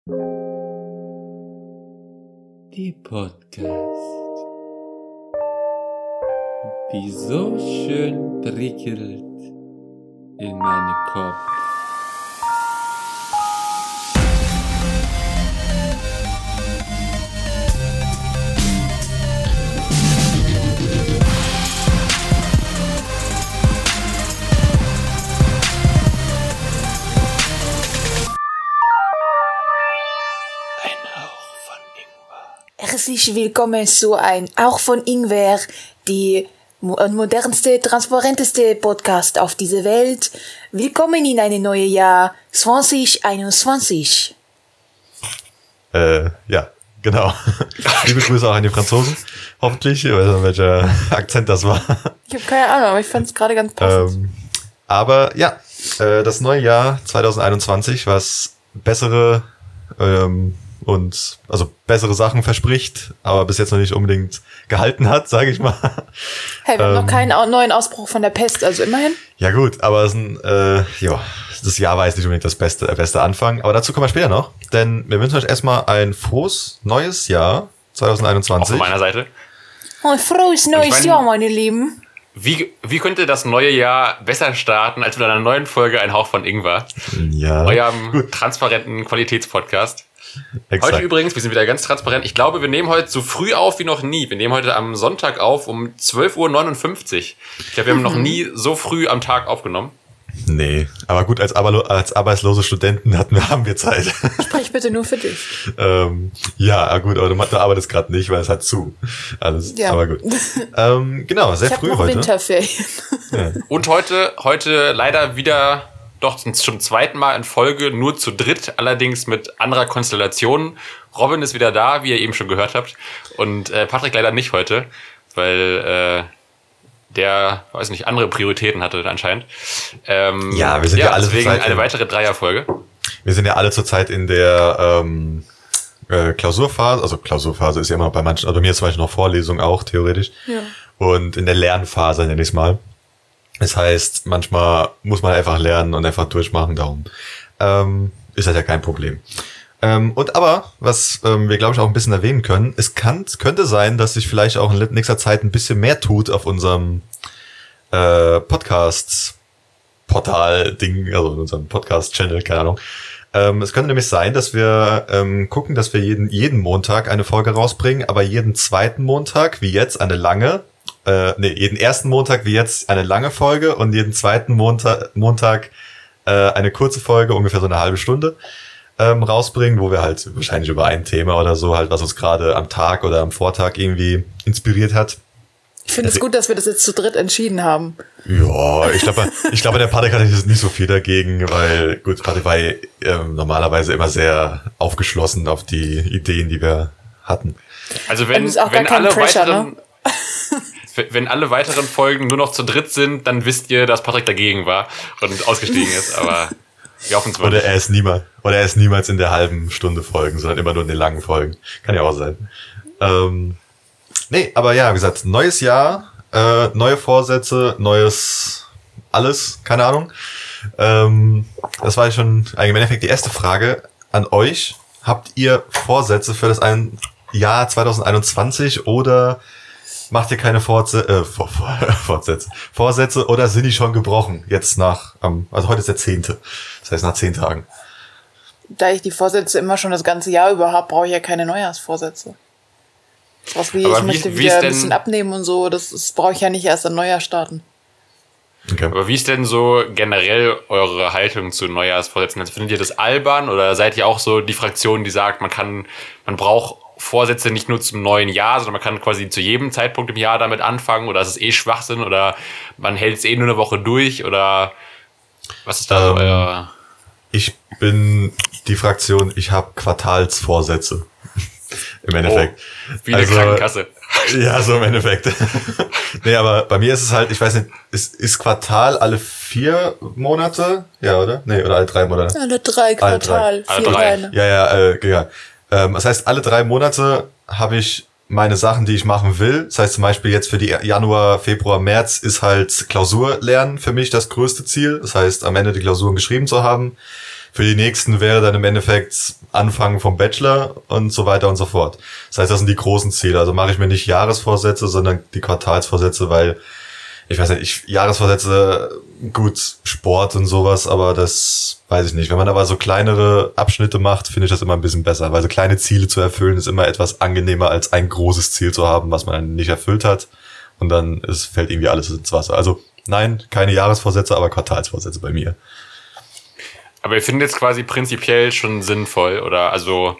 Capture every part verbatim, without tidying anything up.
Die Podcast, die so schön prickelt in meinen Kopf. Herzlich willkommen zu ein Auch von Ingwer, die mo- modernste, transparenteste Podcast auf dieser Welt. Willkommen in ein neues Jahr zwanzig einundzwanzig. Äh, ja, genau. Liebe Grüße auch an die Franzosen. Hoffentlich, ich weiß nicht, welcher Akzent das war. Ich habe keine Ahnung, aber ich fand es gerade ganz passend. Ähm, aber ja, äh, das neue Jahr zwanzig einundzwanzig, was bessere ähm, und also bessere Sachen verspricht, aber bis jetzt noch nicht unbedingt gehalten hat, sage ich mal. Hey, wir haben ähm, noch keinen au- neuen Ausbruch von der Pest, also immerhin. Ja gut, aber es ist ein, äh, ja, das Jahr war jetzt nicht unbedingt das beste, der beste Anfang, aber dazu kommen wir später noch, denn wir wünschen euch erstmal ein frohes neues Jahr zwanzig Auch einundzwanzig. von meiner Seite. Oh, frohes neues meine- Jahr, meine Lieben. Wie, wie könnte das neue Jahr besser starten als mit einer neuen Folge Ein Hauch von Ingwer? Ja, Eurem transparenten Qualitätspodcast. exakt. Heute übrigens, wir sind wieder ganz transparent. Ich glaube, wir nehmen heute so früh auf wie noch nie. Wir nehmen heute am Sonntag auf um zwölf Uhr neunundfünfzig. Ich glaube, wir haben noch nie so früh am Tag aufgenommen. Nee, aber gut, als, Arbeilo- als arbeitslose Studenten hatten wir, haben wir Zeit. Sprich bitte nur für dich. ähm, ja, gut, aber du, du arbeitest gerade nicht, weil es hat zu. Alles, Ja. aber gut. Ähm, genau, sehr Ich habe früh noch heute. Winterferien. Ja. Und heute, heute leider wieder, doch zum zweiten Mal in Folge, nur zu dritt, allerdings mit anderer Konstellation. Robin ist wieder da, wie ihr eben schon gehört habt. Und äh, Patrick leider nicht heute, weil äh, der, weiß nicht, andere Prioritäten hatte anscheinend. Ähm, Ja, wir sind ja alle deswegen zurzeit eine in- weitere Dreierfolge. Wir sind ja alle zurzeit in der ähm, äh, Klausurphase, also Klausurphase ist ja immer noch bei manchen, also bei mir zum Beispiel noch Vorlesung auch, theoretisch. Ja. Und in der Lernphase nenne ich es mal. Das heißt, manchmal muss man einfach lernen und einfach durchmachen, darum ähm, ist das ja kein Problem. Ähm, und aber, was ähm, wir glaube ich auch ein bisschen erwähnen können, es kann, es könnte sein, dass sich vielleicht auch in nächster Zeit ein bisschen mehr tut auf unserem äh, Podcast-Portal-Ding, also in unserem Podcast-Channel, keine Ahnung. Ähm, es könnte nämlich sein, dass wir ähm, gucken, dass wir jeden, jeden Montag eine Folge rausbringen, aber jeden zweiten Montag, wie jetzt, eine lange, äh, nee, jeden ersten Montag, wie jetzt, eine lange Folge und jeden zweiten Montag, Montag äh, eine kurze Folge, ungefähr so eine halbe Stunde, ähm, rausbringen, wo wir halt wahrscheinlich über ein Thema oder so, halt, was uns gerade am Tag oder am Vortag irgendwie inspiriert hat. Ich finde es gut, dass wir das jetzt zu dritt entschieden haben. Ja, ich glaube, ich glaube, der Patrick hatte nicht so viel dagegen, weil, gut, Patrick war ähm, normalerweise immer sehr aufgeschlossen auf die Ideen, die wir hatten. Also Und wenn, ist auch wenn gar kein alle Pressure, weiteren, wenn alle weiteren Folgen nur noch zu dritt sind, dann wisst ihr, dass Patrick dagegen war und ausgestiegen ist, aber wir hoffen es mal Oder nicht. er ist niemals, oder er ist niemals in der halben Stunde Folgen, sondern immer nur in den langen Folgen. Kann ja auch sein. Ähm, nee, aber ja, wie gesagt, neues Jahr, äh, neue Vorsätze, neues alles, keine Ahnung. Ähm, das war schon eigentlich im Endeffekt die erste Frage an euch. Habt ihr Vorsätze für das ein Jahr zwanzig einundzwanzig oder macht ihr keine Fortse- äh, Vor- Vor- Fortsätze, Vorsätze oder sind die schon gebrochen? Jetzt nach, ähm, also heute ist der zehnte. Das heißt nach zehn Tagen. Da ich die Vorsätze immer schon das ganze Jahr über habe, brauche ich ja keine Neujahrsvorsätze. Was wie, Aber ich wie- möchte wie wieder ist ein denn- bisschen abnehmen und so, das, das brauche ich ja nicht erst an Neujahr starten. Okay. Aber wie ist denn so generell eure Haltung zu Neujahrsvorsätzen? Also findet ihr das albern oder seid ihr auch so die Fraktion, die sagt, man kann, man braucht Vorsätze nicht nur zum neuen Jahr, sondern man kann quasi zu jedem Zeitpunkt im Jahr damit anfangen oder ist es eh Schwachsinn oder man hält es eh nur eine Woche durch oder was ist da so Ähm, euer... Ich bin die Fraktion, ich habe Quartalsvorsätze. Im Endeffekt. Wie eine Also, Krankenkasse. Ja, so im Endeffekt. Nee, aber bei mir ist es halt, ich weiß nicht, ist, ist Quartal alle vier Monate? Ja, oder? Nee, oder alle drei Monate? Alle drei Alle drei. Quartal, Alle vier drei. Teile. Ja, ja, äh, ja. Ähm, das heißt, alle drei Monate habe ich meine Sachen, die ich machen will. Das heißt zum Beispiel jetzt für die Januar, Februar, März ist halt Klausur lernen für mich das größte Ziel. Das heißt, am Ende die Klausuren geschrieben zu haben. Für die nächsten wäre dann im Endeffekt Anfangen vom Bachelor und so weiter und so fort. Das heißt, das sind die großen Ziele. Also mache ich mir nicht Jahresvorsätze, sondern die Quartalsvorsätze, weil ich weiß nicht, ich, Jahresvorsätze, gut, Sport und sowas, aber das weiß ich nicht. Wenn man aber so kleinere Abschnitte macht, finde ich das immer ein bisschen besser, weil so kleine Ziele zu erfüllen ist immer etwas angenehmer, als ein großes Ziel zu haben, was man dann nicht erfüllt hat. Und dann ist, fällt irgendwie alles ins Wasser. Also nein, keine Jahresvorsätze, aber Quartalsvorsätze bei mir. Aber ihr findet es quasi prinzipiell schon sinnvoll, oder? Also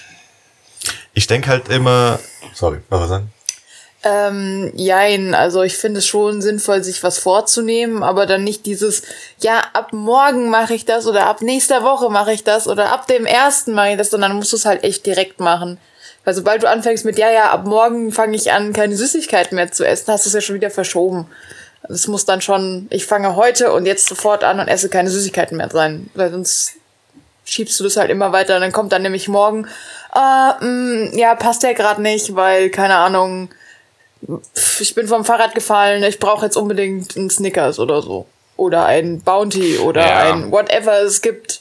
ich denke halt immer... Sorry, was soll ich sagen? Ähm, jein, also ich finde es schon sinnvoll, sich was vorzunehmen, aber dann nicht dieses, ja, ab morgen mache ich das oder ab nächster Woche mache ich das oder ab dem ersten mache ich das, sondern dann musst du es halt echt direkt machen. Weil sobald du anfängst mit, ja, ja, ab morgen fange ich an, keine Süßigkeiten mehr zu essen, hast du es ja schon wieder verschoben. Es muss dann schon, ich fange heute und jetzt sofort an und esse keine Süßigkeiten mehr sein, weil sonst schiebst du das halt immer weiter und dann kommt dann nämlich morgen, äh, mh, ja, passt ja gerade nicht, weil, keine Ahnung, ich bin vom Fahrrad gefallen, ich brauche jetzt unbedingt einen Snickers oder so. Oder ein Bounty oder ja. ein whatever es gibt.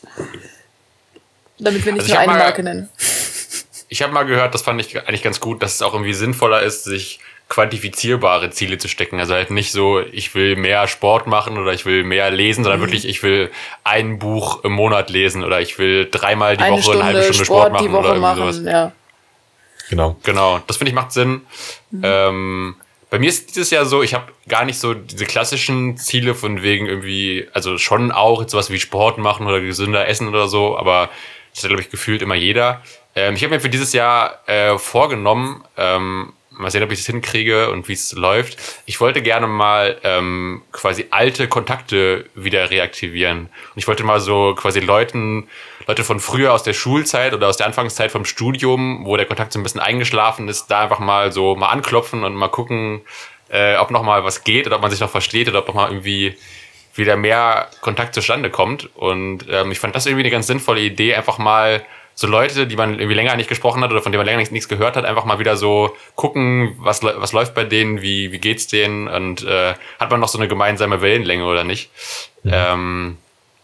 Damit wir nicht also nur eine mal, Marke nennen. Ich habe mal gehört, das fand ich eigentlich ganz gut, dass es auch irgendwie sinnvoller ist, sich quantifizierbare Ziele zu stecken. Also halt nicht so, ich will mehr Sport machen oder ich will mehr lesen, sondern mhm. wirklich, ich will ein Buch im Monat lesen oder ich will dreimal die eine Woche Stunde eine halbe Stunde Sport, Sport machen die Woche oder irgendwie machen, sowas. Ja. Genau. Genau, das finde ich macht Sinn. Mhm. Ähm, bei mir ist dieses Jahr so, ich habe gar nicht so diese klassischen Ziele von wegen irgendwie, also schon auch jetzt sowas wie Sport machen oder gesünder essen oder so, aber das hat, glaube ich, gefühlt immer jeder. Ähm, ich habe mir für dieses Jahr äh, vorgenommen, ähm, mal sehen, ob ich das hinkriege und wie es läuft. Ich wollte gerne mal ähm, quasi alte Kontakte wieder reaktivieren. Und ich wollte mal so quasi Leuten, Leute von früher aus der Schulzeit oder aus der Anfangszeit vom Studium, wo der Kontakt so ein bisschen eingeschlafen ist, da einfach mal so mal anklopfen und mal gucken, äh, ob noch mal was geht oder ob man sich noch versteht oder ob noch mal irgendwie wieder mehr Kontakt zustande kommt. Und ähm, ich fand das irgendwie eine ganz sinnvolle Idee, einfach mal so Leute, die man irgendwie länger nicht gesprochen hat oder von denen man länger nichts, nichts gehört hat, einfach mal wieder so gucken, was was läuft bei denen, wie wie geht's denen und äh, hat man noch so eine gemeinsame Wellenlänge oder nicht. Mhm. Ähm,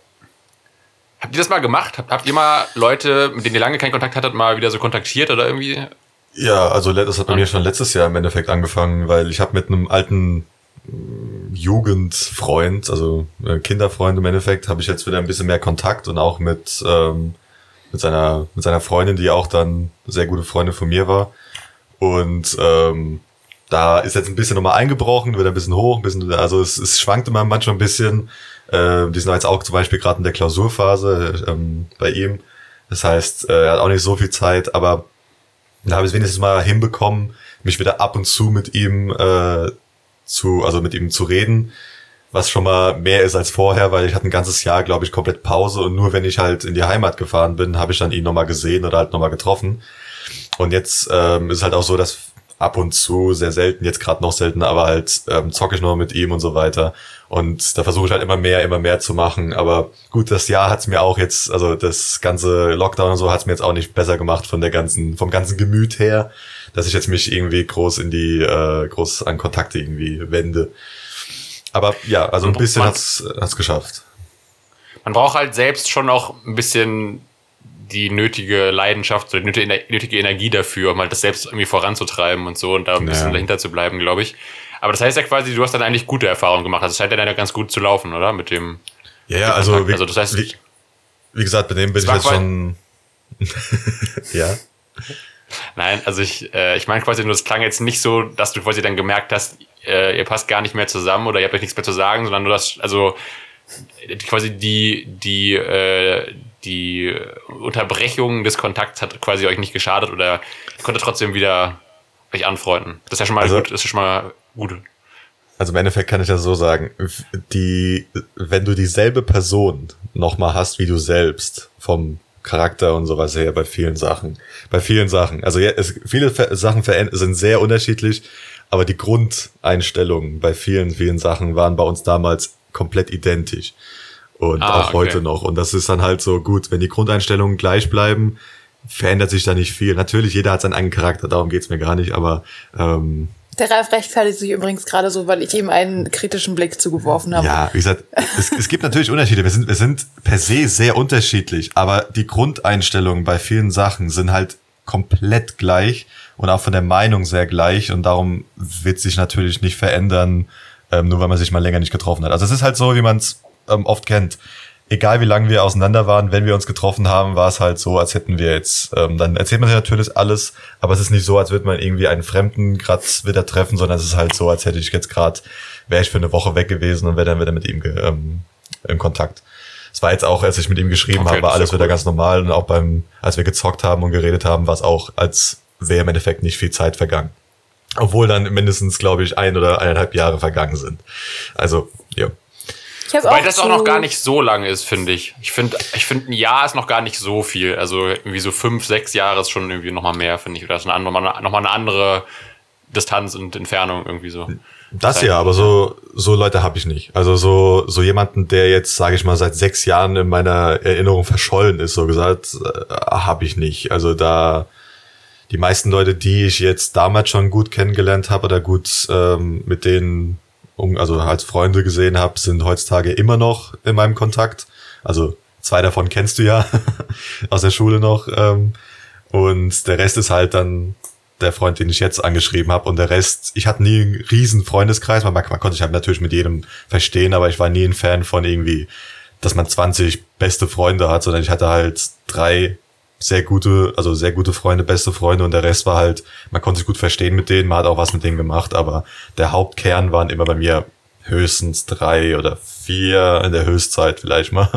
habt ihr das mal gemacht? Habt, habt ihr mal Leute, mit denen ihr lange keinen Kontakt hattet, mal wieder so kontaktiert oder irgendwie? Ja, also das hat bei mhm. mir schon letztes Jahr im Endeffekt angefangen, weil ich habe mit einem alten Jugendfreund, also Kinderfreund im Endeffekt, habe ich jetzt wieder ein bisschen mehr Kontakt und auch mit ähm, mit seiner mit seiner Freundin, die auch dann eine sehr gute Freundin von mir war. Und ähm, da ist jetzt ein bisschen nochmal eingebrochen, wird ein bisschen hoch, ein bisschen, also es, es schwankt immer manchmal ein bisschen. Äh, die sind jetzt auch zum Beispiel gerade in der Klausurphase ähm, bei ihm. Das heißt, äh, er hat auch nicht so viel Zeit, aber da habe ich es wenigstens mal hinbekommen, mich wieder ab und zu mit ihm äh, zu, also mit ihm zu reden, was schon mal mehr ist als vorher, weil ich hatte ein ganzes Jahr, glaube ich, komplett Pause und nur wenn ich halt in die Heimat gefahren bin, habe ich dann ihn nochmal gesehen oder halt nochmal getroffen. Und jetzt ähm, ist halt auch so, dass ab und zu, sehr selten, jetzt gerade noch seltener, aber halt ähm, zocke ich noch mit ihm und so weiter. Und da versuche ich halt immer mehr, immer mehr zu machen. Aber gut, das Jahr hat's mir auch jetzt, also das ganze Lockdown und so hat's mir jetzt auch nicht besser gemacht von der ganzen, vom ganzen Gemüt her, dass ich jetzt mich irgendwie groß in die, äh, groß an Kontakte irgendwie wende. Aber ja, also ein bisschen man, hat's, hat's geschafft. Man braucht halt selbst schon auch ein bisschen die nötige Leidenschaft oder die nötige Energie dafür, um halt das selbst irgendwie voranzutreiben und so und da ein bisschen ja. dahinter zu bleiben, glaube ich. Aber das heißt ja quasi, du hast dann eigentlich gute Erfahrungen gemacht. Also es scheint ja dann ja ganz gut zu laufen, oder? Mit dem Ja, ja, also wie, also das heißt, wie, wie gesagt, bei dem bin ich jetzt schon ja. Nein, also ich, äh, ich meine quasi nur, es klang jetzt nicht so, dass du quasi dann gemerkt hast, äh, ihr passt gar nicht mehr zusammen oder ihr habt euch nichts mehr zu sagen, sondern nur das, also quasi die, die, äh, die Unterbrechung des Kontakts hat quasi euch nicht geschadet oder konnte trotzdem wieder euch anfreunden. Das ist ja schon mal also, gut, das ist schon mal gut. Also im Endeffekt kann ich das so sagen, die, wenn du dieselbe Person nochmal hast wie du selbst, vom Charakter und sowas her bei vielen Sachen. Bei vielen Sachen. Also ja, es, viele Sachen sind sehr unterschiedlich, aber die Grundeinstellungen bei vielen, vielen Sachen waren bei uns damals komplett identisch. Und ah, auch okay. heute noch. Und das ist dann halt so gut, wenn die Grundeinstellungen gleich bleiben, verändert sich da nicht viel. Natürlich, jeder hat seinen eigenen Charakter, darum geht's mir gar nicht, aber ähm, Der Ralf rechtfertigt sich übrigens gerade so, weil ich ihm einen kritischen Blick zugeworfen habe. Ja, wie gesagt, es, es gibt natürlich Unterschiede. Wir sind, wir sind per se sehr unterschiedlich, aber die Grundeinstellungen bei vielen Sachen sind halt komplett gleich und auch von der Meinung sehr gleich und darum wird sich natürlich nicht verändern, ähm, nur weil man sich mal länger nicht getroffen hat. Also es ist halt so, wie man es ähm, oft kennt. Egal wie lange wir auseinander waren, wenn wir uns getroffen haben, war es halt so, als hätten wir jetzt, ähm, dann erzählt man sich natürlich alles, aber es ist nicht so, als würde man irgendwie einen Fremden gerade wieder treffen, sondern es ist halt so, als hätte ich jetzt gerade, wäre ich für eine Woche weg gewesen und wäre dann wieder mit ihm ge- ähm, in Kontakt. Es war jetzt auch, als ich mit ihm geschrieben Okay, habe, war das ist alles ja wieder cool. ganz normal und auch beim, als wir gezockt haben und geredet haben, war es auch, als wäre im Endeffekt nicht viel Zeit vergangen. Obwohl dann mindestens, glaube ich, ein oder eineinhalb Jahre vergangen sind. Also, ja. Ich hab Wobei auch das so, auch noch gar nicht so lange ist, finde ich. Ich finde, ich finde, ein Jahr ist noch gar nicht so viel. Also irgendwie so fünf, sechs Jahre ist schon irgendwie noch mal mehr, finde ich. Oder ist eine andere, noch mal eine andere Distanz und Entfernung irgendwie so. Das ja, aber so so Leute habe ich nicht. Also so so jemanden, der jetzt, sage ich mal, seit sechs Jahren in meiner Erinnerung verschollen ist, so gesagt, äh, habe ich nicht. Also da die meisten Leute, die ich jetzt damals schon gut kennengelernt habe oder gut ähm, mit denen, um, also als Freunde gesehen habe, sind heutzutage immer noch in meinem Kontakt. Also zwei davon kennst du ja aus der Schule noch. Ähm, und der Rest ist halt dann der Freund, den ich jetzt angeschrieben habe. Und der Rest, ich hatte nie einen riesen Freundeskreis. Man, man konnte sich halt natürlich mit jedem verstehen, aber ich war nie ein Fan von irgendwie, dass man zwanzig beste Freunde hat, sondern ich hatte halt drei sehr gute, also sehr gute Freunde, beste Freunde und der Rest war halt, man konnte sich gut verstehen mit denen, man hat auch was mit denen gemacht, aber der Hauptkern waren immer bei mir höchstens drei oder vier in der Höchstzeit vielleicht mal.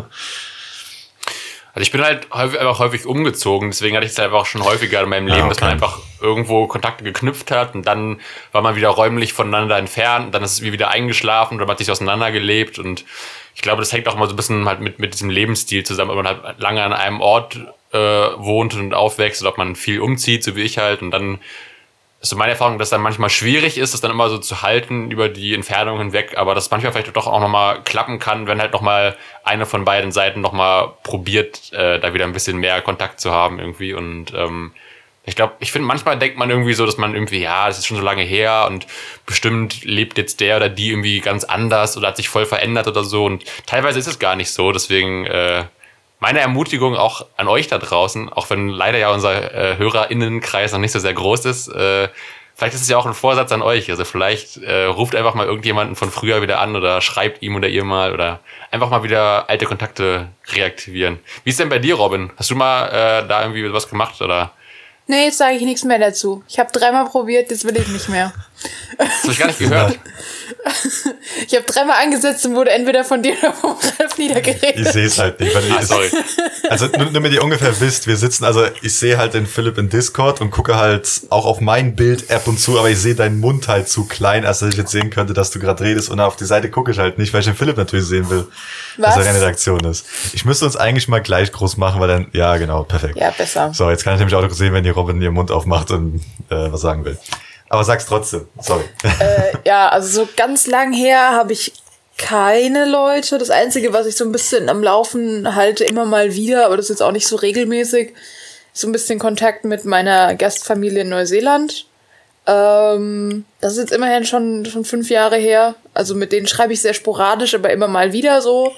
Also ich bin halt häufig, einfach häufig umgezogen, deswegen hatte ich es einfach schon häufiger in meinem Leben, Ah, okay. dass man einfach irgendwo Kontakte geknüpft hat und dann war man wieder räumlich voneinander entfernt und dann ist es wie wieder eingeschlafen oder man hat sich auseinandergelebt und ich glaube, das hängt auch mal so ein bisschen halt mit, mit diesem Lebensstil zusammen, ob man halt lange an einem Ort äh, wohnt und aufwächst oder ob man viel umzieht, so wie ich halt und dann ist so meine Erfahrung, dass dann manchmal schwierig ist, das dann immer so zu halten über die Entfernung hinweg, aber das manchmal vielleicht doch auch nochmal klappen kann, wenn halt nochmal eine von beiden Seiten nochmal probiert, äh, da wieder ein bisschen mehr Kontakt zu haben irgendwie und ähm, ich glaube, ich finde, manchmal denkt man irgendwie so, dass man irgendwie, ja, das ist schon so lange her und bestimmt lebt jetzt der oder die irgendwie ganz anders oder hat sich voll verändert oder so und teilweise ist es gar nicht so, deswegen äh, meine Ermutigung auch an euch da draußen, auch wenn leider ja unser äh, HörerInnenkreis noch nicht so sehr groß ist, äh, vielleicht ist es ja auch ein Vorsatz an euch. Also vielleicht äh, ruft einfach mal irgendjemanden von früher wieder an oder schreibt ihm oder ihr mal oder einfach mal wieder alte Kontakte reaktivieren. Wie ist denn bei dir, Robin? Hast du mal äh, da irgendwie was gemacht oder? Nee, jetzt sage ich nichts mehr dazu. Ich habe dreimal probiert, jetzt will ich nicht mehr. Das habe ich gar nicht gehört. Ich habe dreimal angesetzt und wurde entweder von dir oder vom Ralf niedergeredet. Ich sehe es halt nicht. Weil Ah, ich, sorry. Also nur, nur damit ihr ungefähr wisst, wir sitzen, also ich sehe halt den Philipp in Discord und gucke halt auch auf mein Bild ab und zu, aber ich sehe deinen Mund halt zu klein, als dass ich jetzt sehen könnte, dass du gerade redest und auf die Seite gucke ich halt nicht, weil ich den Philipp natürlich sehen will, Was? dass er eine Reaktion ist. Ich müsste uns eigentlich mal gleich groß machen, weil dann, ja genau, perfekt. Ja, besser. So, jetzt kann ich nämlich auch noch sehen, wenn die Robin ihren Mund aufmacht und äh, was sagen will. Aber sag's trotzdem, sorry. Äh, ja, also so ganz lang her habe ich keine Leute. Das Einzige, was ich so ein bisschen am Laufen halte, immer mal wieder, aber das ist jetzt auch nicht so regelmäßig, ist so ein bisschen Kontakt mit meiner Gastfamilie in Neuseeland. Ähm, das ist jetzt immerhin schon, schon fünf Jahre her. Also mit denen schreibe ich sehr sporadisch, aber immer mal wieder so.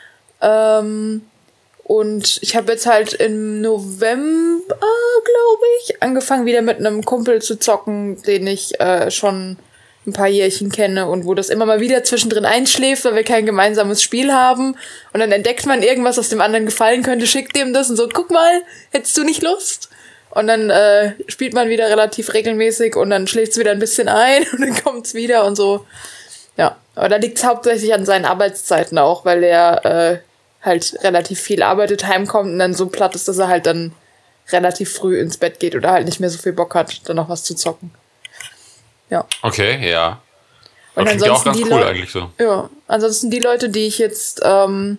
Ähm, und ich habe jetzt halt im November, glaube ich, angefangen wieder mit einem Kumpel zu zocken, den ich äh, schon ein paar Jährchen kenne und wo das immer mal wieder zwischendrin einschläft, weil wir kein gemeinsames Spiel haben. Und dann entdeckt man irgendwas, was dem anderen gefallen könnte, schickt dem das und so, guck mal, hättest du nicht Lust? Und dann äh, spielt man wieder relativ regelmäßig und dann schläft es wieder ein bisschen ein und dann kommt es wieder und so. Ja, aber da liegt es hauptsächlich an seinen Arbeitszeiten auch, weil er äh, halt relativ viel arbeitet, heimkommt und dann so platt ist, dass er halt dann relativ früh ins Bett geht oder halt nicht mehr so viel Bock hat, dann noch was zu zocken. Ja. Okay, ja. Und Das klingt ja auch ansonsten ganz die cool Leu- eigentlich so. Ja, ansonsten die Leute, die ich jetzt, ähm,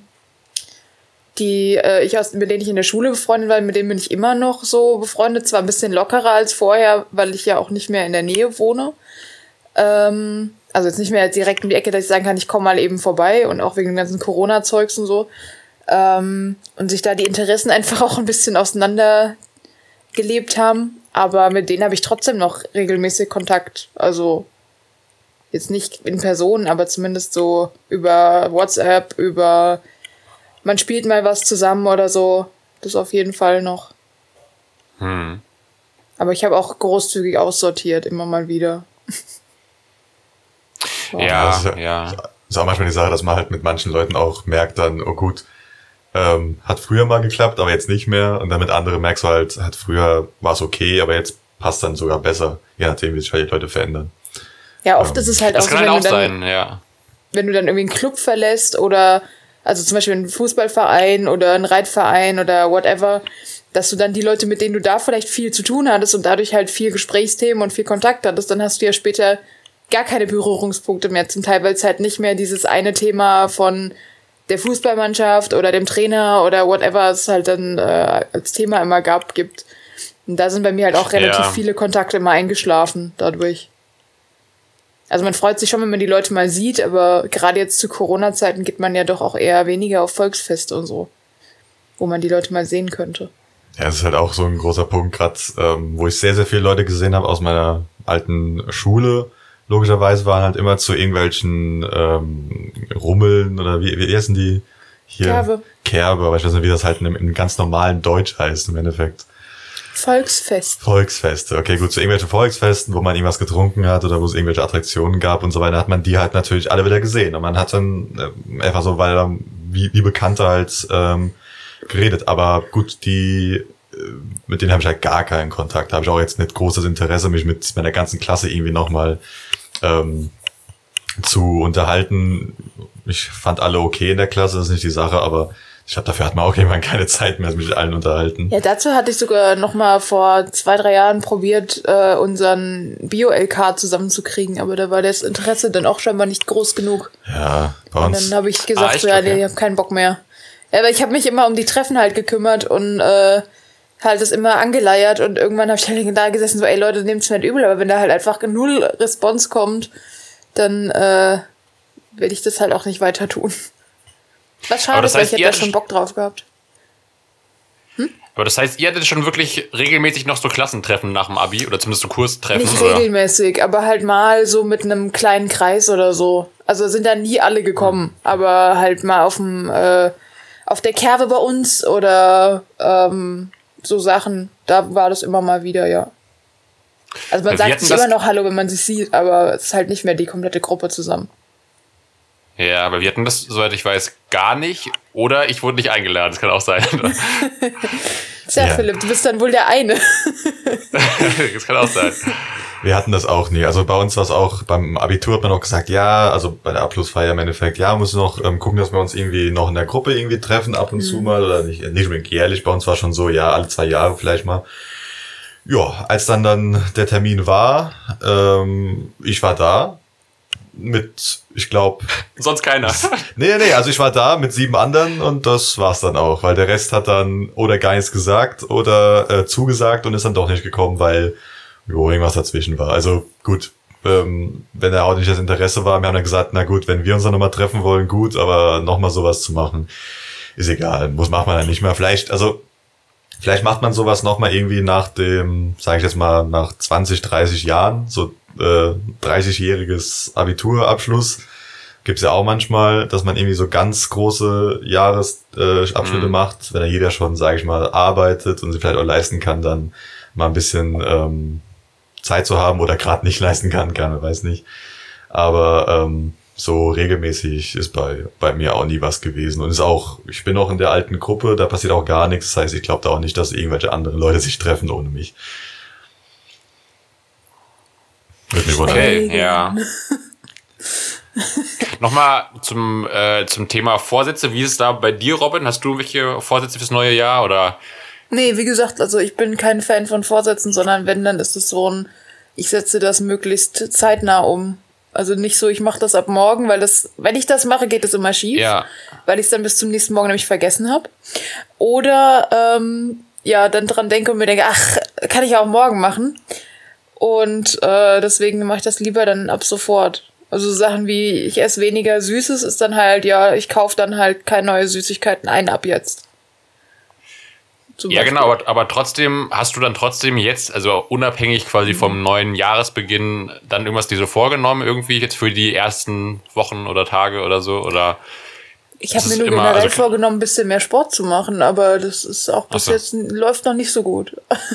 die äh, ich aus, mit denen ich in der Schule befreundet war, mit denen bin ich immer noch so befreundet, zwar ein bisschen lockerer als vorher, weil ich ja auch nicht mehr in der Nähe wohne. Ähm, also jetzt nicht mehr direkt um die Ecke, dass ich sagen kann, ich komme mal eben vorbei und auch wegen dem ganzen Corona-Zeugs und so. Ähm, und sich da die Interessen einfach auch ein bisschen auseinander gelebt haben. Aber mit denen habe ich trotzdem noch regelmäßig Kontakt. Also Jetzt nicht in Person, aber zumindest so über WhatsApp, über man spielt mal was zusammen oder so. Das auf jeden Fall noch. Hm. Aber ich habe auch großzügig aussortiert, immer mal wieder. Ja, das ist, ja. ist auch manchmal die Sache, dass man halt mit manchen Leuten auch merkt dann, oh gut, ähm, hat früher mal geklappt, aber jetzt nicht mehr. Und dann mit anderen merkst du halt, hat früher war es okay, aber jetzt passt dann sogar besser, je nachdem, wie sich halt die Leute verändern. Ja, oft Ähm, ist es halt Das auch so, kann wenn halt du auch dann, sein, ja. wenn du dann irgendwie einen Club verlässt oder, also zum Beispiel einen Fußballverein oder einen Reitverein oder whatever, dass du dann die Leute, mit denen du da vielleicht viel zu tun hattest und dadurch halt viel Gesprächsthemen und viel Kontakt hattest, dann hast du ja später gar keine Berührungspunkte mehr zum Teil, weil es halt nicht mehr dieses eine Thema von der Fußballmannschaft oder dem Trainer oder whatever es halt dann äh, als Thema immer gab, gibt. Und da sind bei mir halt auch relativ Ja. viele Kontakte immer eingeschlafen dadurch. Also man freut sich schon, wenn man die Leute mal sieht, aber gerade jetzt zu Corona-Zeiten geht man ja doch auch eher weniger auf Volksfeste und so, wo man die Leute mal sehen könnte. Ja, das ist halt auch so ein großer Punkt, gerade ähm, wo ich sehr, sehr viele Leute gesehen habe aus meiner alten Schule. Logischerweise waren halt immer zu irgendwelchen ähm, Rummeln oder wie, wie heißen die? Hier, Kerbe. Kerbe, aber ich weiß nicht, wie das halt im, im ganz normalen Deutsch heißt im Endeffekt. Volksfest. Volksfeste, okay, gut, zu irgendwelchen Volksfesten, wo man irgendwas getrunken hat oder wo es irgendwelche Attraktionen gab und so weiter, hat man die halt natürlich alle wieder gesehen. Und man hat dann äh, einfach so, weil dann wie, wie Bekannte halt ähm, geredet. Aber gut, die, äh, mit denen habe ich halt gar keinen Kontakt. Da habe ich auch jetzt nicht großes Interesse, mich mit meiner ganzen Klasse irgendwie nochmal ähm, zu unterhalten. Ich fand alle okay in der Klasse, das ist nicht die Sache, aber ich glaube, dafür hat man auch irgendwann keine Zeit mehr, mich mit allen unterhalten. Ja, dazu hatte ich sogar noch mal vor zwei, drei Jahren probiert, äh, unseren Bio-L K zusammenzukriegen, aber da war das Interesse dann auch scheinbar nicht groß genug. Ja, bei Und uns. dann habe ich Ah, gesagt, echt? so, ja, Okay. nee, ich habe keinen Bock mehr. Ja, aber ich habe mich immer um die Treffen halt gekümmert und äh, halt das immer angeleiert und irgendwann habe ich halt da gesessen, so, ey Leute, nehmt's mir nicht übel, aber wenn da halt einfach null Response kommt, dann äh, will ich das halt auch nicht weiter tun. Was schade Aber das ist, weil heißt, ich hätte ihr da hattet- schon Bock drauf gehabt. Aber das heißt, ihr hattet schon wirklich regelmäßig noch so Klassentreffen nach dem Abi oder zumindest so Kurstreffen? Nicht oder? regelmäßig, aber halt mal so mit einem kleinen Kreis oder so. Also sind da nie alle gekommen, aber halt mal auf dem äh, auf der Kerbe bei uns oder ähm, so Sachen. Da war das immer mal wieder, ja. Also man Wir sagt hatten sich das- immer noch Hallo, wenn man sich sieht, aber es ist halt nicht mehr die komplette Gruppe zusammen. Ja, aber wir hatten das, soweit ich weiß, gar nicht. Oder ich wurde nicht eingeladen, das kann auch sein. Tja, Ja. Philipp, du bist dann wohl der eine. Das kann auch sein. Wir hatten das auch nie. Also bei uns war es auch, beim Abitur hat man auch gesagt, ja, also bei der Abschlussfeier im Endeffekt, ja, müssen noch ähm, gucken, dass wir uns irgendwie noch in der Gruppe irgendwie treffen, ab und zu mal, oder nicht, nicht unbedingt jährlich, bei uns war schon so, ja, alle zwei Jahre vielleicht mal. Ja, als dann dann der Termin war, ähm, ich war da mit, ich glaube, Sonst keiner. nee, nee, also ich war da mit sieben anderen und das war's dann auch, weil der Rest hat dann oder gar nichts gesagt oder äh, zugesagt und ist dann doch nicht gekommen, weil jo, irgendwas dazwischen war. Also gut, ähm, wenn da auch nicht das Interesse war, wir haben dann gesagt, na gut, wenn wir uns dann nochmal treffen wollen, gut, aber nochmal sowas zu machen, ist egal, muss macht man dann nicht mehr. Vielleicht, also vielleicht macht man sowas nochmal irgendwie nach dem, sage ich jetzt mal, nach zwanzig, dreißig Jahren, so äh, dreißigjähriges Abiturabschluss. Gibt's ja auch manchmal, dass man irgendwie so ganz große Jahresabschnitte äh, Abschnitte Mhm. macht, wenn da jeder schon, sage ich mal, arbeitet und sich vielleicht auch leisten kann, dann mal ein bisschen ähm, Zeit zu haben oder gerade nicht leisten kann, kann, weiß nicht. Aber ähm, so regelmäßig ist bei bei mir auch nie was gewesen und ist auch, ich bin auch in der alten Gruppe, da passiert auch gar nichts. Das heißt, ich glaube da auch nicht, dass irgendwelche andere Leute sich treffen ohne mich. Würde mich wundern. Okay, ja. Nochmal zum, äh, zum Thema Vorsätze. Wie ist es da bei dir, Robin? Hast du welche Vorsätze fürs neue Jahr? Oder? Nee, wie gesagt, also ich bin kein Fan von Vorsätzen, sondern wenn, dann ist es so ein, ich setze das möglichst zeitnah um. Also nicht so, ich mache das ab morgen, weil das, wenn ich das mache, geht es immer schief, Ja. weil ich es dann bis zum nächsten Morgen nämlich vergessen habe. Oder ähm, ja, dann dran denke und mir denke, ach, kann ich auch morgen machen. Und äh, deswegen mache ich das lieber dann ab sofort. Also so Sachen wie, ich esse weniger Süßes, ist dann halt, ja, ich kaufe dann halt keine neue Süßigkeiten ein ab jetzt. Zum Ja, Beispiel. genau, aber, aber trotzdem hast du dann trotzdem jetzt, also unabhängig quasi vom neuen Jahresbeginn, dann irgendwas dir so vorgenommen, irgendwie jetzt für die ersten Wochen oder Tage oder so? Oder Ich habe das mir ist nur immer- generell also- vorgenommen, ein bisschen mehr Sport zu machen, aber das ist auch bis Ach so. jetzt läuft noch nicht so gut.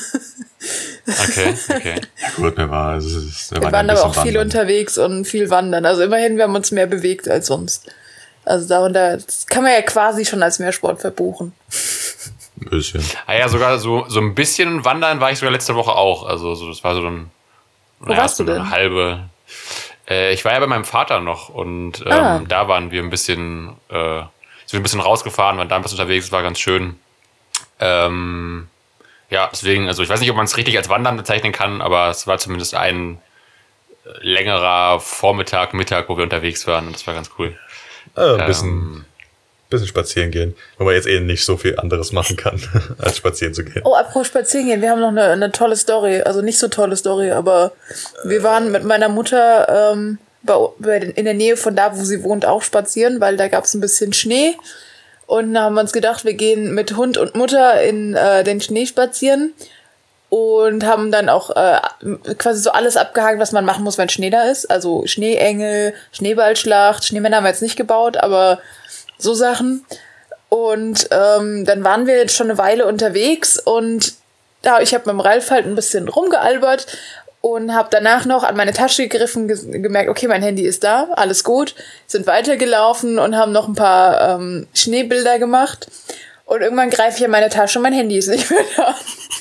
okay, okay. Gut, mir war, es ist, wir Wir waren waren ja ein aber auch bisschen viel wandern. unterwegs und viel wandern. Also immerhin, wir haben uns mehr bewegt als sonst. Also da und da das kann man ja quasi schon als Mehrsport verbuchen. Ein bisschen. Ah ja, sogar so, so ein bisschen wandern war ich sogar letzte Woche auch. Also so, das war so ein, naja, warst so du eine denn? halbe. Äh, ich war ja bei meinem Vater noch und ähm, Ah. da waren wir ein bisschen, äh, sind wir ein bisschen rausgefahren, waren da ein bisschen unterwegs, war ganz schön. Ähm, ja, deswegen, also ich weiß nicht, ob man es richtig als Wandern bezeichnen kann, aber es war zumindest ein äh, längerer Vormittag, Mittag, wo wir unterwegs waren und das war ganz cool. Äh, ein bisschen, Ähm, bisschen spazieren gehen. Weil man jetzt eh nicht so viel anderes machen kann, als spazieren zu gehen. Oh, apropos spazieren gehen, wir haben noch eine, eine tolle Story. Also nicht so tolle Story, aber wir waren mit meiner Mutter ähm, bei, bei den, in der Nähe von da, wo sie wohnt, auch spazieren, weil da gab es ein bisschen Schnee. Und da haben wir uns gedacht, wir gehen mit Hund und Mutter in äh, den Schnee spazieren und haben dann auch äh, quasi so alles abgehakt, was man machen muss, wenn Schnee da ist. Also Schneeengel, Schneeballschlacht, Schneemänner haben wir jetzt nicht gebaut, aber so Sachen. Und ähm, dann waren wir jetzt schon eine Weile unterwegs und ja, ich habe mit dem Ralf halt ein bisschen rumgealbert und habe danach noch an meine Tasche gegriffen, ge- gemerkt, okay, mein Handy ist da, alles gut. Sind weitergelaufen und haben noch ein paar ähm, Schneebilder gemacht. Und irgendwann greife ich in meine Tasche und mein Handy ist nicht mehr da.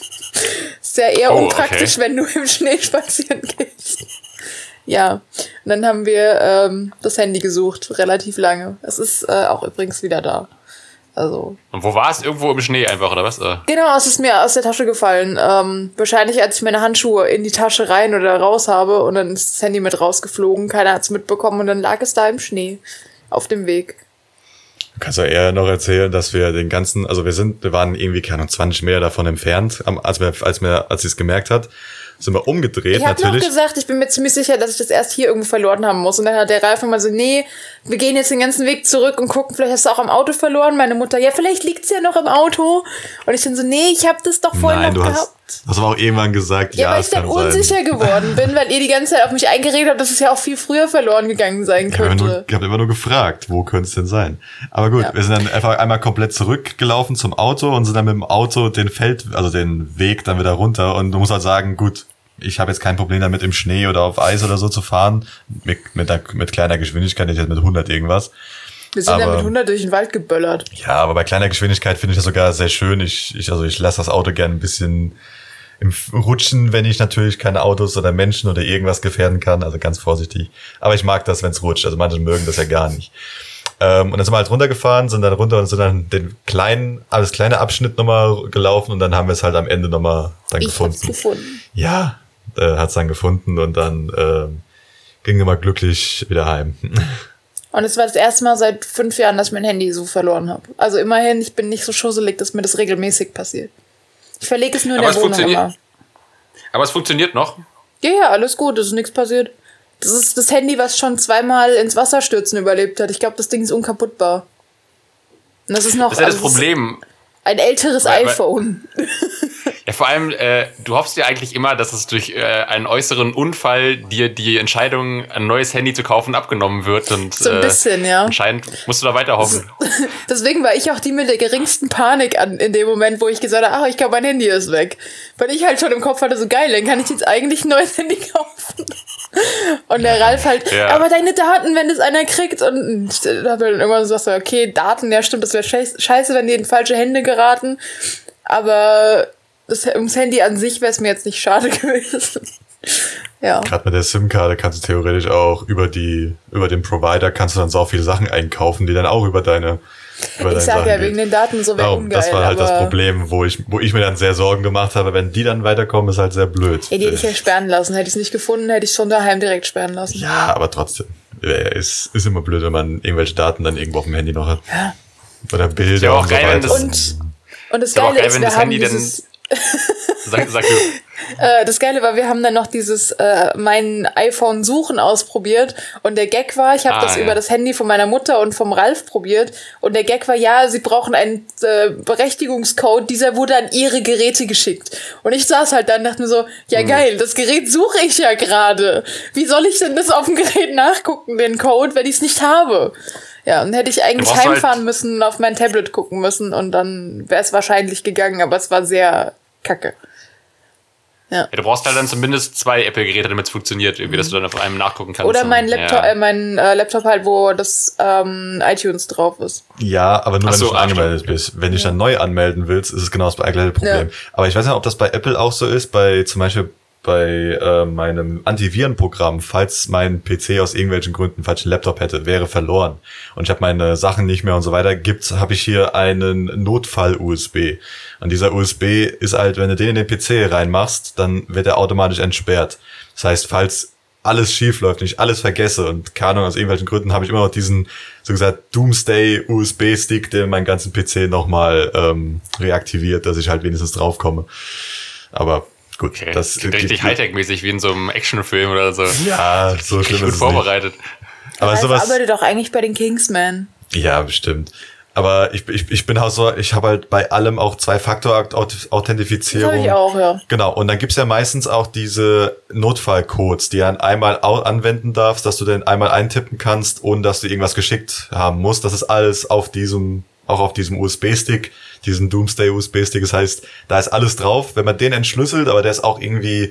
Ist ja eher Oh, unpraktisch, okay. wenn du im Schnee spazieren gehst. Ja, und dann haben wir ähm, das Handy gesucht, relativ lange. Es ist äh, auch übrigens wieder da. Also, und wo war es? Irgendwo im Schnee einfach, oder was? Äh, genau, es ist mir aus der Tasche gefallen. Ähm, wahrscheinlich, als ich meine Handschuhe in die Tasche rein oder raus habe und dann ist das Handy mit rausgeflogen. Keiner hat es mitbekommen und dann lag es da im Schnee auf dem Weg. Du kannst ja eher noch erzählen, dass wir den ganzen, also wir sind, wir waren irgendwie, keine Ahnung, zwanzig Meter davon entfernt, am- als wir, als wir, als sie es gemerkt hat, sind wir umgedreht, Ich habe noch natürlich. gesagt, ich bin mir ziemlich sicher, dass ich das erst hier irgendwo verloren haben muss. Und dann hat der Ralf immer so, nee, wir gehen jetzt den ganzen Weg zurück und gucken, vielleicht hast du auch am Auto verloren. Meine Mutter, ja, vielleicht liegt's ja noch im Auto. Und ich dann so, nee, ich habe das doch vorhin Nein, noch du gehabt. hast, hast aber auch irgendwann gesagt, Ja, ja, weil es ich dann kann sein. unsicher geworden bin, weil ihr die ganze Zeit auf mich eingeredet habt, dass es ja auch viel früher verloren gegangen sein Ich habe immer, nur- könnte. ich hab immer nur gefragt, wo könnte es denn sein? Aber gut, Ja. wir sind dann einfach einmal komplett zurückgelaufen zum Auto und sind dann mit dem Auto den Feld, also den Weg dann wieder runter. Und du musst halt sagen, gut, ich habe jetzt kein Problem damit, im Schnee oder auf Eis oder so zu fahren. Mit, mit, einer, mit kleiner Geschwindigkeit, nicht jetzt mit hundert irgendwas. Wir sind dann aber- mit hundert durch den Wald geböllert. Ja, aber bei kleiner Geschwindigkeit finde ich das sogar sehr schön. Ich, ich also ich lasse das Auto gern ein bisschen im F- Rutschen, wenn ich natürlich keine Autos oder Menschen oder irgendwas gefährden kann. Also ganz vorsichtig. Aber ich mag das, wenn es rutscht. Also manche mögen das ja gar nicht. Ähm, und dann sind wir halt runtergefahren, sind dann runter und sind dann den kleinen, alles kleine Abschnitt nochmal gelaufen und dann haben wir es halt am Ende nochmal dann Ich gefunden. hab's gefunden. Ja, äh, hat's dann gefunden und dann ähm, ging immer glücklich wieder heim. Und es war das erste Mal seit fünf Jahren, dass ich mein Handy so verloren habe. Also immerhin, ich bin nicht so schusselig, dass mir das regelmäßig passiert. Ich verlege es nur in Aber der es Wohnung funktioniert- immer. aber es funktioniert noch. Ja, ja, alles gut, es ist nichts passiert. Das ist das Handy, was schon zweimal ins Wasserstürzen überlebt hat. Ich glaube, das Ding ist unkaputtbar. Und das ist noch Das ist ja das also es ist Problem. ein älteres Weil- weil- iPhone. Ja, vor allem, äh, du hoffst ja eigentlich immer, dass es durch äh, einen äußeren Unfall dir die Entscheidung, ein neues Handy zu kaufen, abgenommen wird. Und, So ein äh, bisschen, ja. Anscheinend musst du da weiter hoffen. Deswegen war ich auch die mit der geringsten Panik an, in dem Moment, wo ich gesagt habe, ach, ich glaube, mein Handy ist weg. Weil ich halt schon im Kopf hatte, so geil, dann kann ich jetzt eigentlich ein neues Handy kaufen. Und der Ralf halt, Ja. aber deine Daten, wenn das einer kriegt. Und ich habe dann irgendwann so gesagt, okay, Daten, ja stimmt, das wäre scheiße, wenn die in falsche Hände geraten. Aber das, ums Handy an sich wäre es mir jetzt nicht schade gewesen. Ja. Gerade mit der SIM-Karte kannst du theoretisch auch über die, über den Provider kannst du dann so viele Sachen einkaufen, die dann auch über deine, über Ich deine sage Sachen ja, geht. wegen den Daten so wäre Darum, ungeil. das war halt aber das Problem, wo ich, wo ich mir dann sehr Sorgen gemacht habe, wenn die dann weiterkommen, ist halt sehr blöd. Ja, die hätte ich ja sperren lassen. Hätte ich es nicht gefunden, hätte ich es schon daheim direkt sperren lassen. Ja, aber trotzdem. Ja, ist, ist immer blöd, wenn man irgendwelche Daten dann irgendwo auf dem Handy noch hat. Ja. Oder Bilder Ja, auch und so geil, wenn weiter. das- Und, und das aber auch Geile geil, ist, wenn wir das haben Handy dann- dieses... Sag, sag du. Äh, das Geile war, wir haben dann noch dieses äh, mein iPhone suchen ausprobiert und der Gag war, ich habe Ah, das ja. über das Handy von meiner Mutter und vom Ralf probiert und der Gag war, ja, sie brauchen einen äh, Berechtigungscode, dieser wurde an ihre Geräte geschickt. Und ich saß halt da und dachte mir so, ja Hm. geil, das Gerät suche ich ja gerade. Wie soll ich denn das auf dem Gerät nachgucken, den Code, wenn ich es nicht habe? Ja, und hätte ich eigentlich brauchst du heimfahren halt- müssen, auf mein Tablet gucken müssen und dann wäre es wahrscheinlich gegangen, aber es war sehr kacke. Ja, du brauchst halt dann zumindest zwei Apple-Geräte, damit es funktioniert, irgendwie, dass du dann auf einem nachgucken kannst. Oder mein Und, Laptop, ja. äh, mein äh, Laptop halt, wo das ähm, iTunes drauf ist. Ja, aber nur Ach wenn so, du schon ah, angemeldet bist. Wenn du dich dann neu anmelden willst, ist es genau das gleiche Problem. Ja. Aber ich weiß nicht, ob das bei Apple auch so ist, bei zum Beispiel bei äh, meinem Antivirenprogramm, falls mein P C aus irgendwelchen Gründen einen falschen Laptop hätte, wäre verloren und ich habe meine Sachen nicht mehr und so weiter, gibt's, habe ich hier einen Notfall-U S B. Und dieser U S B ist halt, wenn du den in den P C reinmachst, dann wird er automatisch entsperrt. Das heißt, falls alles schief läuft und ich alles vergesse und keine Ahnung, aus irgendwelchen Gründen habe ich immer noch diesen, so gesagt, Doomsday-U S B-Stick, der meinen ganzen P C nochmal ähm, reaktiviert, dass ich halt wenigstens draufkomme. Aber gut, Okay. das Klingt richtig Hightech-mäßig, wie in so einem Actionfilm oder so. Ja, so Richtig schlimm gut ist es nicht. vorbereitet. Aber Ralf sowas, arbeitet doch eigentlich bei den Kingsmen. ja, bestimmt. Aber ich, ich, ich bin auch so, ich habe halt bei allem auch Zwei-Faktor-Authentifizierung. Das habe ich auch, ja. Genau, und dann gibt's ja meistens auch diese Notfallcodes, die du dann einmal au- anwenden darfst, dass du den einmal eintippen kannst, ohne dass du irgendwas geschickt haben musst. Das ist alles auf diesem, auch auf diesem U S B-Stick, diesen Doomsday-U S B-Stick. Das heißt, da ist alles drauf, wenn man den entschlüsselt, aber der ist auch irgendwie,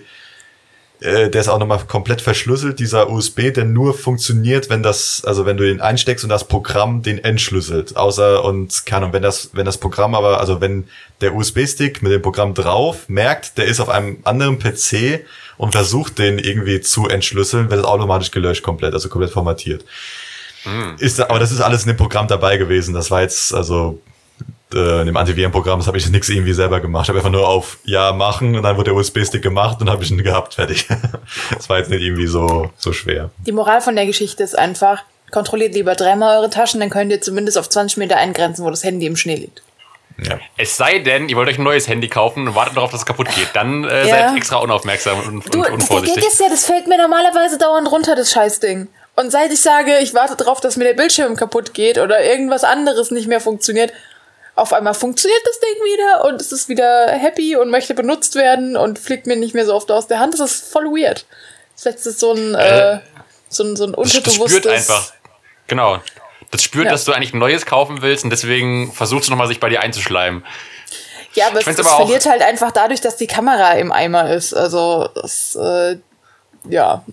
äh, der ist auch nochmal komplett verschlüsselt, dieser U S B, der nur funktioniert, wenn das, also wenn du ihn einsteckst und das Programm den entschlüsselt. Außer, und keine Ahnung, wenn das, wenn das Programm aber, also wenn der U S B-Stick mit dem Programm drauf merkt, der ist auf einem anderen P C und versucht den irgendwie zu entschlüsseln, wird das automatisch gelöscht komplett, also komplett formatiert. Ist, aber das ist alles in dem Programm dabei gewesen. Das war jetzt, also äh, in dem Antivirenprogramm, das habe ich nichts irgendwie selber gemacht. Ich habe einfach nur auf Ja machen und dann wurde der U S B-Stick gemacht und habe ich ihn gehabt, fertig. Das war jetzt nicht irgendwie so so schwer. Die Moral von der Geschichte ist einfach, kontrolliert lieber dreimal eure Taschen, dann könnt ihr zumindest auf zwanzig Meter eingrenzen, wo das Handy im Schnee liegt. Ja. Es sei denn, ihr wollt euch ein neues Handy kaufen und wartet darauf, dass es kaputt geht. Dann äh, Ja. seid extra unaufmerksam und, Du, und der unvorsichtig. Gag ist ja, das fällt mir normalerweise dauernd runter, das Scheißding. Und seit ich sage, ich warte drauf, dass mir der Bildschirm kaputt geht oder irgendwas anderes nicht mehr funktioniert, auf einmal funktioniert das Ding wieder und es ist wieder happy und möchte benutzt werden und fliegt mir nicht mehr so oft aus der Hand. Das ist voll weird. Vielleicht ist das so ein, äh, Äh, so ein, so ein Das, das unterbewusstes... spürt einfach. Genau. Das spürt, Ja. dass du eigentlich ein neues kaufen willst und deswegen versuchst du nochmal, sich bei dir einzuschleimen. Ja, aber es, Ich find's es aber auch- verliert halt einfach dadurch, dass die Kamera im Eimer ist. Also, das, äh, ja.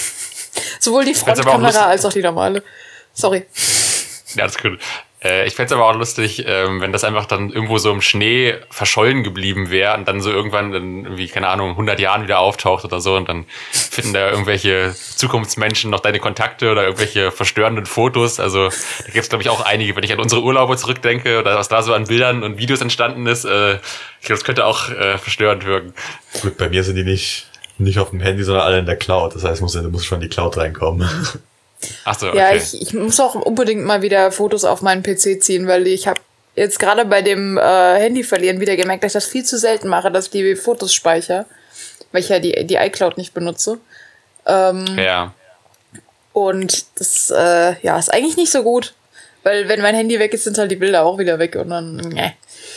Sowohl die find's aber auch Frontkamera lustig- als auch die normale. Sorry. Ja, das ist cool. Äh, ich fänd's aber auch lustig, ähm, wenn das einfach dann irgendwo so im Schnee verschollen geblieben wäre und dann so irgendwann in irgendwie, keine Ahnung, hundert Jahren wieder auftaucht oder so und dann finden da irgendwelche Zukunftsmenschen noch deine Kontakte oder irgendwelche verstörenden Fotos. Also da gibt's glaube ich, auch einige, wenn ich an unsere Urlaube zurückdenke oder was da so an Bildern und Videos entstanden ist. Äh, ich glaube, das könnte auch äh, verstörend wirken. Gut, bei mir sind die nicht nicht auf dem Handy, sondern alle in der Cloud. Das heißt, muss da muss schon in die Cloud reinkommen. Ach so, okay. Ja, ich, ich muss auch unbedingt mal wieder Fotos auf meinen P C ziehen, weil ich habe jetzt gerade bei dem äh, Handy verlieren wieder gemerkt, dass ich das viel zu selten mache, dass ich die Fotos speichere, weil ich ja die, die iCloud nicht benutze. ja. Und das äh, ja, ist eigentlich nicht so gut, weil wenn mein Handy weg ist, sind halt die Bilder auch wieder weg und dann, ne.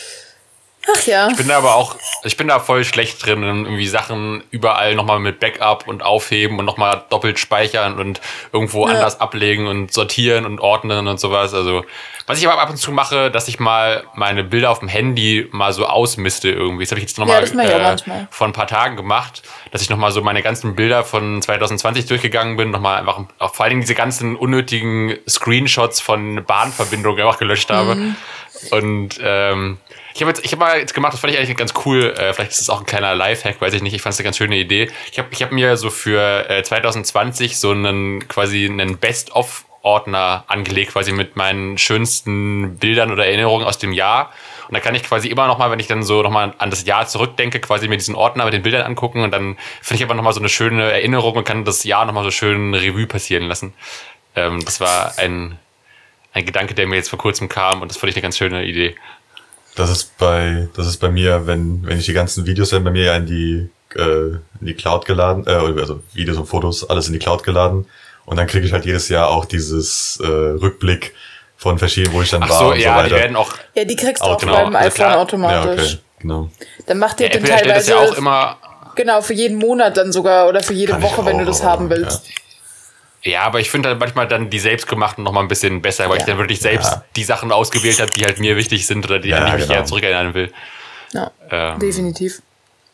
Ach ja. Ich bin da aber auch, ich bin da voll schlecht drin, irgendwie Sachen überall nochmal mit Backup und aufheben und nochmal doppelt speichern und irgendwo Ja. anders ablegen und sortieren und ordnen und sowas. Also, was ich aber ab und zu mache, dass ich mal meine Bilder auf dem Handy mal so ausmiste irgendwie. Das habe ich jetzt Ja, nochmal das mache ich auch äh, manchmal. vor ein paar Tagen gemacht, dass ich nochmal so meine ganzen Bilder von zwanzig zwanzig durchgegangen bin, nochmal einfach, auch vor allen Dingen diese ganzen unnötigen Screenshots von Bahnverbindungen einfach gelöscht habe. Mhm. Und ähm, ich habe jetzt, ich habe mal jetzt gemacht, das fand ich eigentlich ganz cool. Äh, vielleicht ist es auch ein kleiner Lifehack, weiß ich nicht. Ich fand es eine ganz schöne Idee. Ich habe, ich habe mir so für äh, zwanzig zwanzig so einen quasi einen Best-of-Ordner angelegt, quasi mit meinen schönsten Bildern oder Erinnerungen aus dem Jahr. Und da kann ich quasi immer noch mal, wenn ich dann so noch mal an das Jahr zurückdenke, quasi mir diesen Ordner mit den Bildern angucken und dann finde ich aber noch mal so eine schöne Erinnerung und kann das Jahr noch mal so schön Revue passieren lassen. Ähm, das war ein ein Gedanke, der mir jetzt vor kurzem kam und das fand ich eine ganz schöne Idee. Das ist bei, das ist bei mir, wenn, wenn ich die ganzen Videos werden bei mir ja in die äh, in die Cloud geladen, äh, also Videos und Fotos, alles in die Cloud geladen. Und dann kriege ich halt jedes Jahr auch dieses äh, Rückblick von verschiedenen, wo ich dann Ach war so, und ja, so weiter. die werden auch. Ja, die kriegst du Oh, auch genau. beim Also iPhone klar. automatisch. Ja, okay, genau. Dann macht ihr den Apple erstellt das teilweise ja auch immer. genau für jeden Monat dann sogar oder für jede Kann ich Woche, wenn auch, du das aber, haben willst. Ja, aber ich finde halt manchmal dann die selbstgemachten noch mal ein bisschen besser, weil Ja. ich dann wirklich selbst Ja. die Sachen ausgewählt habe, die halt mir wichtig sind oder die, Ja, an die ich mich genau. gerne zurückerinnern will. Ja, Ähm, definitiv.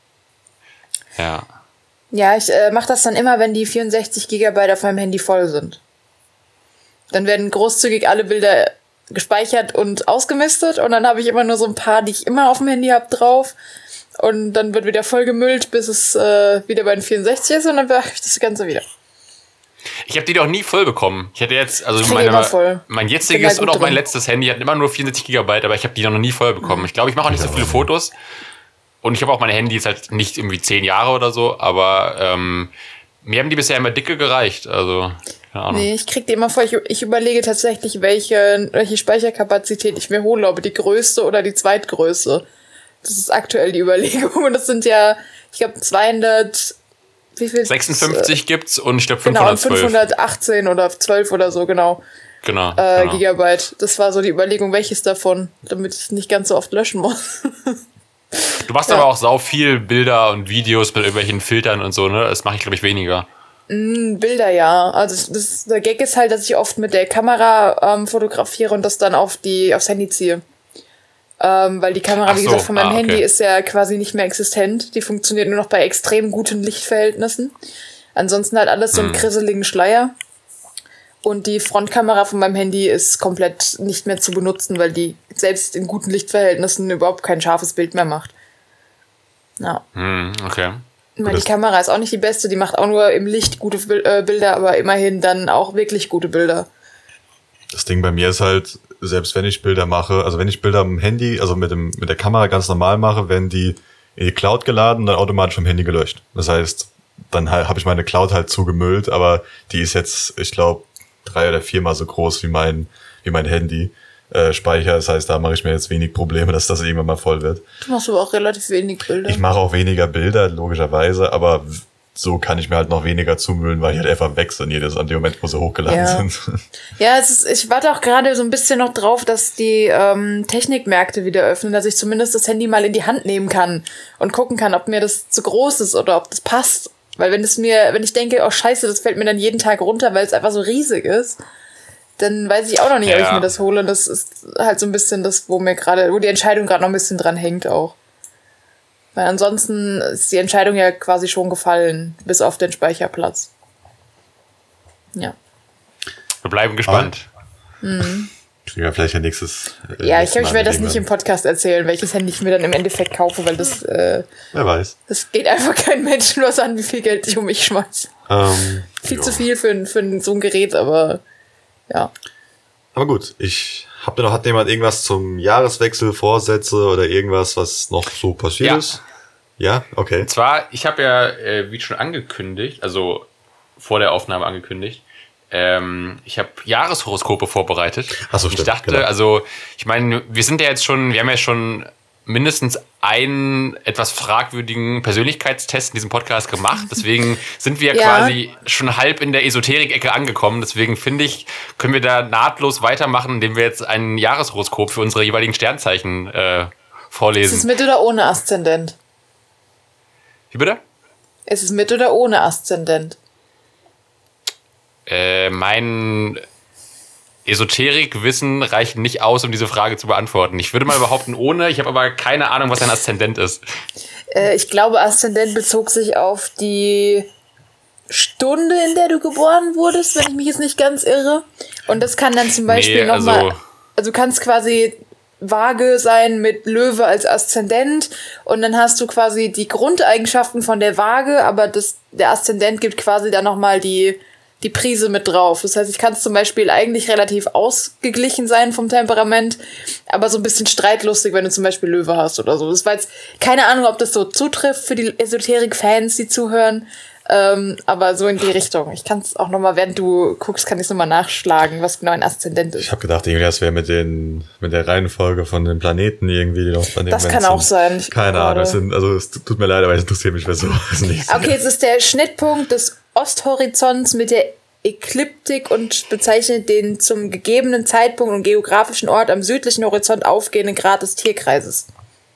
Ja. Ja, ich äh, mache das dann immer, wenn die vierundsechzig Gigabyte auf meinem Handy voll sind. Dann werden großzügig alle Bilder gespeichert und ausgemistet und dann habe ich immer nur so ein paar, die ich immer auf dem Handy habe, drauf. Und dann wird wieder voll gemüllt, bis es äh, wieder bei den vierundsechzig ist und dann mache ich das Ganze wieder. Ich habe die doch nie voll bekommen. Ich hatte jetzt, also Ich krieg meine, immer voll. mein Bin jetziges da und gut auch mein drin. letztes Handy hatten immer nur vierundsechzig Gigabyte, aber ich habe die noch nie voll bekommen. Ich glaube, ich mache auch nicht so viele Fotos. Und ich habe auch meine Handys halt nicht irgendwie zehn Jahre oder so, aber ähm, mir haben die bisher immer dicke gereicht. Also, keine Ahnung. Nee, ich krieg die immer vor. Ich, ich überlege tatsächlich, welche, welche Speicherkapazität ich mir hole, ob die größte oder die zweitgrößte. Das ist aktuell die Überlegung. Und das sind ja, ich glaube, zweihundert, wie viel? sechsundfünfzig gibt's und ich glaube Genau, und fünfhundertzwölf. fünfhundertachtzehn oder zwölf oder so, genau, Genau. äh, genau. Gigabyte. Das war so die Überlegung, welches davon, damit ich nicht ganz so oft löschen muss. Du machst Ja. aber auch sau viel Bilder und Videos mit irgendwelchen Filtern und so, ne? Das mache ich, glaube ich, weniger. Bilder, ja. Also das, der Gag ist halt, dass ich oft mit der Kamera ähm, fotografiere und das dann auf die aufs Handy ziehe. Ähm, weil die Kamera, Ach wie so, gesagt, von meinem ah, okay. Handy ist ja quasi nicht mehr existent. Die funktioniert nur noch bei extrem guten Lichtverhältnissen. Ansonsten halt alles so Hm. einen krisseligen Schleier. Und die Frontkamera von meinem Handy ist komplett nicht mehr zu benutzen, weil die selbst in guten Lichtverhältnissen überhaupt kein scharfes Bild mehr macht. Ja. Hm, okay. Ich meine, die das- Kamera ist auch nicht die beste, die macht auch nur im Licht gute Bil- äh, Bilder, aber immerhin dann auch wirklich gute Bilder. Das Ding bei mir ist halt, selbst wenn ich Bilder mache, also wenn ich Bilder am Handy, also mit dem mit der Kamera ganz normal mache, werden die in die Cloud geladen und dann automatisch vom Handy gelöscht. Das heißt, dann halt, habe ich meine Cloud halt zugemüllt, aber die ist jetzt, ich glaube, drei oder viermal so groß wie mein wie mein Handy äh, Speicher. Das heißt, da mache ich mir jetzt wenig Probleme, dass das irgendwann mal voll wird. Du machst aber auch relativ wenig Bilder. Ich mache auch weniger Bilder, logischerweise, aber so kann ich mir halt noch weniger zumüllen, weil ich halt einfach weg sind, jedes an dem Moment, wo sie hochgeladen Ja. sind. Ja, es ist, ich warte auch gerade so ein bisschen noch drauf, dass die ähm, Technikmärkte wieder öffnen, dass ich zumindest das Handy mal in die Hand nehmen kann und gucken kann, ob mir das zu groß ist oder ob das passt. Weil wenn es mir, wenn ich denke, oh scheiße, das fällt mir dann jeden Tag runter, weil es einfach so riesig ist, dann weiß ich auch noch nicht, ob Ja. ich mir das hole. Und das ist halt so ein bisschen das, wo mir gerade, wo die Entscheidung gerade noch ein bisschen dran hängt auch. Weil ansonsten ist die Entscheidung ja quasi schon gefallen, bis auf den Speicherplatz. Ja. Wir bleiben gespannt. Kriegen wir vielleicht ein nächstes. äh, Ja, ich nächstes glaube, ich Mal werde das mit nicht im irgendwann. Podcast erzählen, welches Handy ich mir dann im Endeffekt kaufe, weil das, äh, Wer weiß. das geht einfach kein Menschen was an, wie viel Geld ich um mich schmeiß. Ähm, Viel jo. zu viel für, ein- für ein- so ein Gerät, aber ja. Aber gut, ich hab noch, hat jemand irgendwas zum Jahreswechsel, Vorsätze oder irgendwas, was noch so passiert Ja. ist? Ja, okay. Und zwar, ich habe ja, äh, wie schon angekündigt, also vor der Aufnahme angekündigt, ähm, ich habe Jahreshoroskope vorbereitet. Ach so, ich stimmt, dachte, genau. also, ich meine, wir sind ja jetzt schon, wir haben ja schon mindestens einen etwas fragwürdigen Persönlichkeitstest in diesem Podcast gemacht. Deswegen sind wir Ja. quasi schon halb in der Esoterik-Ecke angekommen. Deswegen finde ich, können wir da nahtlos weitermachen, indem wir jetzt ein Jahreshoroskop für unsere jeweiligen Sternzeichen äh, Ist vorlesen. es mit oder ohne Aszendent? Wie bitte? Ist es mit oder ohne Aszendent? Äh, mein Esoterik-Wissen reicht nicht aus, um diese Frage zu beantworten. Ich würde mal behaupten, ohne. Ich habe aber keine Ahnung, was ein Aszendent ist. Äh, ich glaube, Aszendent bezog sich auf die Stunde, in der du geboren wurdest, wenn ich mich jetzt nicht ganz irre. Und das kann dann zum Beispiel Nee, nochmal. also- Also du kannst quasi Waage sein mit Löwe als Aszendent und dann hast du quasi die Grundeigenschaften von der Waage, aber das, der Aszendent gibt quasi dann nochmal die, die Prise mit drauf. Das heißt, ich kann zum Beispiel eigentlich relativ ausgeglichen sein vom Temperament, aber so ein bisschen streitlustig, wenn du zum Beispiel Löwe hast oder so. Das war jetzt keine Ahnung, ob das so zutrifft für die Esoterik-Fans, die zuhören. Ähm, aber so in die Richtung. Ich kann es auch nochmal, während du guckst, kann ich es nochmal nachschlagen, was genau ein Aszendent ist. Ich habe gedacht, irgendwie das wäre mit den mit der Reihenfolge von den Planeten irgendwie, die noch bei den Das kann auch sein. Ich Keine Ahnung, das sind, also es tut mir leid, aber es interessiert mich für sowas nicht. Okay, es ist der Schnittpunkt des Osthorizonts mit der Ekliptik und bezeichnet den zum gegebenen Zeitpunkt und geografischen Ort am südlichen Horizont aufgehenden Grad des Tierkreises.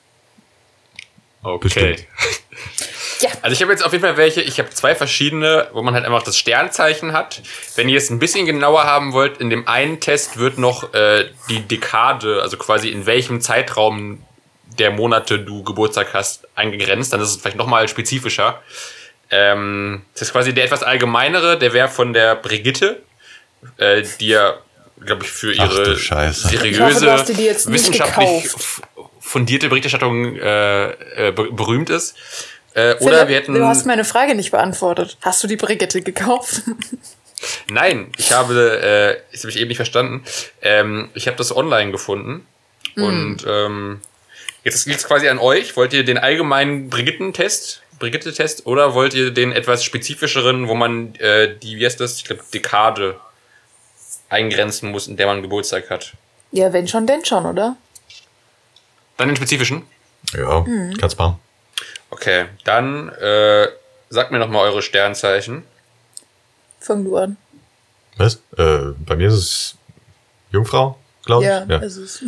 Okay. Bestimmt. Ja. Also ich habe jetzt auf jeden Fall welche, ich habe zwei verschiedene, wo man halt einfach das Sternzeichen hat. Wenn ihr es ein bisschen genauer haben wollt, in dem einen Test wird noch äh, die Dekade, also quasi in welchem Zeitraum der Monate du Geburtstag hast, eingegrenzt. Dann ist es vielleicht nochmal spezifischer. Ähm, das ist quasi der etwas allgemeinere, der wäre von der Brigitte, äh, die ja, glaube ich, für Ach ihre du Scheiße. Ich hoffe, seriöse, du hast dir die jetzt nicht wissenschaftlich gekauft. f- fundierte Berichterstattung äh, äh, be- berühmt ist. Äh, Philipp, oder wir hätten. du hast meine Frage nicht beantwortet. Hast du die Brigitte gekauft? Nein, ich habe, äh, das habe ich eben nicht verstanden. Ähm, ich habe das online gefunden. Mm. Und ähm, jetzt liegt es quasi an euch. Wollt ihr den allgemeinen Brigitten-Test, Brigitte-Test, oder wollt ihr den etwas spezifischeren, wo man äh, die, wie heißt das, ich glaube, Dekade eingrenzen muss, in der man Geburtstag hat? Ja, wenn schon, denn schon, oder? Dann den spezifischen? Ja, Mhm. kannst machen. Okay, dann äh, sagt mir noch mal eure Sternzeichen. Fang du an. Was? Äh, bei mir ist es Jungfrau, glaube ich. Ja, Ja. es ist.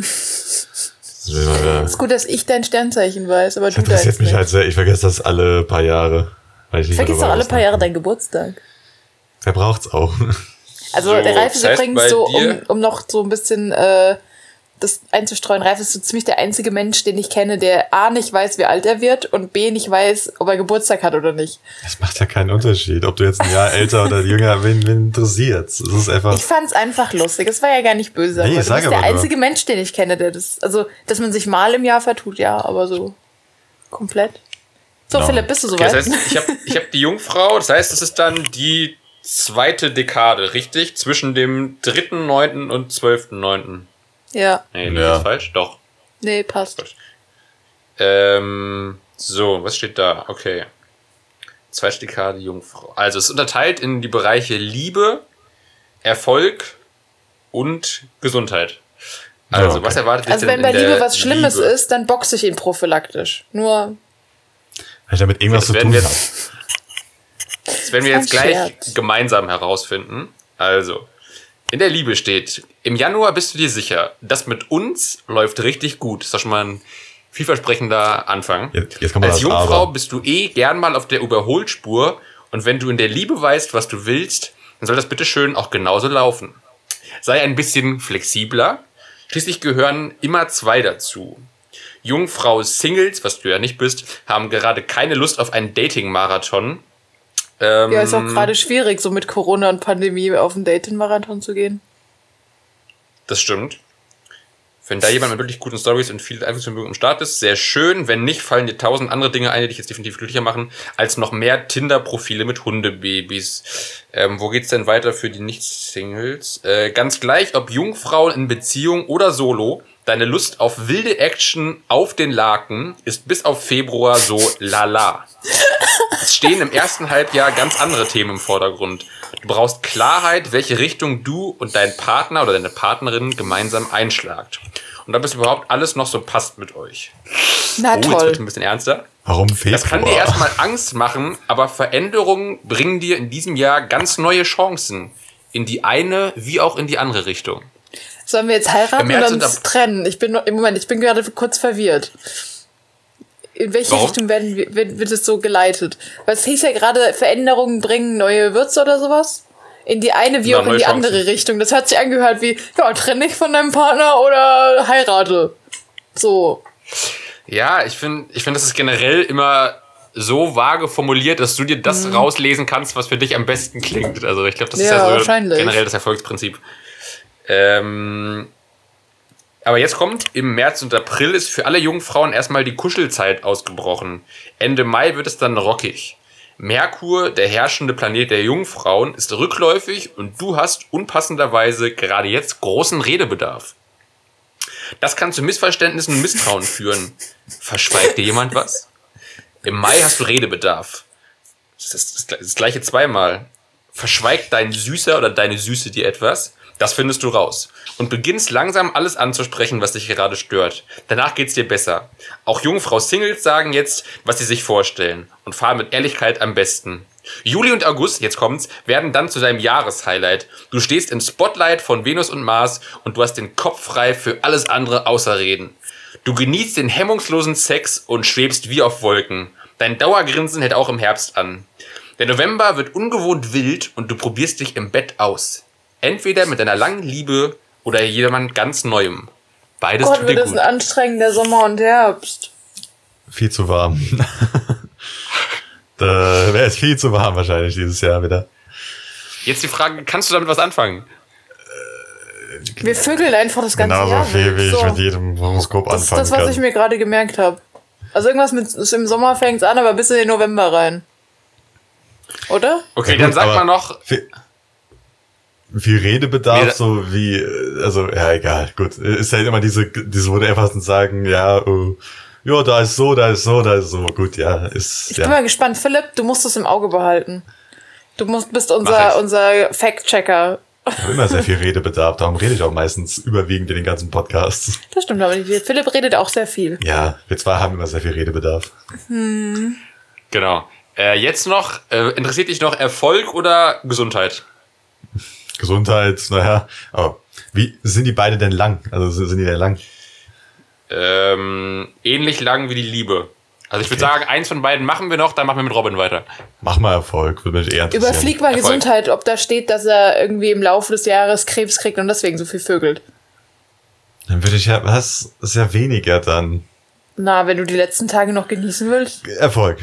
Äh, ist gut, dass ich dein Sternzeichen weiß, aber Das du deins interessiert mich nicht. halt sehr. Ich vergesse das alle paar Jahre. Weil ich nicht Vergiss mehr doch alle darüber paar Jahre nachdenke. deinen Geburtstag. Wer braucht's auch? Also So, der Ralf ist das heißt, übrigens bei so, um, dir- um noch so ein bisschen äh, das einzustreuen, Ralf ist so ziemlich der einzige Mensch, den ich kenne, der A, nicht weiß, wie alt er wird und B, nicht weiß, ob er Geburtstag hat oder nicht. Das macht ja keinen Unterschied, ob du jetzt ein Jahr älter oder jünger, wen, wen interessiert's? Es ist einfach. Ich fand's einfach lustig. Es war ja gar nicht böse. Nee, aber du sag bist aber der nur. einzige Mensch, den ich kenne, der das, also, dass man sich mal im Jahr vertut, ja, aber so komplett. So, Genau. Philipp, bist du Okay, soweit? das heißt, ich habe ich hab die Jungfrau, das heißt, das ist dann die zweite Dekade, richtig? Zwischen dem dritten neunten und zwölften neunten ja, Nee, liege Ja. ich falsch? Doch. nee, passt. Ähm, so, was steht da? Okay. Zweite Dekade Jungfrau. Also es ist unterteilt in die Bereiche Liebe, Erfolg und Gesundheit. Also, Ja, okay. was erwartet dich Also, denn wenn bei in der Liebe was Schlimmes Liebe? ist, dann boxe ich ihn prophylaktisch. Nur, Weil ich damit irgendwas Das zu werden tun wir habe. jetzt, das werden wir Kein jetzt gleich Scherz. gemeinsam herausfinden. Also, in der Liebe steht, im Januar bist du dir sicher, das mit uns läuft richtig gut. Das ist doch schon mal ein vielversprechender Anfang. Jetzt, jetzt kommt mal Als das Jungfrau Aber. bist du eh gern mal auf der Überholspur und wenn du in der Liebe weißt, was du willst, dann soll das bitteschön auch genauso laufen. Sei ein bisschen flexibler. Schließlich gehören immer zwei dazu. Jungfrau-Singles, was du ja nicht bist, haben gerade keine Lust auf einen Dating-Marathon. Ähm, ja, ist auch gerade schwierig, so mit Corona und Pandemie auf einen Dating-Marathon zu gehen. Das stimmt. Wenn da jemand mit wirklich guten Stories und viel Einflussvermögen am Start ist, sehr schön. Wenn nicht, fallen dir tausend andere Dinge ein, die dich jetzt definitiv glücklicher machen, als noch mehr Tinder-Profile mit Hundebabys. Ähm, wo geht's denn weiter für die Nicht-Singles? Äh, ganz gleich, ob Jungfrauen in Beziehung oder Solo, deine Lust auf wilde Action auf den Laken ist bis auf Februar so lala. Es stehen im ersten Halbjahr ganz andere Themen im Vordergrund. Du brauchst Klarheit, welche Richtung du und dein Partner oder deine Partnerin gemeinsam einschlagt. Und ob es überhaupt alles noch so passt mit euch. Na Oh, jetzt toll. wird ein bisschen ernster. Warum Februar? Das kann dir erstmal Angst machen, aber Veränderungen bringen dir in diesem Jahr ganz neue Chancen. In die eine wie auch in die andere Richtung. Sollen wir jetzt heiraten Im März oder und uns ab- trennen? Ich bin noch, im Moment, ich bin gerade kurz verwirrt. In welche Warum? Richtung werden, wir- wird, wird es so geleitet? Weil es hieß ja gerade, Veränderungen bringen neue Würze oder sowas. In die eine wie Ja, auch in neue die Chancen. andere Richtung. Das hat sich angehört wie, ja, trenn dich von deinem Partner oder heirate. So. Ja, ich finde, ich finde, das ist generell immer so vage formuliert, dass du dir das rauslesen kannst, was für dich am besten klingt. Also ich glaube, das ist Ja, ja so wahrscheinlich. generell das Erfolgsprinzip. Ähm, aber jetzt kommt, im März und April ist für alle Jungfrauen erstmal die Kuschelzeit ausgebrochen. Ende Mai wird es dann rockig. Merkur, der herrschende Planet der Jungfrauen, ist rückläufig und du hast unpassenderweise gerade jetzt großen Redebedarf. Das kann zu Missverständnissen und Misstrauen führen. Verschweigt dir jemand was? Im Mai hast du Redebedarf. das ist das gleiche zweimal. Verschweigt dein Süßer oder deine Süße dir etwas, das findest du raus. Und beginnst langsam alles anzusprechen, was dich gerade stört. Danach geht's dir besser. Auch Jungfrau-Singles sagen jetzt, was sie sich vorstellen. Und fahren mit Ehrlichkeit am besten. Juli und August, jetzt kommt's, werden dann zu deinem Jahreshighlight. Du stehst im Spotlight von Venus und Mars und du hast den Kopf frei für alles andere außer Reden. Du genießt den hemmungslosen Sex und schwebst wie auf Wolken. Dein Dauergrinsen hält auch im Herbst an. Der November wird ungewohnt wild und du probierst dich im Bett aus. Entweder mit deiner langen Liebe oder jemand ganz Neuem. Beides Gott, tut wird dir das gut. ein anstrengender Sommer und Herbst. Viel zu warm. Da wäre es viel zu warm wahrscheinlich dieses Jahr wieder. Jetzt die Frage, kannst du damit was anfangen? Wir vögeln einfach das ganze Genauso Jahr. viel, wie so. ich mit jedem Horoskop Das ist anfangen das, was kann. ich mir gerade gemerkt habe. Also irgendwas mit im Sommer fängt's an, aber bis in den November rein. Oder? Okay, Ja, dann gut, sag aber mal noch, Viel, viel Redebedarf, Nee, so wie, äh, also, ja, egal, gut. Ist halt immer diese, diese, wo du einfach sagen, ja, oh, ja, da ist so, da ist so, da ist so, gut, ja, ist, Ich ja. bin mal gespannt. Philipp, du musst es im Auge behalten. Du musst, bist Mach unser, ich. unser Fact-Checker. Ich habe immer sehr viel Redebedarf, darum rede ich auch meistens überwiegend in den ganzen Podcasts. Das stimmt aber nicht. Philipp redet auch sehr viel. Ja, wir zwei haben immer sehr viel Redebedarf. genau. Äh, jetzt noch, äh, interessiert dich noch Erfolg oder Gesundheit? Gesundheit, naja, aber wie sind die beide denn lang? Also sind die denn lang? Ähm, ähnlich lang wie die Liebe. Also ich würde sagen, eins von beiden machen wir noch, dann machen wir mit Robin weiter. Mach mal Erfolg, würde mich eher interessieren. Überflieg mal Erfolg. Gesundheit, ob da steht, dass er irgendwie im Laufe des Jahres Krebs kriegt und deswegen so viel vögelt. Dann würde ich ja, was, das ist ja weniger dann. Na, wenn du die letzten Tage noch genießen willst. Erfolg.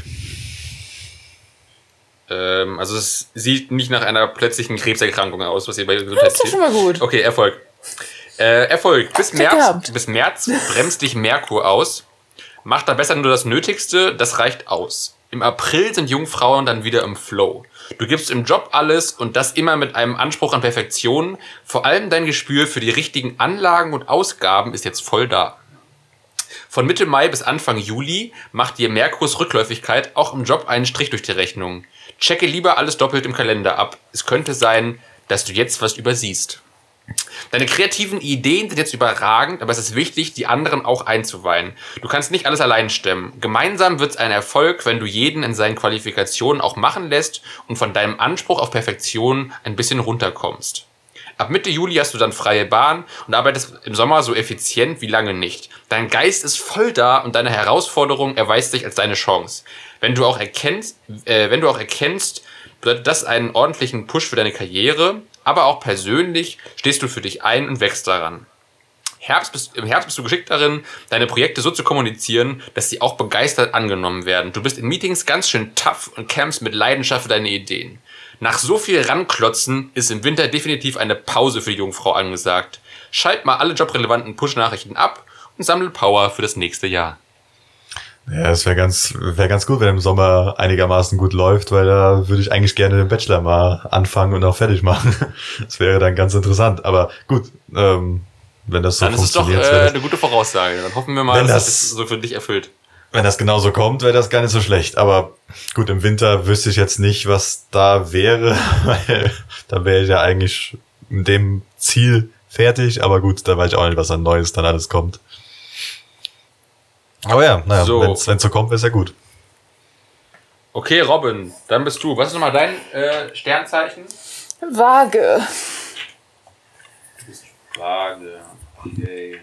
Ähm, also es sieht nicht nach einer plötzlichen Krebserkrankung aus, was ihr bei Gesundheit Das ist doch schon mal gut. Okay, Erfolg. Äh, Erfolg. Bis Glück März, gehabt. bis März bremst dich Merkur aus. Mach da besser nur das Nötigste, das reicht aus. Im April sind Jungfrauen dann wieder im Flow. Du gibst im Job alles und das immer mit einem Anspruch an Perfektion. Vor allem dein Gespür für die richtigen Anlagen und Ausgaben ist jetzt voll da. Von Mitte Mai bis Anfang Juli macht dir Merkurs Rückläufigkeit auch im Job einen Strich durch die Rechnung. Checke lieber alles doppelt im Kalender ab. Es könnte sein, dass du jetzt was übersiehst. Deine kreativen Ideen sind jetzt überragend, aber es ist wichtig, die anderen auch einzuweihen. Du kannst nicht alles allein stemmen. Gemeinsam wird es ein Erfolg, wenn du jeden in seinen Qualifikationen auch machen lässt und von deinem Anspruch auf Perfektion ein bisschen runterkommst. Ab Mitte Juli hast du dann freie Bahn und arbeitest im Sommer so effizient wie lange nicht. Dein Geist ist voll da und deine Herausforderung erweist sich als deine Chance. Wenn du auch erkennst, äh, wenn du auch erkennst, bedeutet das einen ordentlichen Push für deine Karriere, aber auch persönlich stehst du für dich ein und wächst daran. Herbst bist, Im Herbst bist du geschickt darin, deine Projekte so zu kommunizieren, dass sie auch begeistert angenommen werden. Du bist in Meetings ganz schön tough und campst mit Leidenschaft für deine Ideen. Nach so viel Ranklotzen ist im Winter definitiv eine Pause für die Jungfrau angesagt. Schalt mal alle jobrelevanten Push-Nachrichten ab und sammle Power für das nächste Jahr. Ja, es wäre ganz, wäre ganz gut, wenn im Sommer einigermaßen gut läuft, weil da würde ich eigentlich gerne den Bachelor mal anfangen und auch fertig machen. Das wäre dann ganz interessant. Aber gut, ähm, wenn das so Dann ist es doch funktioniert, äh, wäre eine gute Voraussage. Dann hoffen wir mal, Wenn dass das- das so für dich erfüllt. wenn das genau so kommt, wäre das gar nicht so schlecht. Aber gut, im Winter wüsste ich jetzt nicht, was da wäre, weil da wäre ich ja eigentlich mit dem Ziel fertig. Aber gut, da weiß ich auch nicht, was an Neues dann alles kommt. Aber ja, naja, So. wenn es so kommt, wäre es ja gut. Okay, Robin, dann bist du. Was ist nochmal dein äh, Sternzeichen? Waage. Frage. Okay.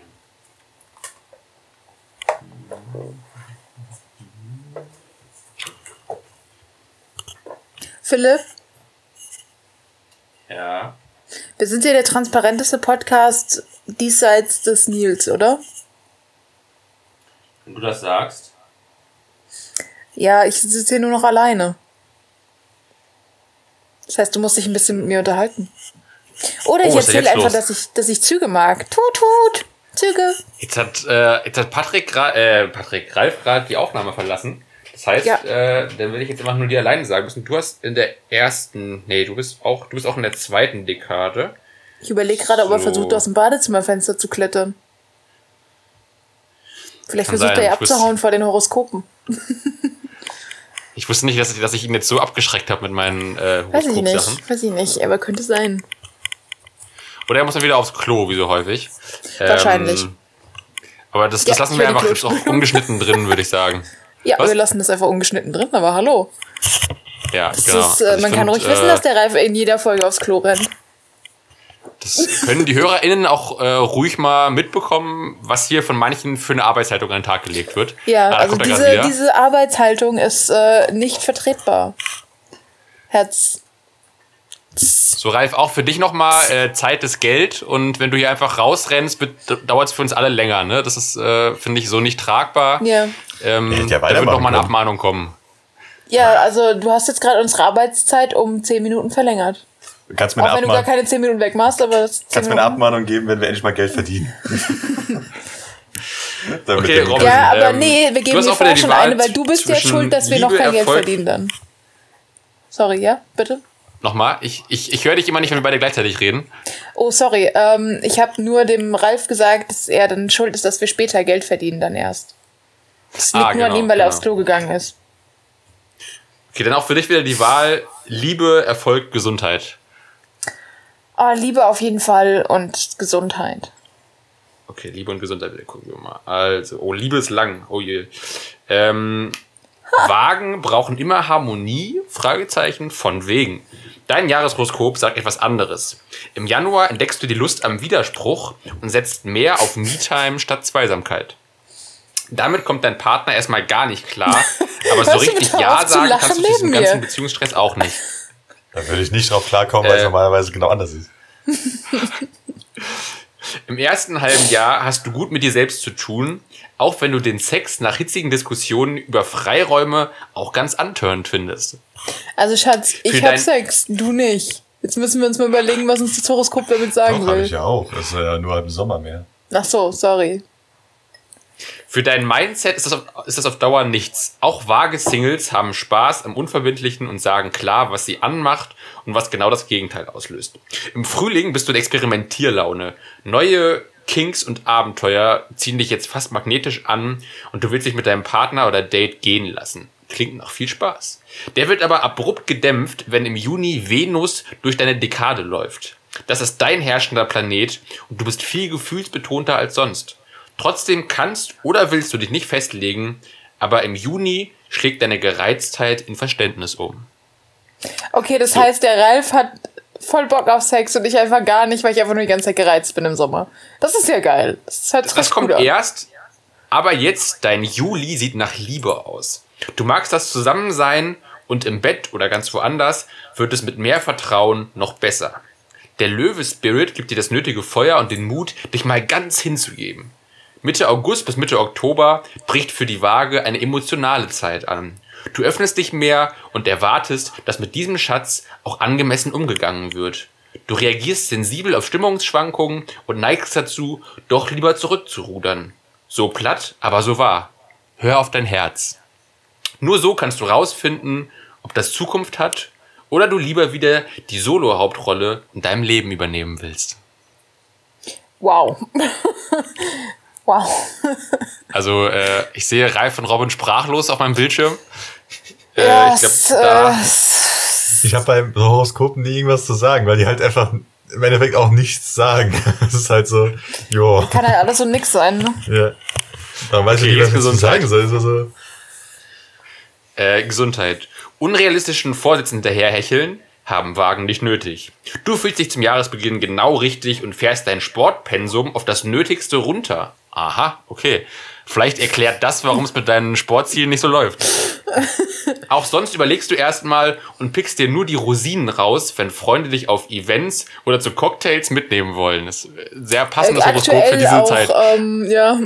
Philipp, Ja. wir sind ja der transparenteste Podcast diesseits des Nils, oder? Wenn du das sagst. Ja, ich sitze hier nur noch alleine. Das heißt, du musst dich ein bisschen mit mir unterhalten. Oder ich Oh, was ist denn erzähle jetzt einfach, los? dass ich, dass ich Züge mag. Tut, tut. Züge. Jetzt hat, äh, jetzt hat Patrick, gra- äh, Patrick Ralf gerade die Aufnahme verlassen. Das heißt, Ja. äh, dann will ich jetzt einfach nur dir alleine sagen müssen. Du hast in der ersten, nee, du bist auch, du bist auch in der zweiten Dekade. Ich überlege gerade, ob er So. versucht, aus dem Badezimmerfenster zu klettern. Vielleicht Kann versucht sein. er ja Ich wüs- abzuhauen vor den Horoskopen. Ich wusste nicht, dass ich, dass ich ihn jetzt so abgeschreckt habe mit meinen äh, Weiß ich Horoskop-Sachen. nicht, weiß ich nicht, aber könnte sein. Oder er muss dann wieder aufs Klo, wie so häufig. Wahrscheinlich. Ähm, aber das, das Ja, lassen ich wir will die einfach jetzt auch ungeschnitten drin, würde ich sagen. Ja, Was? wir lassen das einfach ungeschnitten drin, aber hallo. Ja, Das genau. ist, äh, Also man ich kann find, ruhig wissen, äh, dass der Ralf in jeder Folge aufs Klo rennt. Das können die HörerInnen auch äh, ruhig mal mitbekommen, was hier von manchen für eine Arbeitshaltung an den Tag gelegt wird. Ja, Ah, da also kommt er grad diese, wieder. diese Arbeitshaltung ist äh, nicht vertretbar. Herz. So, Ralf, auch für dich nochmal äh, Zeit ist Geld und wenn du hier einfach rausrennst, dauert es für uns alle länger. Ne? Das ist, äh, finde ich, so nicht tragbar. Ja. Ähm, Hätte ja da wird weitermachen noch mal eine können. Abmahnung kommen. Ja, also du hast jetzt gerade unsere Arbeitszeit um zehn Minuten verlängert. Kannst mir eine, Auch wenn du gar Abmahnung, keine zehn Minuten wegmachst, aber das zehn kannst mir eine Minuten. Abmahnung geben, wenn wir endlich mal Geld verdienen. Damit Okay, dem- Robin. Ja, aber Ähm, nee, wir du geben hast dir auch wieder vorher die schon Wahl eine, weil du bist ja zwischen schuld, dass wir noch Liebe, kein Geld Erfolg- verdienen dann. Sorry, ja, bitte? Nochmal, ich, ich, ich höre dich immer nicht, wenn wir beide gleichzeitig reden. Oh, sorry, ähm, ich habe nur dem Ralf gesagt, dass er dann schuld ist, dass wir später Geld verdienen dann erst. Das liegt Ah, nur an genau, ihm, weil er genau. aufs Klo gegangen ist. Okay, dann auch für dich wieder die Wahl Liebe, Erfolg, Gesundheit. Ah, Liebe auf jeden Fall und Gesundheit. Okay, Liebe und Gesundheit, gucken wir mal. Also, oh, Liebe ist lang. Oh je. Ähm, Wagen brauchen immer Harmonie? Fragezeichen, von wegen. Dein Jahreshoroskop sagt etwas anderes. Im Januar entdeckst du die Lust am Widerspruch und setzt mehr auf Me-Time statt Zweisamkeit. Damit kommt dein Partner erstmal gar nicht klar, aber so Hörst du richtig bitte Ja auf zu sagen lachen kannst du zu diesem neben ganzen mir? Beziehungsstress auch nicht. Da würde ich nicht drauf klarkommen, weil es Äh. normalerweise genau anders ist. Im ersten halben Jahr hast du gut mit dir selbst zu tun, auch wenn du den Sex nach hitzigen Diskussionen über Freiräume auch ganz antörend findest. Also Schatz, ich Für hab dein- Sex, du nicht. Jetzt müssen wir uns mal überlegen, was uns das Horoskop damit sagen Doch, habe will. ich ja auch. Das ist ja nur im Sommer mehr. Ach so, sorry. Für dein Mindset ist das, auf, ist das auf Dauer nichts. Auch vage Singles haben Spaß am Unverbindlichen und sagen klar, was sie anmacht und was genau das Gegenteil auslöst. Im Frühling bist du in Experimentierlaune. Neue Kinks und Abenteuer ziehen dich jetzt fast magnetisch an und du willst dich mit deinem Partner oder Date gehen lassen. Klingt nach viel Spaß. Der wird aber abrupt gedämpft, wenn im Juni Venus durch deine Dekade läuft. Das ist dein herrschender Planet und du bist viel gefühlsbetonter als sonst. Trotzdem kannst oder willst du dich nicht festlegen, aber im Juni schlägt deine Gereiztheit in Verständnis um. Okay, das heißt, der Ralf hat voll Bock auf Sex und ich einfach gar nicht, weil ich einfach nur die ganze Zeit gereizt bin im Sommer. Das ist ja geil. Das, hört sich Das recht kommt gut an. erst, aber jetzt, dein Juli sieht nach Liebe aus. Du magst das Zusammensein und im Bett oder ganz woanders wird es mit mehr Vertrauen noch besser. Der Löwe-Spirit gibt dir das nötige Feuer und den Mut, dich mal ganz hinzugeben. Mitte August bis Mitte Oktober bricht für die Waage eine emotionale Zeit an. Du öffnest dich mehr und erwartest, dass mit diesem Schatz auch angemessen umgegangen wird. Du reagierst sensibel auf Stimmungsschwankungen und neigst dazu, doch lieber zurückzurudern. So platt, aber so wahr. Hör auf dein Herz. Nur so kannst du rausfinden, ob das Zukunft hat oder du lieber wieder die Solo-Hauptrolle in deinem Leben übernehmen willst. Wow. Wow. Also, äh, ich sehe Ralf und Robin sprachlos auf meinem Bildschirm. Äh, Ja, ich es, glaub, da, äh, Ich habe beim Horoskopen nie irgendwas zu sagen, weil die halt einfach im Endeffekt auch nichts sagen. Das ist halt so, jo, kann halt alles und nix sein, ne? ja. Da weiß Okay, ich nicht, was jetzt ich zu Gesundheit. sagen soll. Das ist so, äh, Gesundheit. Unrealistischen Vorsätzen hinterherhecheln haben Wagen nicht nötig. Du fühlst dich zum Jahresbeginn genau richtig und fährst dein Sportpensum auf das Nötigste runter. Aha, okay. Vielleicht erklärt das, warum es mit deinen Sportzielen nicht so läuft. Auch sonst überlegst du erstmal und pickst dir nur die Rosinen raus, wenn Freunde dich auf Events oder zu Cocktails mitnehmen wollen. Das ist ein sehr passendes Äh, Horoskop für aktuell diese auch, Zeit. Ähm, ja.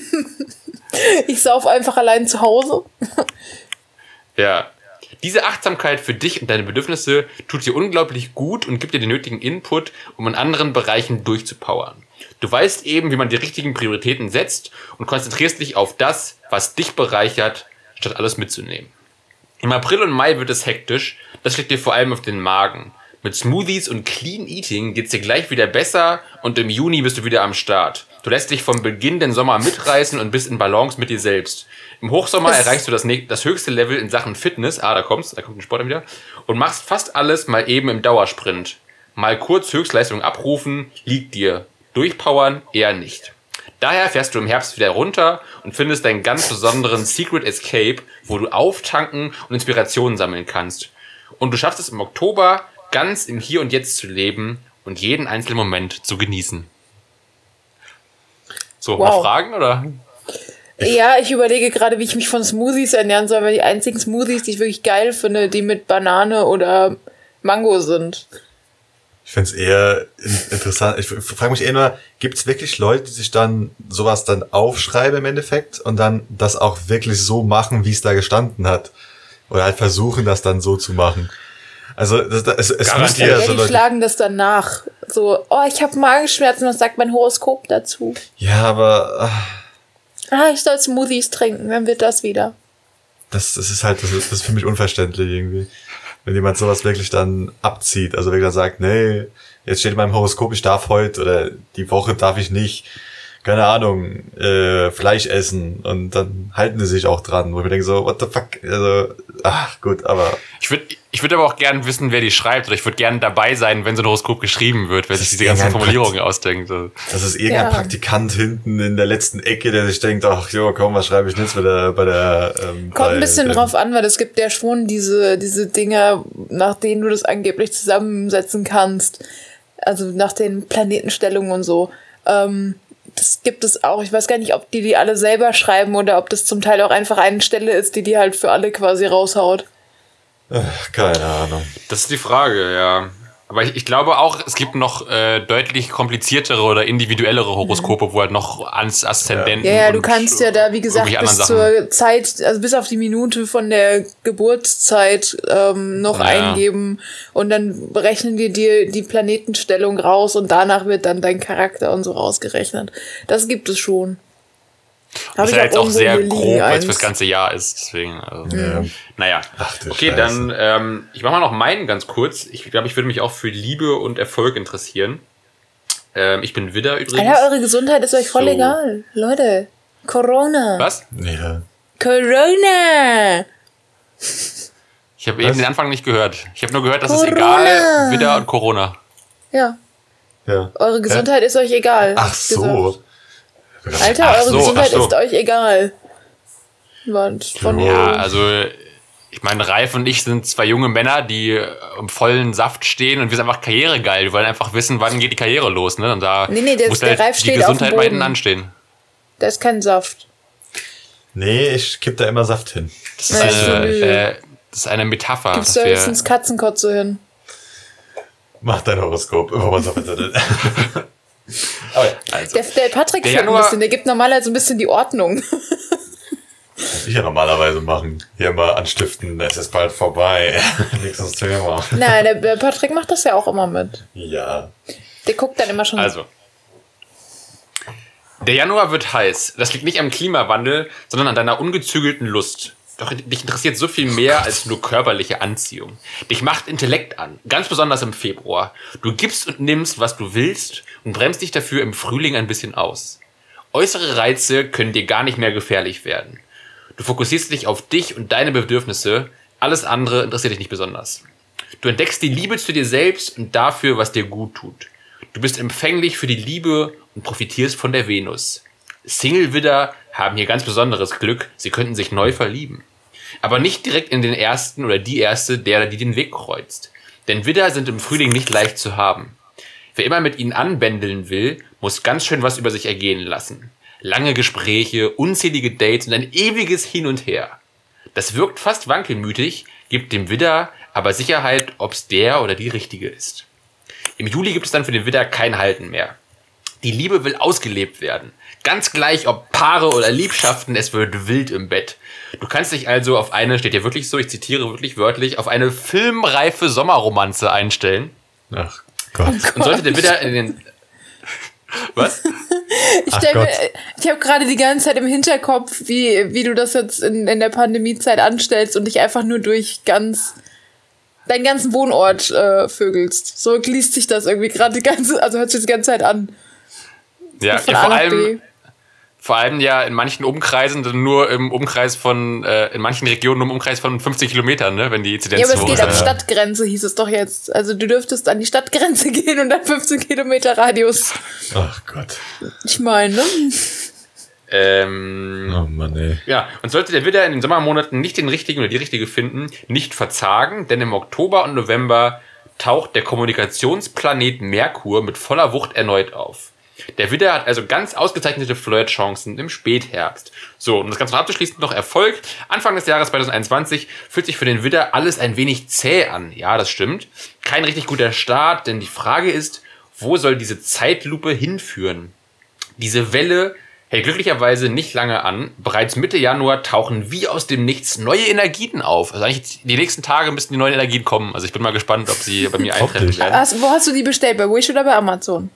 Ich sauf einfach allein zu Hause. Ja. Diese Achtsamkeit für dich und deine Bedürfnisse tut dir unglaublich gut und gibt dir den nötigen Input, um in anderen Bereichen durchzupowern. Du weißt eben, wie man die richtigen Prioritäten setzt und konzentrierst dich auf das, was dich bereichert, statt alles mitzunehmen. Im April und Mai wird es hektisch, das schlägt dir vor allem auf den Magen. Mit Smoothies und Clean Eating geht's dir gleich wieder besser und im Juni bist du wieder am Start. Du lässt dich vom Beginn den Sommer mitreißen und bist in Balance mit dir selbst. Im Hochsommer Das- erreichst du das, ne- das höchste Level in Sachen Fitness. Ah, da kommt's, da kommt ein Sport wieder. Und machst fast alles mal eben im Dauersprint. Mal kurz Höchstleistung abrufen, liegt dir. Durchpowern eher nicht. Daher fährst du im Herbst wieder runter und findest deinen ganz besonderen Secret Escape, wo du auftanken und Inspirationen sammeln kannst. Und du schaffst es im Oktober, ganz im Hier und Jetzt zu leben und jeden einzelnen Moment zu genießen. So, Wow. noch Fragen, oder? Ja, ich überlege gerade, wie ich mich von Smoothies ernähren soll, weil die einzigen Smoothies, die ich wirklich geil finde, die mit Banane oder Mango sind. Ich find's eher in, interessant. Ich frage mich eher nur, gibt's wirklich Leute, die sich dann sowas dann aufschreiben im Endeffekt und dann das auch wirklich so machen, wie es da gestanden hat? Oder halt versuchen, das dann so zu machen. Also das, das, es, es müsste Ja, ja die so Leute... schlagen das dann nach. So, oh, ich habe Magenschmerzen, was sagt mein Horoskop dazu? Ja, aber ah, Ah, ich soll Smoothies trinken, dann wird das wieder. das, das ist halt, das ist, das ist für mich unverständlich irgendwie. Wenn jemand sowas wirklich dann abzieht, also wirklich dann sagt, nee, jetzt steht in meinem Horoskop, ich darf heute oder die Woche darf ich nicht, keine Ahnung, äh, Fleisch essen und dann halten die sich auch dran, wo ich mir denke so, what the fuck, also, ach gut, aber Ich würde ich würd aber auch gerne wissen, wer die schreibt. Oder ich würde gerne dabei sein, wenn so ein Horoskop geschrieben wird, wer sich diese ganzen irgendein Formulierungen ausdenkt. So. das ist irgendein Ja. Praktikant hinten in der letzten Ecke, der sich denkt, ach jo, komm, was schreibe ich denn jetzt bei der, bei der, ähm, Kommt bei ein bisschen dem- drauf an, weil es gibt ja schon diese, diese Dinger, nach denen du das angeblich zusammensetzen kannst. Also nach den Planetenstellungen und so. Ähm, das gibt es auch. Ich weiß gar nicht, ob die die alle selber schreiben oder ob das zum Teil auch einfach eine Stelle ist, die die halt für alle quasi raushaut. Ach, keine Ahnung. Das ist die Frage, ja. Aber ich, ich glaube auch, es gibt noch äh, deutlich kompliziertere oder individuellere Horoskope, wo halt noch ans Aszendenten. Ja, ja, du und kannst ja da, wie gesagt, irgendwelche bis anderen Sachen. zur Zeit, also bis auf die Minute von der Geburtszeit ähm, noch Ja. eingeben und dann berechnen die dir die Planetenstellung raus und danach wird dann dein Charakter und so rausgerechnet. Das gibt es schon. Hab Das ist ich ja jetzt auch irgendwo sehr hier liegen, grob, weil es eins. fürs ganze Jahr ist. Deswegen, also, Ja. naja. Ach du Okay, Scheiße. dann, ähm, ich mache mal noch meinen ganz kurz. Ich glaube, ich würde mich auch für Liebe und Erfolg interessieren. Ähm, ich bin Widder übrigens. Alter, eure Gesundheit ist euch voll So. egal. Leute, Corona. Was? Ja. Corona. Ich habe eben Was? den Anfang nicht gehört. Ich habe nur gehört, dass Corona. es egal, Widder und Corona. Ja, Ja. eure Gesundheit ist euch egal. Ach hab ich gesagt. so. Alter, Ach eure so, Gesundheit ach so. ist euch egal. Und von Jo. Ja, also ich meine, Ralf und ich sind zwei junge Männer, die äh, im vollen Saft stehen und wir sind einfach karrieregeil. Wir wollen einfach wissen, wann geht die Karriere los. Ne? Und da Nee, nee, der- muss der halt Ralf die steht auf dem Gesundheit mal Boden. hinten anstehen. da ist kein Saft. Nee, ich kipp da immer Saft hin. Das ist Ja, eine, so- äh, das ist eine Metapher. Gibt's dass da wir- höchstens Katzenkotze hin. Mach dein Horoskop. Oh, was soll bitte denn? Aber ja, also, Der, der Patrick Der fehlt ein Januar- bisschen, der gibt normalerweise ein bisschen die Ordnung. was ich ja normalerweise machen. Hier mal anstiften, es ist bald vorbei. Nächstes Thema. Nein, der, der Patrick macht das ja auch immer mit. Ja. Der guckt dann immer schon. also. Der Januar wird heiß. Das liegt nicht am Klimawandel, sondern an deiner ungezügelten Lust. Doch dich interessiert so viel mehr als nur körperliche Anziehung. Dich macht Intellekt an, ganz besonders im Februar. Du gibst und nimmst, was du willst und bremst dich dafür im Frühling ein bisschen aus. Äußere Reize können dir gar nicht mehr gefährlich werden. Du fokussierst dich auf dich und deine Bedürfnisse, alles andere interessiert dich nicht besonders. Du entdeckst die Liebe zu dir selbst und dafür, was dir gut tut. Du bist empfänglich für die Liebe und profitierst von der Venus. Single-Widder haben hier ganz besonderes Glück, sie könnten sich neu verlieben. Aber nicht direkt in den ersten oder die erste, der oder die den Weg kreuzt. Denn Widder sind im Frühling nicht leicht zu haben. Wer immer mit ihnen anbändeln will, muss ganz schön was über sich ergehen lassen. Lange Gespräche, unzählige Dates und ein ewiges Hin und Her. Das wirkt fast wankelmütig, gibt dem Widder aber Sicherheit, ob's der oder die richtige ist. Im Juli gibt es dann für den Widder kein Halten mehr. Die Liebe will ausgelebt werden. Ganz gleich, ob Paare oder Liebschaften, es wird wild im Bett. Du kannst dich also auf eine, steht hier wirklich so, ich zitiere wirklich wörtlich, auf eine filmreife Sommerromanze einstellen. Ach Gott. Und sollte der Widder in den... Was? Ich, Ach stell mir- Gott. ich habe gerade die ganze Zeit im Hinterkopf, wie, wie du das jetzt in, in der Pandemiezeit anstellst und dich einfach nur durch ganz deinen ganzen Wohnort äh, vögelst. So liest sich das irgendwie gerade die ganze, also hört sich die ganze Zeit an. Ja, Von ja A vor nach allem, B. vor allem ja in manchen Umkreisen dann nur im Umkreis von, äh, in manchen Regionen nur im Umkreis von fünfzig Kilometern, ne, wenn die Inzidenz Ja, aber es hoch geht ist. an die Stadtgrenze, hieß es doch jetzt. Also du dürftest an die Stadtgrenze gehen und dann fünfzehn Kilometer Radius. Ach Gott. Ich meine, ne? Ähm, Oh Mann, ey. Ja, und sollte der Widder in den Sommermonaten nicht den richtigen oder die richtige finden, nicht verzagen, denn im Oktober und November taucht der Kommunikationsplanet Merkur mit voller Wucht erneut auf. Der Widder hat also ganz ausgezeichnete Flirtchancen im Spätherbst. So, um das Ganze noch abzuschließen, noch Erfolg. Anfang des Jahres zwanzig einundzwanzig fühlt sich für den Widder alles ein wenig zäh an. Ja, das stimmt. Kein richtig guter Start, denn die Frage ist, wo soll diese Zeitlupe hinführen? Diese Welle hält glücklicherweise nicht lange an. Bereits Mitte Januar tauchen wie aus dem Nichts neue Energien auf. Also eigentlich die nächsten Tage müssten die neuen Energien kommen. Also ich bin mal gespannt, ob sie bei mir eintreffen Hoffentlich. werden. Hast, wo hast du die bestellt? Bei Wish oder bei Amazon?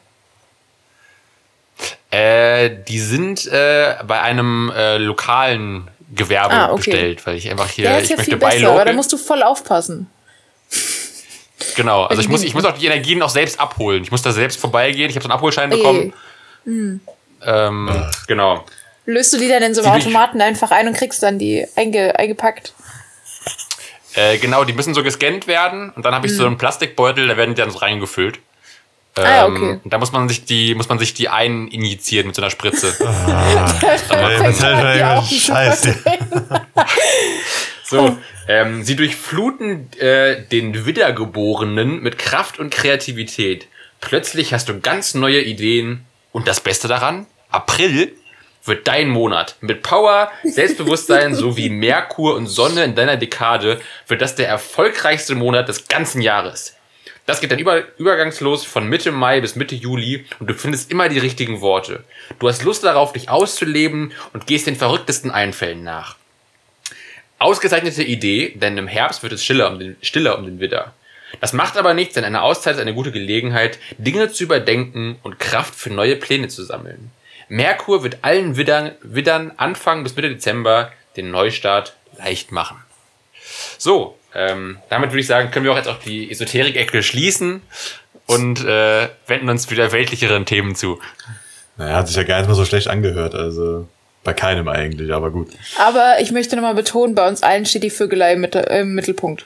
Äh, die sind äh, bei einem äh, lokalen Gewerbe Ah, okay. bestellt, weil ich einfach hier, Der ist ich ja möchte viel bei besser, aber da Local. musst du voll aufpassen. Genau, also ich die- muss, ich muss auch die Energien auch selbst abholen. Ich muss da selbst vorbeigehen. Ich habe so einen Abholschein Ey. bekommen. Ähm, genau. Löst du die dann in so einem Die dich- Automaten einfach ein und kriegst dann die einge, eingepackt? Äh, genau, die müssen so gescannt werden und dann habe ich so einen Plastikbeutel, da werden die dann so reingefüllt. Ähm, Ah, okay. und da muss man sich die, muss man sich die eininjizieren mit so einer Spritze. Ey, was soll Die ich Augen Scheiß zu hier? So, ähm, sie durchfluten äh, den Widdergeborenen mit Kraft und Kreativität. Plötzlich hast du ganz neue Ideen. Und das Beste daran, April wird dein Monat. Mit Power, Selbstbewusstsein sowie Merkur und Sonne in deiner Dekade wird das der erfolgreichste Monat des ganzen Jahres. Das geht dann über, übergangslos von Mitte Mai bis Mitte Juli und du findest immer die richtigen Worte. Du hast Lust darauf, dich auszuleben und gehst den verrücktesten Einfällen nach. Ausgezeichnete Idee, denn im Herbst wird es stiller um den, stiller um den Widder. Das macht aber nichts, denn eine Auszeit ist eine gute Gelegenheit, Dinge zu überdenken und Kraft für neue Pläne zu sammeln. Merkur wird allen Widdern, Widdern Anfang bis Mitte Dezember den Neustart leicht machen. So, ähm, damit würde ich sagen, können wir auch jetzt auch die Esoterik-Ecke schließen und äh, wenden uns wieder weltlicheren Themen zu. Naja, hat sich ja gar nicht mal so schlecht angehört, also bei keinem eigentlich, aber gut. Aber ich möchte nochmal betonen, bei uns allen steht die Vögelei im, Mitte, äh, im Mittelpunkt.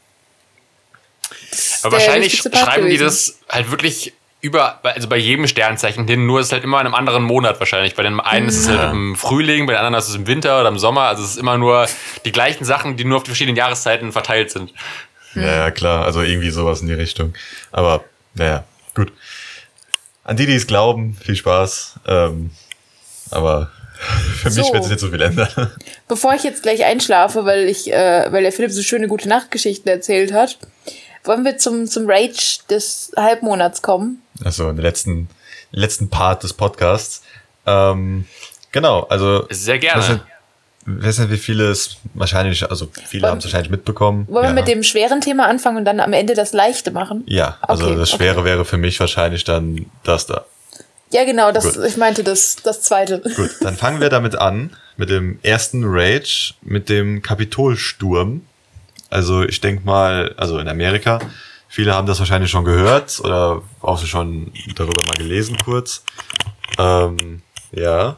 Aber der wahrscheinlich wichtigste Part schreiben die gewesen. das halt wirklich über, also bei jedem Sternzeichen hin, nur ist es halt immer in einem anderen Monat wahrscheinlich. Bei dem einen ist es halt im Frühling, bei dem anderen ist es im Winter oder im Sommer. Also es ist immer nur die gleichen Sachen, die nur auf die verschiedenen Jahreszeiten verteilt sind. Ja, ja, klar, also irgendwie sowas in die Richtung. Aber, naja, gut. An die, die es glauben, viel Spaß. Ähm, aber für mich So. wird es nicht so viel ändern. Bevor ich jetzt gleich einschlafe, weil ich, äh, weil der Philipp so schöne gute Nachtgeschichten erzählt hat, wollen wir zum, zum Rage des Halbmonats kommen. Also, in den letzten, letzten Part des Podcasts. Ähm, genau, also. Sehr gerne. Ich weiß nicht, ich weiß nicht, wie viele es wahrscheinlich, also viele haben es wahrscheinlich mitbekommen. Wollen ja. wir mit dem schweren Thema anfangen und dann am Ende das leichte machen? Ja, also Okay, das Schwere wäre für mich wahrscheinlich dann das da. Ja, genau, das, Gut. ich meinte das, das zweite. Gut, dann fangen wir damit an, mit dem ersten Rage, mit dem Kapitolsturm. Also ich denke mal, also in Amerika, viele haben das wahrscheinlich schon gehört oder auch schon darüber mal gelesen kurz. Ähm, ja.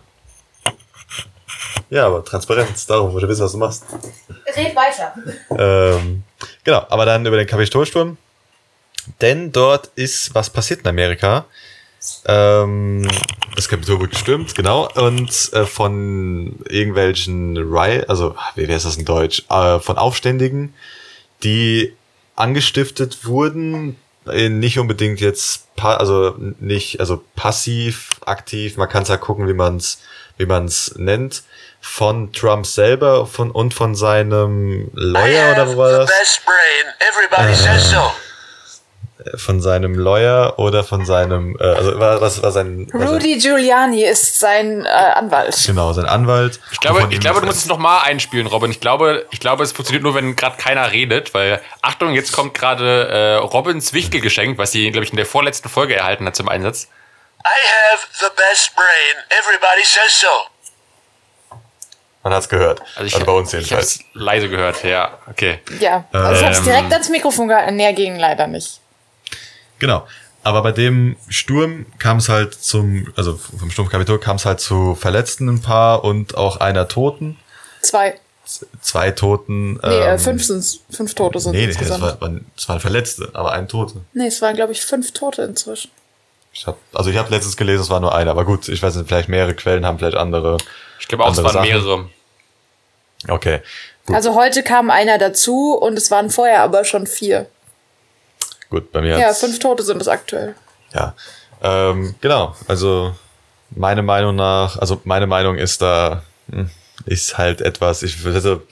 Ja, aber Transparenz, darum, wollte wissen, was du machst. Red weiter. Ähm, genau, aber dann über den Kapitolsturm. Denn dort ist was passiert in Amerika. Ähm, das Kapitol wird gestürmt, genau. Und äh, von irgendwelchen Riot, also wie wäre das in Deutsch? Äh, von Aufständigen, die angestiftet wurden, äh, nicht unbedingt jetzt, pa- also nicht, also passiv, aktiv. Man kann es ja gucken, wie man es, wie man es nennt. Von Trump selber von, und von seinem Lawyer, oder wo war das? Best brain. Everybody says so. Von seinem Lawyer oder von seinem, äh, also was, was war sein, was Rudy Giuliani ist sein äh, Anwalt. sein, genau, sein Anwalt. Ich glaube, Von ich ihm- glaube, du musst es nochmal einspielen, Robin. Ich glaube, ich glaube, es funktioniert nur, wenn gerade keiner redet, weil, Achtung, jetzt kommt gerade äh, Robins Wichtelgeschenk, was sie, glaube ich, in der vorletzten Folge erhalten hat zum Einsatz. I have the best brain. Everybody says so. Man hat's gehört. Also ich, Also bei uns ich jedenfalls. habe es leise gehört, ja, okay. Ja, also ich hab's Ähm. direkt ans Mikrofon gehalten. Nee, ging leider nicht. Genau. aber bei dem Sturm kam es halt zum, also vom Sturm Kapitol kam es halt zu Verletzten ein paar und auch einer Toten. Zwei. Zwei Toten. Nee, äh, ähm, fünf sind's. Fünf Tote sind Nee, nee, insgesamt. das war, waren, das waren Verletzte, aber ein Tote. Nee, es waren, glaube ich, fünf Tote inzwischen. Ich hab, also ich habe letztens gelesen, es war nur einer, aber gut, ich weiß nicht, vielleicht mehrere Quellen haben vielleicht andere. Ich glaube auch, es andere waren Sachen. mehrere. Okay. Gut. Also heute kam einer dazu und es waren vorher aber schon vier. Gut, bei mir Ja, hat's- fünf Tote sind es aktuell. Ja, ähm, genau. Also meine Meinung nach, also meine Meinung ist da, hm, ist halt etwas, ich würde,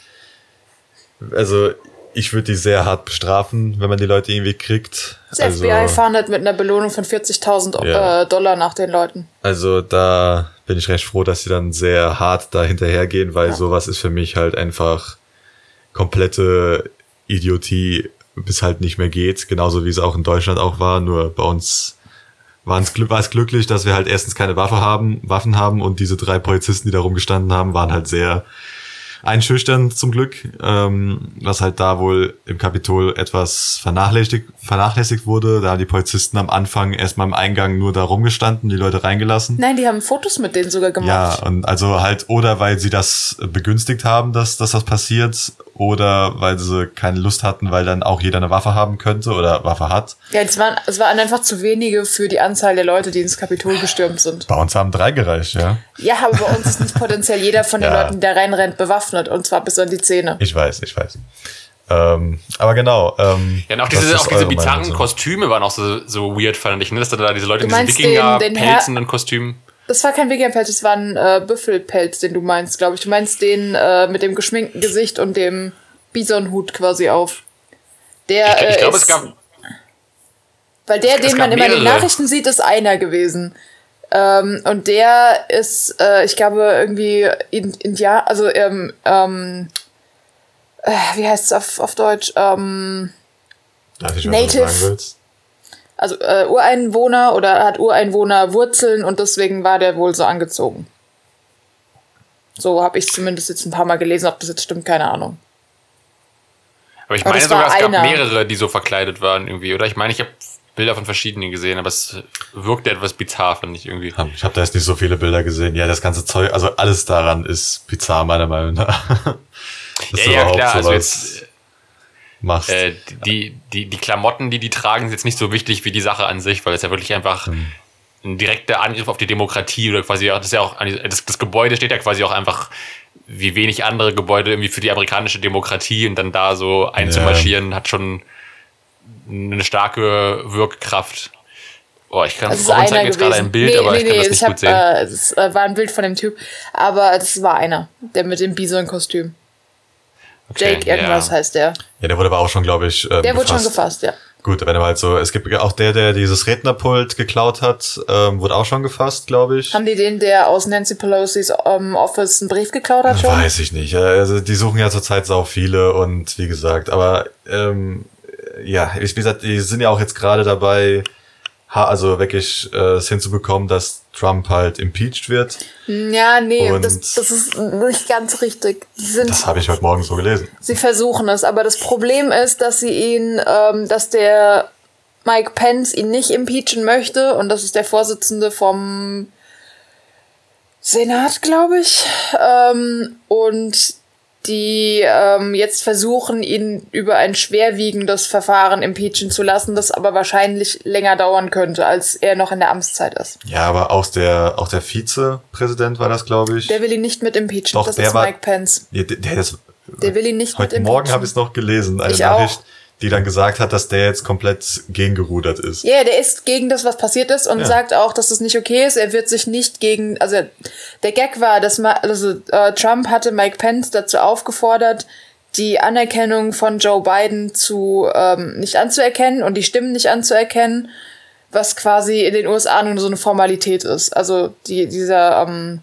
also ich würde die sehr hart bestrafen, wenn man die Leute irgendwie kriegt. Das also, F B I fahndet mit einer Belohnung von vierzigtausend Ja. äh, Dollar nach den Leuten. Also da bin ich recht froh, dass sie dann sehr hart da hinterhergehen, weil Ja. sowas ist für mich halt einfach komplette Idiotie, bis halt nicht mehr geht. Genauso wie es auch in Deutschland auch war, nur bei uns waren's, glü- war es glücklich, dass wir halt erstens keine Waffe haben, Waffen haben und diese drei Polizisten, die da rumgestanden haben, waren halt sehr einschüchternd zum Glück, ähm, was halt da wohl im Kapitol etwas vernachlässigt, vernachlässigt wurde. Da haben die Polizisten am Anfang erstmal im Eingang nur da rumgestanden, die Leute reingelassen. Nein, die haben Fotos mit denen sogar gemacht. Ja, und also halt, oder weil sie das begünstigt haben, dass, dass das passiert, oder weil sie keine Lust hatten, weil dann auch jeder eine Waffe haben könnte oder Waffe hat. Ja, es waren, es waren einfach zu wenige für die Anzahl der Leute, die ins Kapitol gestürmt sind. Bei uns haben drei gereicht, ja. Ja, aber bei uns ist nicht potenziell jeder von den Ja. Leuten, der reinrennt, bewaffnet. Und zwar bis an die Zähne. Ich weiß, ich weiß. Ähm, aber genau. Ähm, Ja, und auch was diese, ist auch diese eure bizarren Meinung dazu? Kostüme waren auch so, so weird, fand ich, ne? Dass da diese Leute Du in diesen meinst den- den Herr- Wikinger-Pelzen und Kostümen. Das war kein Wikinger-Pelz, das war ein äh, Büffelpelz, den du meinst, glaube ich. Du meinst den äh, mit dem geschminkten Gesicht und dem Bisonhut quasi auf. Der Ich, ich äh, glaube, ist, es gab. weil der, es den gab man immer in den mehrere. Nachrichten sieht, ist einer gewesen. Ähm, und der ist, äh, ich glaube, irgendwie in, India, also ähm, ähm, äh, wie heißt es auf, auf Deutsch? Ähm, Darf ich, was du Native. sagen willst? also äh, Ureinwohner oder hat Ureinwohnerwurzeln und deswegen war der wohl so angezogen. So habe ich zumindest jetzt ein paar Mal gelesen, ob das jetzt stimmt, keine Ahnung. Aber ich Aber meine das sogar, war es gab einer. mehrere, die so verkleidet waren irgendwie, oder? Ich meine, ich habe Bilder von verschiedenen gesehen, aber es wirkte etwas bizarr, fand ich irgendwie. Ich habe da jetzt nicht so viele Bilder gesehen. Ja, das ganze Zeug, also alles daran ist bizarr, meiner Meinung nach. Dass du Ja, ja, überhaupt klar, also sowas jetzt, machst. äh, die, die, die Klamotten, die die tragen, sind jetzt nicht so wichtig wie die Sache an sich, weil es ja wirklich einfach ein direkter Angriff auf die Demokratie oder quasi auch, das ist ja auch, das, das Gebäude steht ja quasi auch einfach wie wenig andere Gebäude irgendwie für die amerikanische Demokratie und dann da so einzumarschieren, hat schon eine starke Wirkkraft. Oh, ich kann, Das ist Robin zeigt einer mir jetzt gerade gewesen. ein Bild, nee, aber nee, ich kann nee, das nicht ich hab, gut sehen. Äh, es äh, war ein Bild von dem Typ, aber das war einer, der mit dem Bison-Kostüm. Okay, Jake irgendwas ja. heißt der. Ja, der wurde aber auch schon, glaube ich, ähm, Der wurde schon gefasst. gefasst, ja. Gut, wenn er halt so, es gibt ja auch der, der dieses Rednerpult geklaut hat, ähm, wurde auch schon gefasst, glaube ich. Haben die den, der aus Nancy Pelosi's ähm, Office einen Brief geklaut hat schon? Weiß ich nicht. Also die suchen ja zurzeit sau viele und wie gesagt, aber ähm, ja, wie gesagt, die sind ja auch jetzt gerade dabei, ha- also wirklich äh, es hinzubekommen, dass Trump halt impeached wird. Ja, nee, Und- das, das ist nicht ganz richtig. Die sind, Das habe ich heute Morgen so gelesen. sie versuchen es, aber das Problem ist, dass sie ihn, ähm, dass der Mike Pence ihn nicht impeachen möchte und das ist der Vorsitzende vom Senat, glaube ich. Ähm, und die ähm, jetzt versuchen, ihn über ein schwerwiegendes Verfahren impeachen zu lassen, das aber wahrscheinlich länger dauern könnte, als er noch in der Amtszeit ist. Ja, aber auch der, auch der Vizepräsident war das, glaube ich. Der will ihn nicht mit impeachen, Doch, das der ist war- Mike Pence. Ja, der, der ist, Der will ihn nicht mit heute impeachen. Morgen habe ich es noch gelesen, eine Ich auch. Nachricht, die dann gesagt hat, dass der jetzt komplett gegengerudert ist. Ja, yeah, der ist gegen das, was passiert ist und Ja. sagt auch, dass es nicht okay ist. Er wird sich nicht gegen, also der Gag war, dass ma, also, äh, Trump hatte Mike Pence dazu aufgefordert, die Anerkennung von Joe Biden zu ähm, nicht anzuerkennen und die Stimmen nicht anzuerkennen, was quasi in den U S A nur so eine Formalität ist. Also die dieser ähm,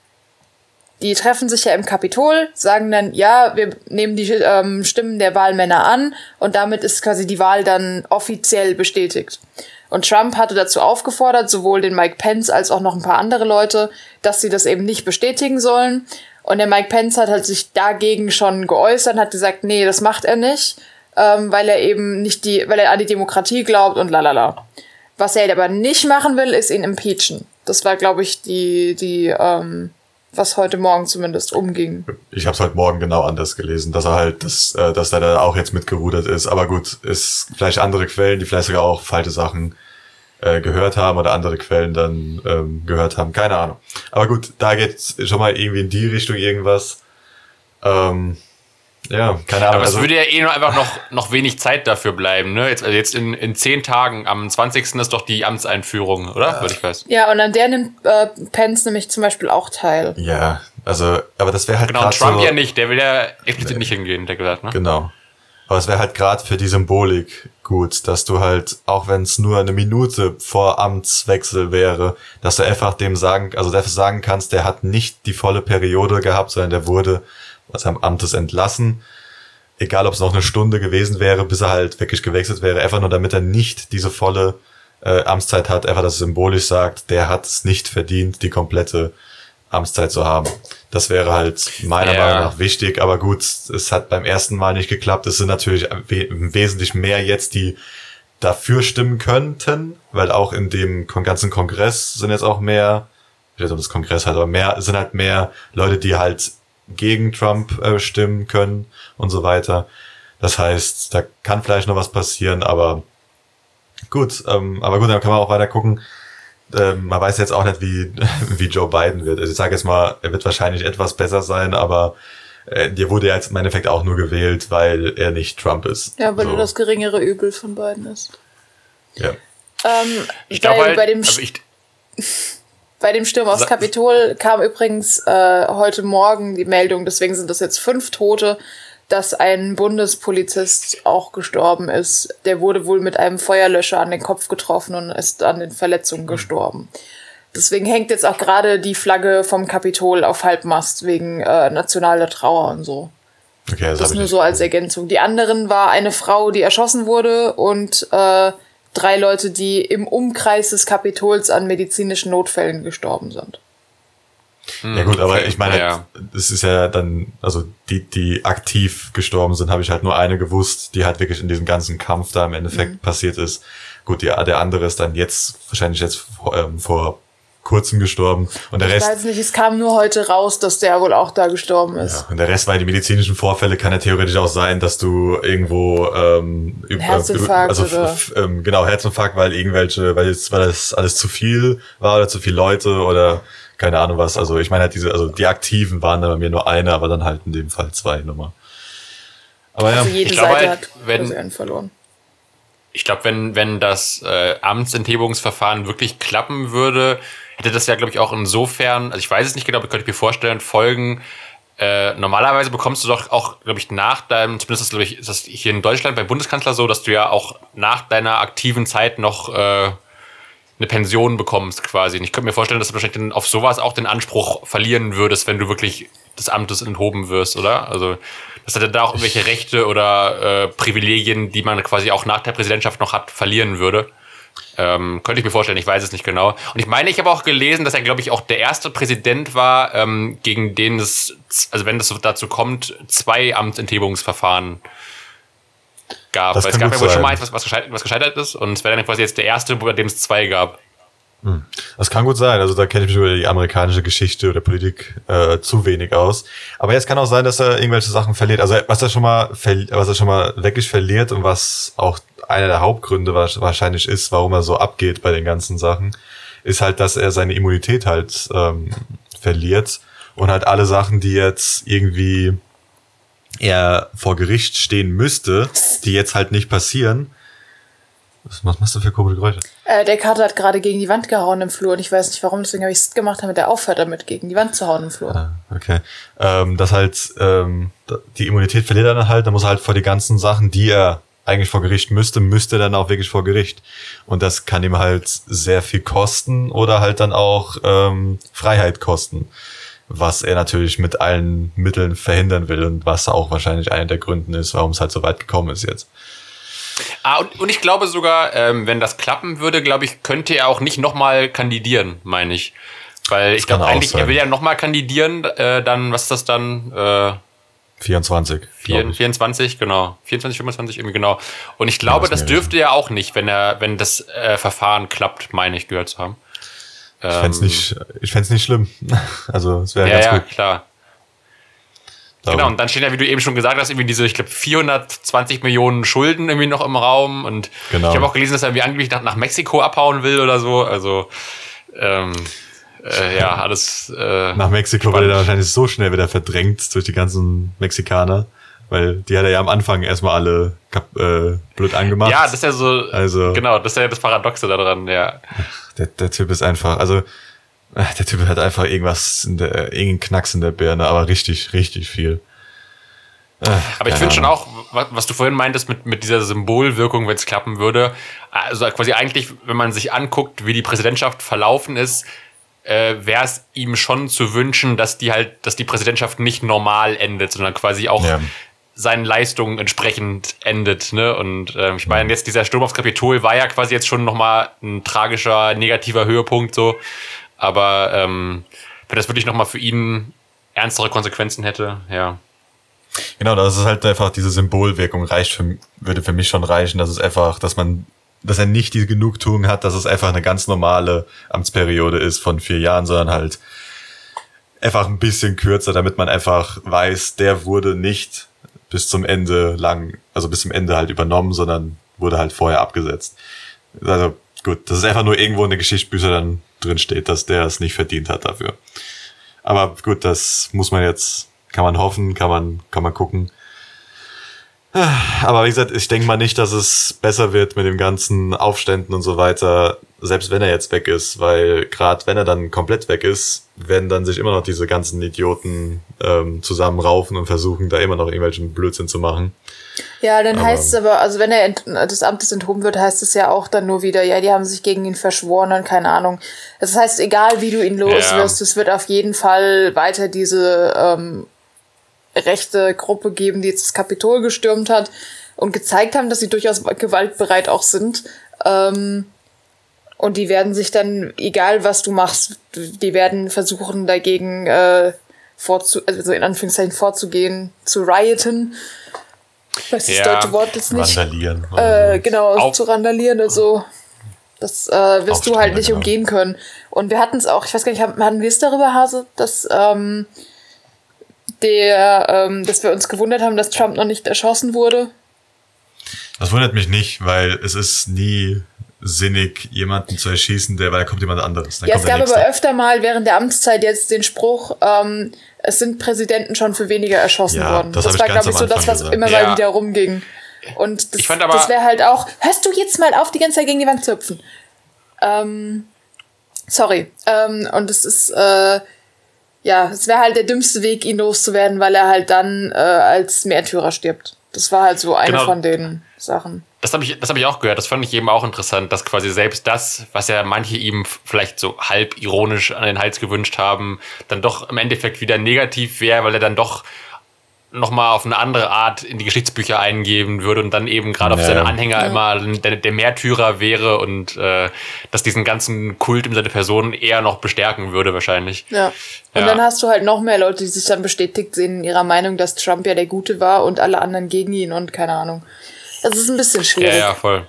die treffen sich ja im Kapitol, sagen dann, ja, wir nehmen die ähm, Stimmen der Wahlmänner an und damit ist quasi die Wahl dann offiziell bestätigt. Und Trump hatte dazu aufgefordert, sowohl den Mike Pence als auch noch ein paar andere Leute, dass sie das eben nicht bestätigen sollen. Und der Mike Pence hat halt sich dagegen schon geäußert und hat gesagt, nee, das macht er nicht, ähm, weil er eben nicht die, weil er an die Demokratie glaubt und lalala. Was er aber nicht machen will, ist ihn impeachen. Das war, glaube ich, die, die, ähm, was heute Morgen zumindest umging. Ich habe es heute Morgen genau anders gelesen, dass er halt, das, äh, dass er da auch jetzt mitgerudert ist. Aber gut, ist vielleicht andere Quellen, die vielleicht sogar auch falsche Sachen äh, gehört haben oder andere Quellen dann ähm, gehört haben. Keine Ahnung. Aber gut, da geht's schon mal irgendwie in die Richtung irgendwas. Ähm, ja, keine Ahnung. Aber es also, würde ja eh nur einfach noch, noch wenig Zeit dafür bleiben, ne? Jetzt, also jetzt in, in zehn Tagen, am zwanzigsten ist doch die Amtseinführung, oder? Würde ich weiß. Ja, und an der nimmt äh, Pence nämlich zum Beispiel auch teil. Ja, also, aber das wäre halt Genau, gerade Trump so, ja nicht, der will ja explizit nicht hingehen, der gesagt, ne? Genau. Aber es wäre halt gerade für die Symbolik gut, dass du halt, auch wenn es nur eine Minute vor Amtswechsel wäre, dass du einfach dem sagen, also dafür sagen kannst, der hat nicht die volle Periode gehabt, sondern der wurde aus seinem Amtes entlassen. Egal, ob es noch eine Stunde gewesen wäre, bis er halt wirklich gewechselt wäre, einfach nur damit er nicht diese volle äh, Amtszeit hat, einfach, dass er symbolisch sagt, der hat es nicht verdient, die komplette Amtszeit zu haben. Das wäre halt meiner Ja. Meinung nach wichtig, aber gut, es hat beim ersten Mal nicht geklappt. Es sind natürlich we- wesentlich mehr jetzt, die dafür stimmen könnten, weil auch in dem kon- ganzen Kongress sind jetzt auch mehr, ich weiß nicht, ob das Kongress hat, aber mehr, sind halt mehr Leute, die halt gegen Trump äh, stimmen können und so weiter. Das heißt, da kann vielleicht noch was passieren, aber gut, ähm, aber gut, dann kann man auch weiter gucken. Ähm, man weiß jetzt auch nicht, wie wie Joe Biden wird. Also ich sage jetzt mal, er wird wahrscheinlich etwas besser sein, aber äh, der wurde ja jetzt im Endeffekt auch nur gewählt, weil er nicht Trump ist. Ja, weil so. er das geringere Übel von beiden ist. Ja. Ähm, Ich bei, glaube halt, bei dem also ich, Bei dem Sturm aufs Sa- Kapitol kam übrigens äh, heute Morgen die Meldung, deswegen sind das jetzt fünf Tote, dass ein Bundespolizist auch gestorben ist. Der wurde wohl mit einem Feuerlöscher an den Kopf getroffen und ist an den Verletzungen gestorben. Deswegen hängt jetzt auch gerade die Flagge vom Kapitol auf Halbmast wegen äh, nationaler Trauer und so. Okay, das, Das hab ich nur nicht so als gesehen. Ergänzung. Die anderen war eine Frau, die erschossen wurde und äh, drei Leute, die im Umkreis des Kapitols an medizinischen Notfällen gestorben sind. Ja gut, aber okay, ich meine, ja. es ist ja dann, also die, die aktiv gestorben sind, habe ich halt nur eine gewusst, die halt wirklich in diesem ganzen Kampf da im Endeffekt Mhm. passiert ist. Gut, die, der andere ist dann jetzt, wahrscheinlich jetzt ähm, vor kurzem gestorben und der Ich Rest, weiß nicht, es kam nur heute raus, dass der wohl auch da gestorben ist. ja, und der Rest, weil die medizinischen Vorfälle kann ja theoretisch auch sein, dass du irgendwo ähm, üb- Herzinfarkt also oder- f- f- ähm, genau Herzinfarkt, weil irgendwelche, weil jetzt weil das alles zu viel war oder zu viele Leute oder keine Ahnung was. Also ich meine halt diese, also die Aktiven waren da bei mir nur eine, aber dann halt in dem Fall zwei Nummer. Aber ja, Also jede Ich glaube Seite halt, hat wenn- quasi einen verloren. Ich glaube, wenn, wenn das äh, Amtsenthebungsverfahren wirklich klappen würde, hätte das ja, glaube ich, auch insofern, also ich weiß es nicht genau, aber könnte ich mir vorstellen, Folgen. Äh, normalerweise bekommst du doch auch, glaube ich, nach deinem, zumindest ist, glaube ich, ist das hier in Deutschland beim Bundeskanzler so, dass du ja auch nach deiner aktiven Zeit noch äh, eine Pension bekommst quasi. Und ich könnte mir vorstellen, dass du wahrscheinlich dann auf sowas auch den Anspruch verlieren würdest, wenn du wirklich des Amtes enthoben wirst, oder? Also, dass er dann da auch irgendwelche Rechte oder äh, Privilegien, die man quasi auch nach der Präsidentschaft noch hat, verlieren würde. Ähm, könnte ich mir vorstellen, ich weiß es nicht genau. Und ich meine, ich habe auch gelesen, dass er, glaube ich, auch der erste Präsident war, ähm, gegen den es, also wenn es dazu kommt, zwei Amtsenthebungsverfahren gab. Das Weil es kann gab gut ja wohl schon sein. mal eins, was, was, gescheitert, was gescheitert ist. Und es wäre dann quasi jetzt der erste, bei dem es zwei gab. das kann gut sein. Also da kenne ich mich über die amerikanische Geschichte oder Politik äh, zu wenig aus. Aber jetzt kann auch sein, dass er irgendwelche Sachen verliert. Also was er schon mal, verli- was er schon mal wirklich verliert und was auch einer der Hauptgründe wa- wahrscheinlich ist, warum er so abgeht bei den ganzen Sachen, ist halt, dass er seine Immunität halt ähm, verliert und halt alle Sachen, die jetzt irgendwie er vor Gericht stehen müsste, die jetzt halt nicht passieren. Was was machst du für komische Geräusche? Äh, der Kater hat gerade gegen die Wand gehauen im Flur und ich weiß nicht warum, deswegen habe ich es gemacht, damit er aufhört damit, gegen die Wand zu hauen im Flur. Ah, okay. Ähm, dass halt ähm, die Immunität verliert er dann halt, dann muss er halt vor die ganzen Sachen, die er eigentlich vor Gericht müsste, müsste er dann auch wirklich vor Gericht. Und das kann ihm halt sehr viel kosten oder halt dann auch ähm, Freiheit kosten, was er natürlich mit allen Mitteln verhindern will und was auch wahrscheinlich einer der Gründen ist, warum es halt so weit gekommen ist jetzt. Ah, und, und ich glaube sogar, ähm, wenn das klappen würde, glaube ich, könnte er auch nicht nochmal kandidieren, meine ich. Weil ich kann glaube auch eigentlich, sein. er will ja nochmal kandidieren, äh, dann, was ist das dann? Äh, vierundzwanzig. Vier, vierundzwanzig, genau. vierundzwanzig, fünfundzwanzig, irgendwie genau. Und ich glaube, ja, das, das dürfte ja auch nicht, wenn er, wenn das äh, Verfahren klappt, meine ich, gehört zu haben. Ich fände es nicht, ich fänd's nicht schlimm. Also, es wäre ja, ganz ja, gut. Ja, klar. Genau, und dann stehen ja, wie du eben schon gesagt hast, irgendwie diese, ich glaube, vierhundertzwanzig Millionen Schulden irgendwie noch im Raum. Und genau. Ich habe auch gelesen, dass er irgendwie angeblich nach, nach Mexiko abhauen will oder so. Also, ähm, äh, ja, alles. Äh, nach Mexiko wird er wahrscheinlich so schnell wieder verdrängt durch die ganzen Mexikaner. Weil die hat er ja am Anfang erstmal alle kap- äh, blöd angemacht. Ja, das ist ja so. Also, genau, das ist ja das Paradoxe daran, ja. Der, der Typ ist einfach, also. Der Typ hat einfach irgendwas, in der, irgendeinen Knacks in der Birne, aber richtig, richtig viel. Äh, aber ich finde schon auch, was, was du vorhin meintest mit, mit dieser Symbolwirkung, wenn es klappen würde, also quasi eigentlich, wenn man sich anguckt, wie die Präsidentschaft verlaufen ist, äh, wäre es ihm schon zu wünschen, dass die halt, dass die Präsidentschaft nicht normal endet, sondern quasi auch ja. seinen Leistungen entsprechend endet, ne? Und äh, ich meine, jetzt dieser Sturm aufs Kapitol war ja quasi jetzt schon nochmal ein tragischer, negativer Höhepunkt so. Aber ähm, wenn das wirklich nochmal für ihn ernstere Konsequenzen hätte, ja. Genau, das ist halt einfach diese Symbolwirkung reicht für, würde für mich schon reichen, dass es einfach, dass man, dass er nicht die Genugtuung hat, dass es einfach eine ganz normale Amtsperiode ist von vier Jahren, sondern halt einfach ein bisschen kürzer, damit man einfach weiß, der wurde nicht bis zum Ende lang, also bis zum Ende halt übernommen, sondern wurde halt vorher abgesetzt. Also gut, das ist einfach nur irgendwo in der Geschichtsbücher dann drin steht, dass der es nicht verdient hat dafür. Aber gut, das muss man jetzt, kann man hoffen, kann man, kann man gucken. Aber wie gesagt, ich denke mal nicht, dass es besser wird mit den ganzen Aufständen und so weiter, selbst wenn er jetzt weg ist, weil gerade wenn er dann komplett weg ist, werden dann sich immer noch diese ganzen Idioten ähm, zusammenraufen und versuchen, da immer noch irgendwelchen Blödsinn zu machen. Ja, dann aber heißt es aber, also wenn er ent- des Amtes enthoben wird, heißt es ja auch dann nur wieder, ja, die haben sich gegen ihn verschworen und keine Ahnung. Das heißt, egal wie du ihn los wirst, ja. es wird auf jeden Fall weiter diese ähm, rechte Gruppe geben, die jetzt das Kapitol gestürmt hat und gezeigt haben, dass sie durchaus gewaltbereit auch sind. Ähm, und die werden sich dann, egal was du machst, die werden versuchen dagegen äh, vorzu, also in Anführungszeichen vorzugehen, zu rioten. Ich weiß das ja, deutsche Wort jetzt nicht. Randalieren. Äh, genau, Auf. zu randalieren. Also das äh, wirst du halt nicht genau. umgehen können. Und wir hatten es auch, ich weiß gar nicht, hatten wir es darüber, Hase, dass ähm, der, ähm, dass wir uns gewundert haben, dass Trump noch nicht erschossen wurde? Das wundert mich nicht, weil es ist nie sinnig, jemanden zu erschießen, der, weil da kommt jemand anderes. Dann ja, kommt es gab aber öfter mal während der Amtszeit jetzt den Spruch, ähm, es sind Präsidenten schon für weniger erschossen ja, worden. Das, das war, glaube ich, so das, was gesagt. immer ja. mal wieder rumging. Und das, das wäre halt auch, hörst du jetzt mal auf, die ganze Zeit gegen die Wand zu hüpfen? Ähm, sorry. Ähm, und es ist, äh, ja, es wäre halt der dümmste Weg, ihn loszuwerden, weil er halt dann äh, als Märtyrer stirbt. Das war halt so eine genau. von den Sachen. Das habe ich, das hab ich auch gehört. Das fand ich eben auch interessant, dass quasi selbst das, was ja manche ihm vielleicht so halb ironisch an den Hals gewünscht haben, dann doch im Endeffekt wieder negativ wäre, weil er dann doch nochmal auf eine andere Art in die Geschichtsbücher eingeben würde und dann eben gerade auf ja. seine Anhänger ja. immer der, der Märtyrer wäre und äh, dass diesen ganzen Kult um seine Person eher noch bestärken würde wahrscheinlich. Ja. Und ja. dann hast du halt noch mehr Leute, die sich dann bestätigt sehen in ihrer Meinung, dass Trump ja der Gute war und alle anderen gegen ihn und keine Ahnung. Das ist ein bisschen schwierig. Ja, ja, voll.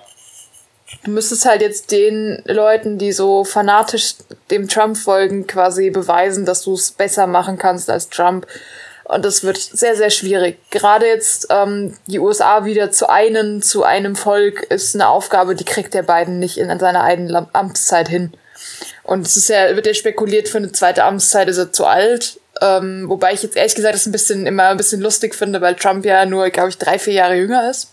Du müsstest halt jetzt den Leuten, die so fanatisch dem Trump folgen, quasi beweisen, dass du es besser machen kannst als Trump. Und das wird sehr, sehr schwierig. Gerade jetzt ähm, die U S A wieder zu einen, zu einem Volk, ist eine Aufgabe, die kriegt der Biden nicht in seiner eigenen Amtszeit hin. Und es ist ja, wird ja spekuliert, für eine zweite Amtszeit ist er zu alt. Ähm, wobei ich jetzt ehrlich gesagt das ein bisschen immer ein bisschen lustig finde, weil Trump ja nur, glaube ich, drei, vier Jahre jünger ist.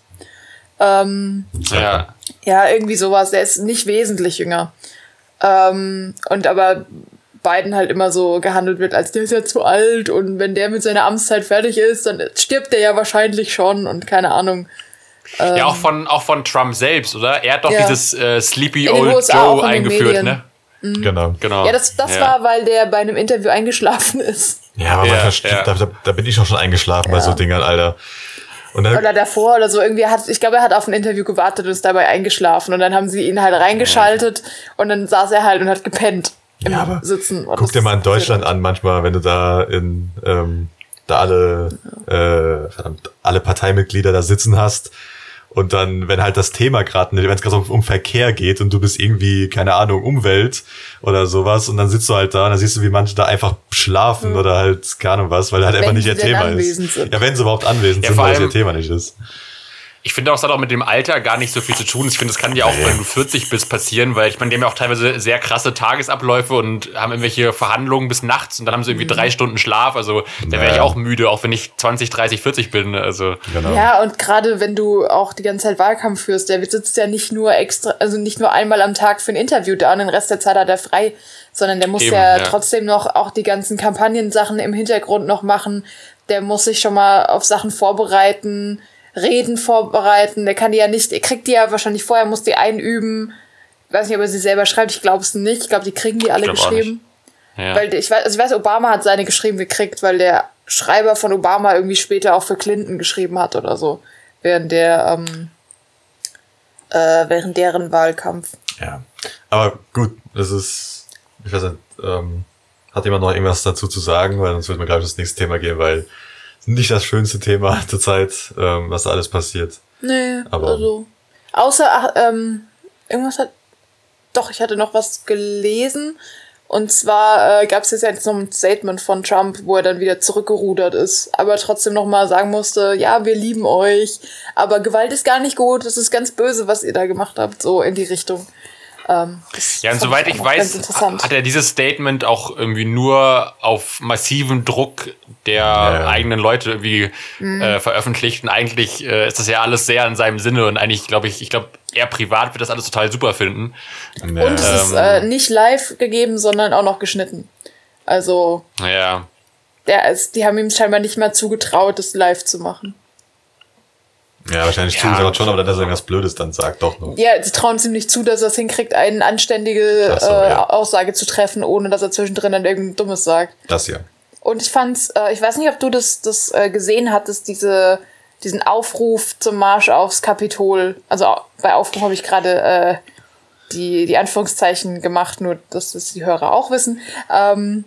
Ähm, ja. Ja, irgendwie sowas. Der ist nicht wesentlich jünger. Ähm, und aber Biden halt immer so gehandelt wird, als der ist ja zu alt und wenn der mit seiner Amtszeit fertig ist, dann stirbt der ja wahrscheinlich schon und keine Ahnung. Ähm, ja, auch von, auch von Trump selbst, oder? Er hat doch ja. dieses äh, Sleepy Old Joe eingeführt, ne? Mhm. Genau. genau. Ja, das, das ja. war, weil der bei einem Interview eingeschlafen ist. Ja, aber ja, manchmal, ja. Da, da, da bin ich auch schon eingeschlafen ja. bei so Dingern, Alter. Und dann, oder davor oder so, irgendwie hat, ich glaube, er hat auf ein Interview gewartet und ist dabei eingeschlafen und dann haben sie ihn halt reingeschaltet ja. und dann saß er halt und hat gepennt im ja, aber Sitzen. Und guck dir mal in Deutschland an, manchmal, wenn du da in, ähm, da alle, äh, verdammt, alle Parteimitglieder da sitzen hast. Und dann, wenn halt das Thema gerade, wenn es gerade um, um Verkehr geht und du bist irgendwie, keine Ahnung, Umwelt oder sowas und dann sitzt du halt da und dann siehst du, wie manche da einfach schlafen mhm. oder halt, keine Ahnung was, weil halt wenn einfach nicht ihr Thema ist. Sind. Ja, wenn sie überhaupt anwesend ja, sind, weil es allem, ihr Thema nicht ist. Ich finde auch, es hat auch mit dem Alter gar nicht so viel zu tun. Ich finde, das kann ja auch, nee. wenn du vierzig bist, passieren, weil ich meine, die haben ja auch teilweise sehr krasse Tagesabläufe und haben irgendwelche Verhandlungen bis nachts und dann haben sie irgendwie mhm. drei Stunden Schlaf. Also da wäre ich auch müde, auch wenn ich zwanzig, dreißig, vierzig bin. Also genau. Ja, und gerade wenn du auch die ganze Zeit Wahlkampf führst, der sitzt ja nicht nur extra, also nicht nur einmal am Tag für ein Interview da und den Rest der Zeit hat er frei, sondern der muss Eben, ja, ja trotzdem noch auch die ganzen Kampagnensachen im Hintergrund noch machen. Der muss sich schon mal auf Sachen vorbereiten, Reden vorbereiten, der kann die ja nicht, er kriegt die ja wahrscheinlich vorher, muss die einüben. Ich weiß nicht, ob er sie selber schreibt, ich glaube es nicht. Ich glaube, die kriegen die alle geschrieben. Ja. Weil ich weiß, also ich weiß, Obama hat seine geschrieben gekriegt, weil der Schreiber von Obama irgendwie später auch für Clinton geschrieben hat oder so. Während der, ähm, äh, während deren Wahlkampf. Ja. Aber gut, das ist, ich weiß nicht, ähm, hat jemand noch irgendwas dazu zu sagen? Weil sonst wird mir, glaube ich, das nächste Thema gehen, weil nicht das schönste Thema zur Zeit, ähm, was da alles passiert. Nee, aber also, außer, ach, ähm, irgendwas hat, doch, ich hatte noch was gelesen, und zwar äh, gab es jetzt noch ein Statement von Trump, wo er dann wieder zurückgerudert ist, aber trotzdem nochmal sagen musste, ja, wir lieben euch, aber Gewalt ist gar nicht gut, das ist ganz böse, was ihr da gemacht habt, so in die Richtung. Ähm, ja, und soweit ich, ich weiß, hat er dieses Statement auch irgendwie nur auf massiven Druck der ja. eigenen Leute irgendwie mhm. äh, veröffentlicht. Und eigentlich äh, ist das ja alles sehr in seinem Sinne. Und eigentlich glaube ich, ich glaube, er privat wird das alles total super finden. Ja. Und es ähm, ist äh, nicht live gegeben, sondern auch noch geschnitten. Also, ja. der ist, die haben ihm scheinbar nicht mal zugetraut, das live zu machen. Ja, wahrscheinlich ja, tun sie aber schon, aber dann, dass er irgendwas Blödes dann sagt, doch noch. Ja, sie trauen es ihm nicht zu, dass er es hinkriegt, eine anständige so, äh, ja. Aussage zu treffen, ohne dass er zwischendrin dann irgendwas Dummes sagt. Das ja. Und ich fand's, äh, ich weiß nicht, ob du das, das äh, gesehen hattest, diese, diesen Aufruf zum Marsch aufs Kapitol. Also bei Aufruf habe ich gerade äh, die, die Anführungszeichen gemacht, nur dass das die Hörer auch wissen. Ähm,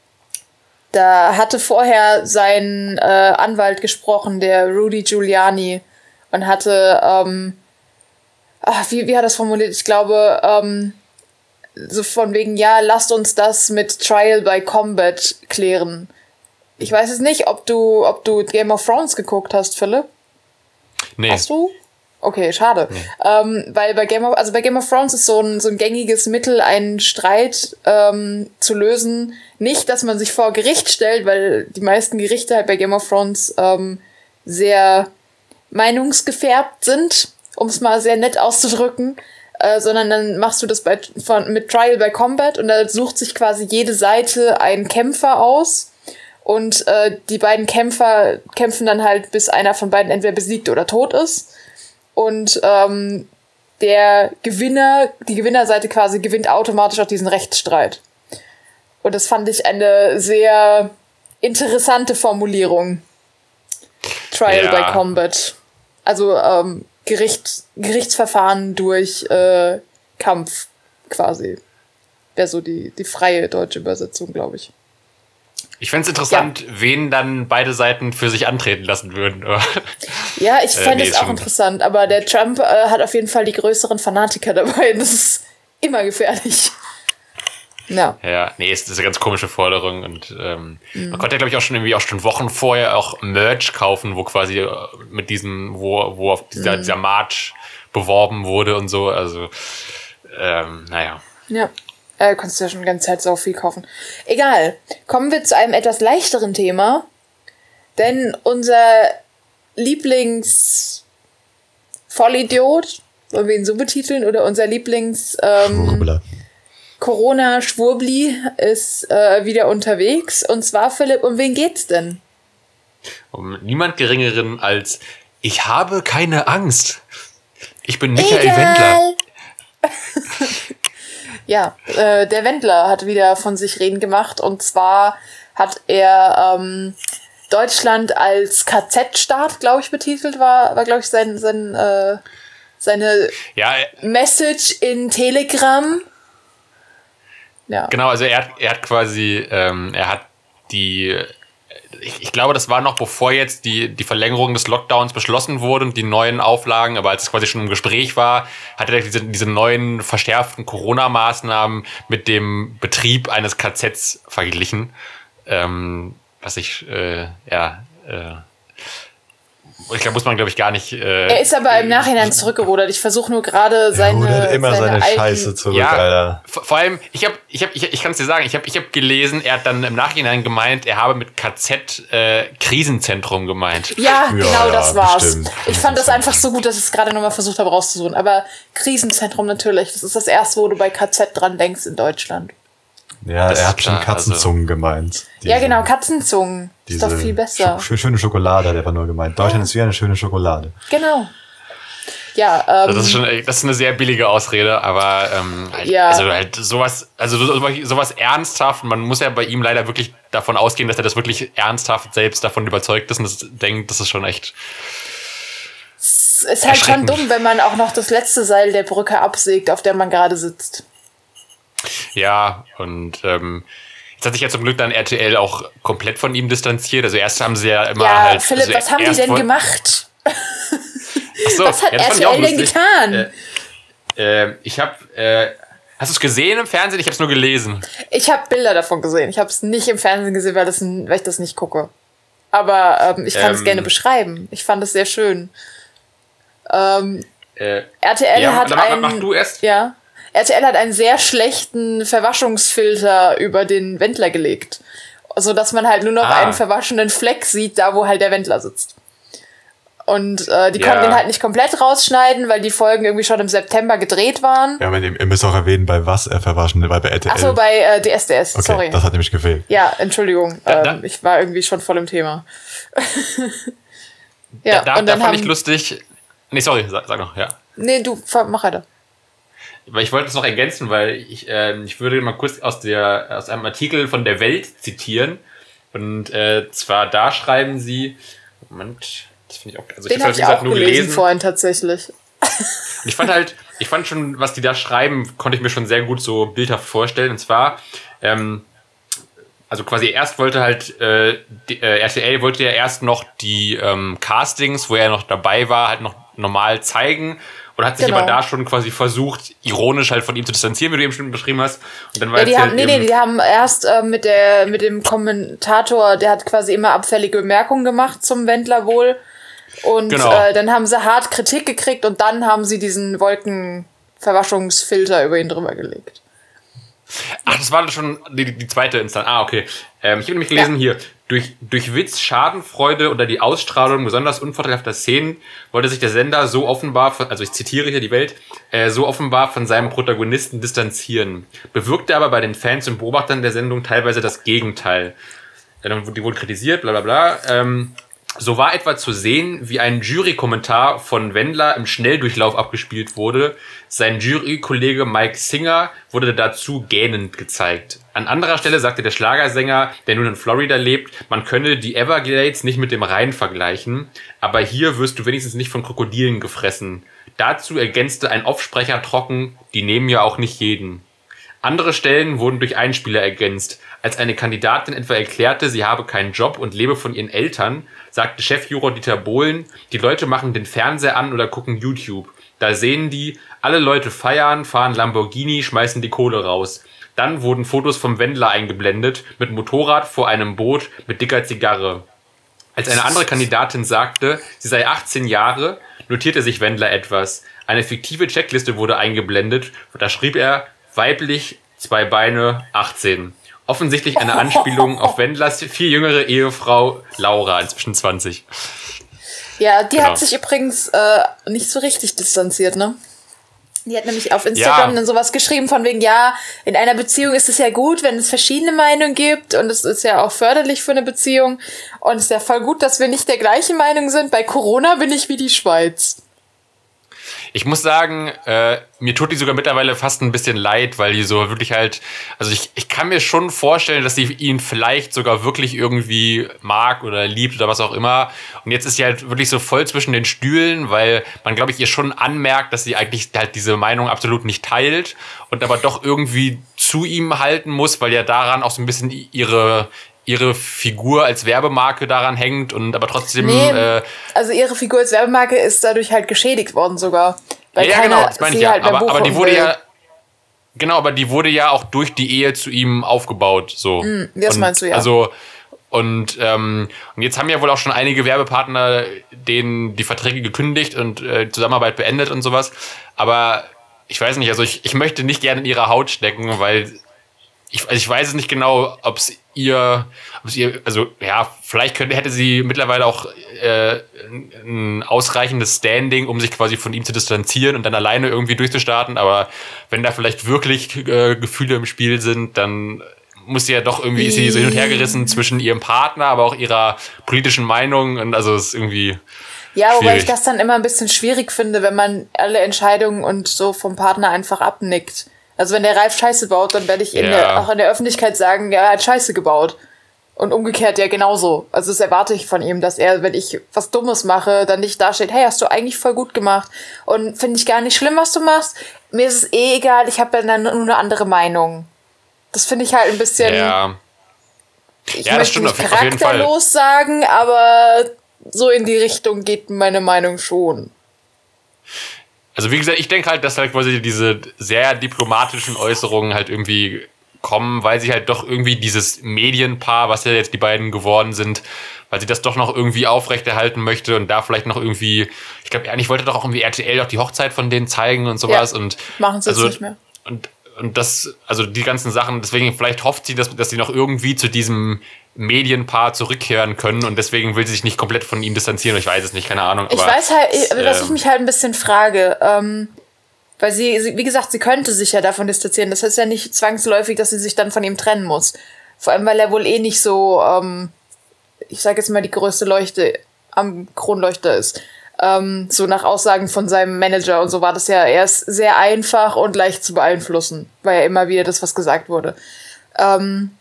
da hatte vorher sein äh, Anwalt gesprochen, der Rudy Giuliani, und hatte, ähm, ach, wie, wie hat er das formuliert? Ich glaube, ähm, so von wegen, ja, lasst uns das mit Trial by Combat klären. Ich weiß jetzt nicht, ob du, ob du Game of Thrones geguckt hast, Philipp? Nee. Hast du? Okay, schade. Nee. Ähm, weil bei Game of, also bei Game of Thrones ist so ein, so ein gängiges Mittel, einen Streit ähm, zu lösen. Nicht, dass man sich vor Gericht stellt, weil die meisten Gerichte halt bei Game of Thrones ähm, sehr meinungsgefärbt sind, um es mal sehr nett auszudrücken, äh, sondern dann machst du das bei, von, mit Trial by Combat und da sucht sich quasi jede Seite einen Kämpfer aus und äh, die beiden Kämpfer kämpfen dann halt, bis einer von beiden entweder besiegt oder tot ist und ähm, der Gewinner, die Gewinnerseite quasi gewinnt automatisch auch diesen Rechtsstreit. Und das fand ich eine sehr interessante Formulierung. Trial ja. by Combat. Also ähm, Gericht, Gerichtsverfahren durch äh, Kampf quasi. Wäre so die, die freie deutsche Übersetzung, glaube ich. Ich fände es interessant, ja. wen dann beide Seiten für sich antreten lassen würden. Ja, ich fände äh, nee, es auch interessant, aber der Trump äh, hat auf jeden Fall die größeren Fanatiker dabei. Das ist immer gefährlich. Ja. Ja, nee, ist, ist eine ganz komische Forderung und ähm, mhm. man konnte ja, glaube ich, auch schon irgendwie auch schon Wochen vorher auch Merch kaufen, wo quasi mit diesem, wo, wo auf dieser, mhm. dieser March beworben wurde und so, also ähm, naja. Ja, äh, konntest du ja schon die ganze Zeit so viel kaufen. Egal, kommen wir zu einem etwas leichteren Thema, denn unser Lieblings-Vollidiot, wollen wir ihn so betiteln, oder unser Lieblings- ähm, Corona-Schwurbli ist äh, wieder unterwegs. Und zwar, Philipp, um wen geht's denn? Um niemand Geringeren als ich habe keine Angst. Ich bin Michael Egal. Wendler. Ja, äh, der Wendler hat wieder von sich reden gemacht. Und zwar hat er ähm, Deutschland als K Z-Staat, glaube ich, betitelt. War, war glaube ich, sein, sein, äh, seine ja, Message in Telegram. Ja. Genau, also er hat, er hat quasi, ähm, er hat die ich, ich glaube, das war noch bevor jetzt die, die Verlängerung des Lockdowns beschlossen wurde und die neuen Auflagen, aber als es quasi schon im Gespräch war, hat er diese, diese neuen verschärften Corona-Maßnahmen mit dem Betrieb eines K Zs verglichen. Ähm, was ich, äh, ja, äh, ich glaube, muss man, glaube ich, gar nicht. Äh, er ist aber im Nachhinein zurückgerudert. Ich versuche nur gerade seine. Er rudert immer seine, alten, Scheiße zurück, ja, Alter. Vor, vor allem, ich habe, ich habe, ich, ich kann es dir sagen, ich habe, ich habe gelesen, er hat dann im Nachhinein gemeint, er habe mit K Z äh, Krisenzentrum gemeint. Ja, genau, ja, das war's. bestimmt. Ich fand das einfach so gut, dass ich es gerade nochmal versucht habe rauszusuchen. Aber Krisenzentrum natürlich, das ist das erste, wo du bei K Z dran denkst in Deutschland. Ja, Das er ist hat schon klar, Katzenzungen gemeint. Ja, Diese- genau, Katzenzungen. Ist doch diese viel besser. Sch schöne Schokolade hat er einfach nur gemeint. Deutschland ist wie eine schöne Schokolade. Genau. Ja, ähm, Das ist schon, das ist eine sehr billige Ausrede, aber ähm, halt, Ja. also halt sowas, also so- sowas ernsthaft. Man muss ja bei ihm leider wirklich davon ausgehen, dass er das wirklich ernsthaft selbst davon überzeugt ist und das denkt, das ist schon echt. es ist halt schon erschreckend. dumm, wenn man auch noch das letzte Seil der Brücke absägt, auf der man gerade sitzt. Ja, und ähm, jetzt hat sich ja zum Glück dann R T L auch komplett von ihm distanziert. Also erst haben sie ja immer Ja, halt. Philipp, also was haben die erst denn woll- gemacht? Ach so, Was hat ja, das fand R T ich auch L denn lustig. getan? Äh, äh, ich habe, äh, hast du es gesehen im Fernsehen? Ich habe es nur gelesen. Ich habe Bilder davon gesehen. Ich habe es nicht im Fernsehen gesehen, weil, das, weil ich das nicht gucke. Aber ähm, ich kann es Ähm. gerne beschreiben. Ich fand es sehr schön. Ähm, Äh, R T L ja, hat dann mach, einen, mach du erst. ja, R T L hat einen sehr schlechten Verwaschungsfilter über den Wendler gelegt, so dass man halt nur noch Ah. einen verwaschenen Fleck sieht, da wo halt der Wendler sitzt. Und äh, die Ja. konnten ihn halt nicht komplett rausschneiden, weil die Folgen irgendwie schon im September gedreht waren. Ja, aber ihr ihr müsst auch erwähnen, bei was er verwaschen, weil bei R T L. Achso, bei äh, D S D S, okay, sorry. das hat nämlich gefehlt. Ja, Entschuldigung, Da- da- ähm, ich war irgendwie schon voll im Thema. ja, Da, da, und da dann fand haben, ich lustig. Nee, sorry, sag, sag noch, ja. Nee, du, fa- mach weiter. Weil ich wollte es noch ergänzen, weil ich, ähm, ich würde mal kurz aus, der, aus einem Artikel von der Welt zitieren. Und äh, zwar da schreiben sie, Moment, das finde ich auch, also ich Den habe habe es ich wie gesagt auch nur gelesen, gelesen. vorhin tatsächlich. Und ich fand halt, ich fand schon, was die da schreiben, konnte ich mir schon sehr gut so bildhaft vorstellen. Und zwar, ähm, also quasi erst wollte halt, äh, die, äh, R T L wollte ja erst noch die ähm, Castings, wo er noch dabei war, halt noch normal zeigen. Und hat sich Genau. aber da schon quasi versucht, ironisch halt von ihm zu distanzieren, wie du eben schon beschrieben hast. Und dann war Ja, die jetzt haben, halt nee, eben- nee, die haben erst äh, mit der mit dem Kommentator, der hat quasi immer abfällige Bemerkungen gemacht zum Wendler wohl. Und Genau. äh, dann haben sie hart Kritik gekriegt und dann haben sie diesen Wolkenverwaschungsfilter über ihn drüber gelegt. Ach, das war schon die, die zweite Instanz. Ah, okay. Ähm, ich habe nämlich gelesen Ja. hier, durch, durch Witz, Schadenfreude oder die Ausstrahlung besonders unvorteilhafter Szenen wollte sich der Sender so offenbar, von, also ich zitiere hier die Welt, äh, so offenbar von seinem Protagonisten distanzieren. Bewirkte aber bei den Fans und Beobachtern der Sendung teilweise das Gegenteil. Ja, dann, die wurden kritisiert, bla bla bla. Ähm, So war etwa zu sehen, wie ein Jury-Kommentar von Wendler im Schnelldurchlauf abgespielt wurde. Sein Jury-Kollege Mike Singer wurde dazu gähnend gezeigt. An anderer Stelle sagte der Schlagersänger, der nun in Florida lebt, man könne die Everglades nicht mit dem Rhein vergleichen, aber hier wirst du wenigstens nicht von Krokodilen gefressen. Dazu ergänzte ein Offsprecher trocken, die nehmen ja auch nicht jeden. Andere Stellen wurden durch Einspieler ergänzt. Als eine Kandidatin etwa erklärte, sie habe keinen Job und lebe von ihren Eltern, sagte Chefjuror Dieter Bohlen, die Leute machen den Fernseher an oder gucken YouTube. Da sehen die, alle Leute feiern, fahren Lamborghini, schmeißen die Kohle raus. Dann wurden Fotos vom Wendler eingeblendet, mit Motorrad vor einem Boot mit dicker Zigarre. Als eine andere Kandidatin sagte, sie sei achtzehn Jahre, notierte sich Wendler etwas. Eine fiktive Checkliste wurde eingeblendet, da schrieb er, weiblich, zwei Beine, achtzehn. Offensichtlich eine Anspielung auf Wendlers viel jüngere Ehefrau Laura, inzwischen zwanzig. Ja, die Genau. hat sich übrigens äh, nicht so richtig distanziert, ne? Die hat nämlich auf Instagram Ja. dann sowas geschrieben von wegen, ja, in einer Beziehung ist es ja gut, wenn es verschiedene Meinungen gibt und es ist ja auch förderlich für eine Beziehung und es ist ja voll gut, dass wir nicht der gleichen Meinung sind. Bei Corona bin ich wie die Schweiz. Ich muss sagen, äh, mir tut die sogar mittlerweile fast ein bisschen leid, weil die so wirklich halt, also ich, ich kann mir schon vorstellen, dass sie ihn vielleicht sogar wirklich irgendwie mag oder liebt oder was auch immer. Und jetzt ist sie halt wirklich so voll zwischen den Stühlen, weil man, glaube ich, ihr schon anmerkt, dass sie eigentlich halt diese Meinung absolut nicht teilt und aber doch irgendwie zu ihm halten muss, weil ja daran auch so ein bisschen ihre ihre Figur als Werbemarke daran hängt und aber trotzdem... Nee, äh, also ihre Figur als Werbemarke ist dadurch halt geschädigt worden sogar. Weil ja, keiner genau, das meine ich sie ja. halt mehr aber, aber die buchen wurde will. ja... Genau, aber die wurde ja auch durch die Ehe zu ihm aufgebaut. So. Mm, das und, meinst du, ja. Also, und, ähm, und jetzt haben ja wohl auch schon einige Werbepartner denen die Verträge gekündigt und äh, die Zusammenarbeit beendet und sowas. Aber ich weiß nicht, also ich, ich möchte nicht gerne in ihrer Haut stecken, weil ich, also ich weiß es nicht genau, ob es ihr, ob es ihr, also ja, vielleicht könnte, hätte sie mittlerweile auch äh, ein ausreichendes Standing, um sich quasi von ihm zu distanzieren und dann alleine irgendwie durchzustarten. Aber wenn da vielleicht wirklich äh, Gefühle im Spiel sind, dann muss sie ja doch irgendwie, ist sie so hin und her gerissen zwischen ihrem Partner, aber auch ihrer politischen Meinung. Und also es ist irgendwie Ja, wobei schwierig. ich das dann immer ein bisschen schwierig finde, wenn man alle Entscheidungen und so vom Partner einfach abnickt. Also wenn der Ralf Scheiße baut, dann werde ich in Ja. der, auch in der Öffentlichkeit sagen, ja, er hat Scheiße gebaut. Und umgekehrt ja genauso. Also das erwarte ich von ihm, dass er, wenn ich was Dummes mache, dann nicht dasteht, hey, hast du eigentlich voll gut gemacht. Und finde ich gar nicht schlimm, was du machst. Mir ist es eh egal, ich habe ja dann nur eine andere Meinung. Das finde ich halt ein bisschen... Ja, Ich Ja, das möchte stimmt nicht auf- auf jeden Fall. charakterlos sagen, aber so in die Richtung geht meine Meinung schon. also wie gesagt, ich denke halt, dass halt quasi diese sehr diplomatischen Äußerungen halt irgendwie kommen, weil sie halt doch irgendwie dieses Medienpaar, was ja jetzt die beiden geworden sind, weil sie das doch noch irgendwie aufrechterhalten möchte und da vielleicht noch irgendwie, ich glaube, eigentlich wollte doch auch irgendwie R T L doch die Hochzeit von denen zeigen und sowas. Ja, und machen sie jetzt also, nicht mehr. Und, und das, also die ganzen Sachen, deswegen vielleicht hofft sie, dass, dass sie noch irgendwie zu diesem Medienpaar zurückkehren können und deswegen will sie sich nicht komplett von ihm distanzieren. Ich weiß es nicht, keine Ahnung. Ich aber, weiß halt, ich- was ich ähm, mich halt ein bisschen frage, ähm, weil sie, sie, wie gesagt, sie könnte sich ja davon distanzieren. Das heißt ja nicht zwangsläufig, dass sie sich dann von ihm trennen muss. Vor allem, weil er wohl eh nicht so, ähm, ich sag jetzt mal, die größte Leuchte am Kronleuchter ist. Ähm, so nach Aussagen von seinem Manager und so war das ja erst sehr einfach und leicht zu beeinflussen, weil ja immer wieder das, was gesagt wurde. Ähm,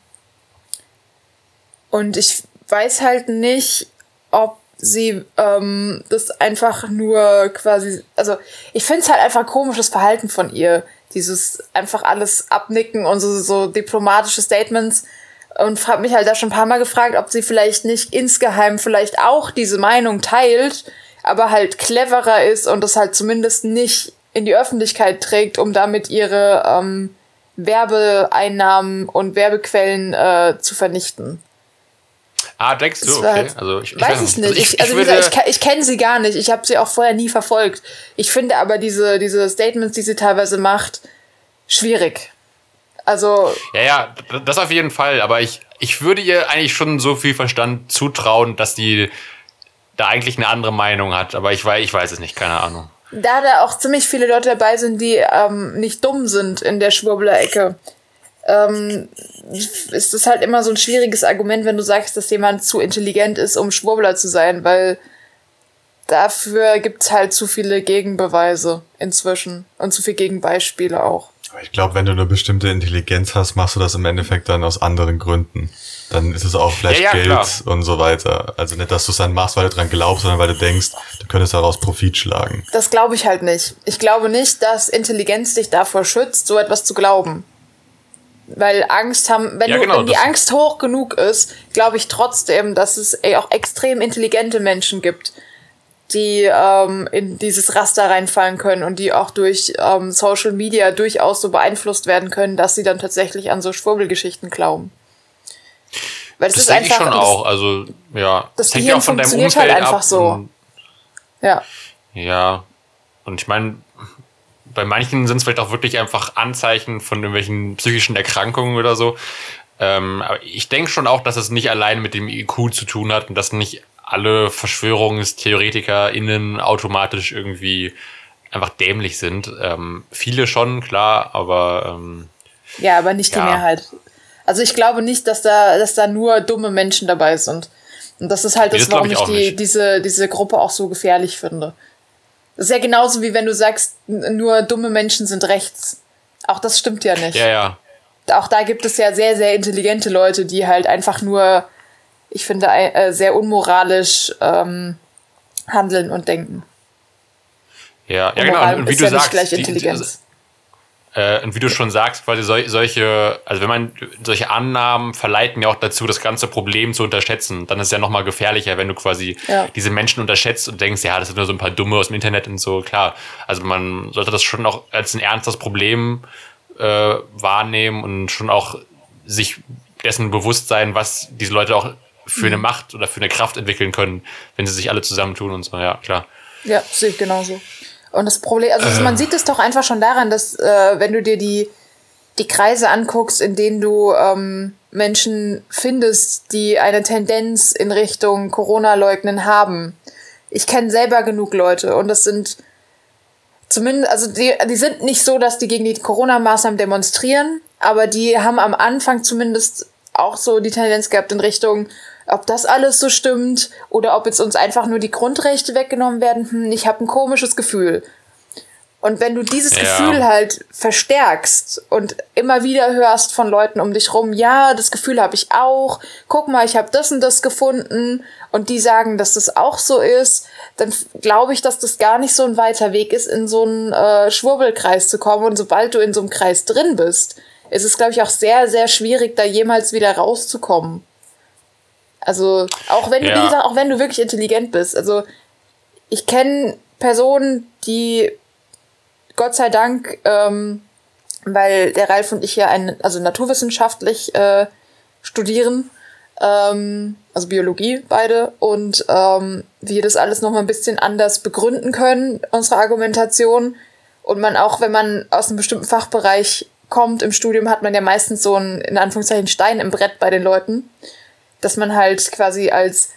und ich weiß halt nicht, ob sie ähm, das einfach nur quasi, also ich finde es halt einfach komisches Verhalten von ihr, dieses einfach alles abnicken und so, so diplomatische Statements, und habe mich halt da schon ein paar Mal gefragt, ob sie vielleicht nicht insgeheim vielleicht auch diese Meinung teilt, aber halt cleverer ist und das halt zumindest nicht in die Öffentlichkeit trägt, um damit ihre ähm, Werbeeinnahmen und Werbequellen äh, zu vernichten. Ah, denkst du? Das war Okay. halt- Also ich, ich weiß ich nicht. Ich, also wie würde, gesagt, ich, ke- ich kenne sie gar nicht. Ich habe sie auch vorher nie verfolgt. Ich finde aber diese, diese Statements, die sie teilweise macht, schwierig. Also, ja, ja, das auf jeden Fall. Aber ich, ich würde ihr eigentlich schon so viel Verstand zutrauen, dass die da eigentlich eine andere Meinung hat. Aber ich weiß, ich weiß es nicht, keine Ahnung. da da auch ziemlich viele Leute dabei sind, die ähm, nicht dumm sind in der Schwurbler-Ecke, ähm, ist das halt immer so ein schwieriges Argument, wenn du sagst, dass jemand zu intelligent ist, um Schwurbler zu sein, weil dafür gibt's halt zu viele Gegenbeweise inzwischen und zu viele Gegenbeispiele auch. Aber ich glaube, wenn du eine bestimmte Intelligenz hast, machst du das im Endeffekt dann aus anderen Gründen. Dann ist es auch vielleicht Ja, ja, Geld klar. und so weiter. Also nicht, dass du es dann machst, weil du dran glaubst, sondern weil du denkst, du könntest daraus Profit schlagen. Das glaube ich halt nicht. Ich glaube nicht, dass Intelligenz dich davor schützt, so etwas zu glauben. Weil Angst haben, wenn, Ja, du, genau, wenn die das- Angst hoch genug ist, glaube ich trotzdem, dass es ey, auch extrem intelligente Menschen gibt, die ähm, in dieses Raster reinfallen können und die auch durch ähm, Social Media durchaus so beeinflusst werden können, dass sie dann tatsächlich an so Schwurbelgeschichten glauben. Weil es Das ist denke ich einfach, schon das, auch. Also, ja. das hängt ja Gehirn auch von deinem funktioniert Umfeld halt einfach ab. so. Und, Ja. ja. Und ich meine, bei manchen sind es vielleicht auch wirklich einfach Anzeichen von irgendwelchen psychischen Erkrankungen oder so. Ähm, aber ich denke schon auch, dass es nicht allein mit dem I Q zu tun hat und dass nicht alle VerschwörungstheoretikerInnen automatisch irgendwie einfach dämlich sind. Ähm, viele schon, klar, aber ähm, Ja, aber nicht die Ja. Mehrheit. Also ich glaube nicht, dass da, dass da nur dumme Menschen dabei sind. Und das ist halt Nee, das, das glaub warum ich ich auch die, nicht. diese, diese Gruppe auch so gefährlich finde. Das ist ja genauso wie wenn du sagst, n- nur dumme Menschen sind rechts. Auch das stimmt ja nicht. ja, ja. Auch da gibt es ja sehr, sehr intelligente Leute, die halt einfach nur, ich finde, äh, sehr unmoralisch ähm, handeln und denken. Ja, ja Und genau. Moral Und wie ist du ja nicht sagst, gleich die- Intelligenz. Äh, und wie du schon sagst, quasi sol- solche, also wenn man solche Annahmen verleiten ja auch dazu, das ganze Problem zu unterschätzen. Dann ist es ja nochmal gefährlicher, wenn du quasi Ja. diese Menschen unterschätzt und denkst, ja, das sind nur so ein paar Dumme aus dem Internet und so. Klar, also man sollte das schon auch als ein ernstes Problem äh, wahrnehmen und schon auch sich dessen bewusst sein, was diese Leute auch für eine Macht oder für eine Kraft entwickeln können, wenn sie sich alle zusammentun und so. Ja, klar. Ja, sehe ich genauso. Und das Problem, also man sieht es doch einfach schon daran, dass äh, wenn du dir die, die Kreise anguckst, in denen du ähm, Menschen findest, die eine Tendenz in Richtung Corona-Leugnen haben. Ich kenne selber genug Leute und das sind zumindest, also die, die sind nicht so, dass die gegen die Corona-Maßnahmen demonstrieren, aber die haben am Anfang zumindest auch so die Tendenz gehabt in Richtung, ob das alles so stimmt oder ob jetzt uns einfach nur die Grundrechte weggenommen werden. Hm, ich habe ein komisches Gefühl. Und wenn du dieses Ja. Gefühl halt verstärkst und immer wieder hörst von Leuten um dich rum, ja, das Gefühl habe ich auch, guck mal, ich habe das und das gefunden und die sagen, dass das auch so ist, dann glaube ich, dass das gar nicht so ein weiter Weg ist, in so einen äh, Schwurbelkreis zu kommen. Und sobald du in so einem Kreis drin bist, ist es, glaube ich, auch sehr, sehr schwierig, da jemals wieder rauszukommen. Also, auch wenn, Ja. wie gesagt, auch wenn du wirklich intelligent bist. Also, ich kenne Personen, die Gott sei Dank, ähm, weil der Ralf und ich ja ein, also naturwissenschaftlich äh, studieren, ähm, also Biologie beide, und ähm, wir das alles nochmal ein bisschen anders begründen können, unsere Argumentation. Und man auch, wenn man aus einem bestimmten Fachbereich kommt im Studium, hat man ja meistens so einen, in Anführungszeichen, Stein im Brett bei den Leuten, dass man halt quasi als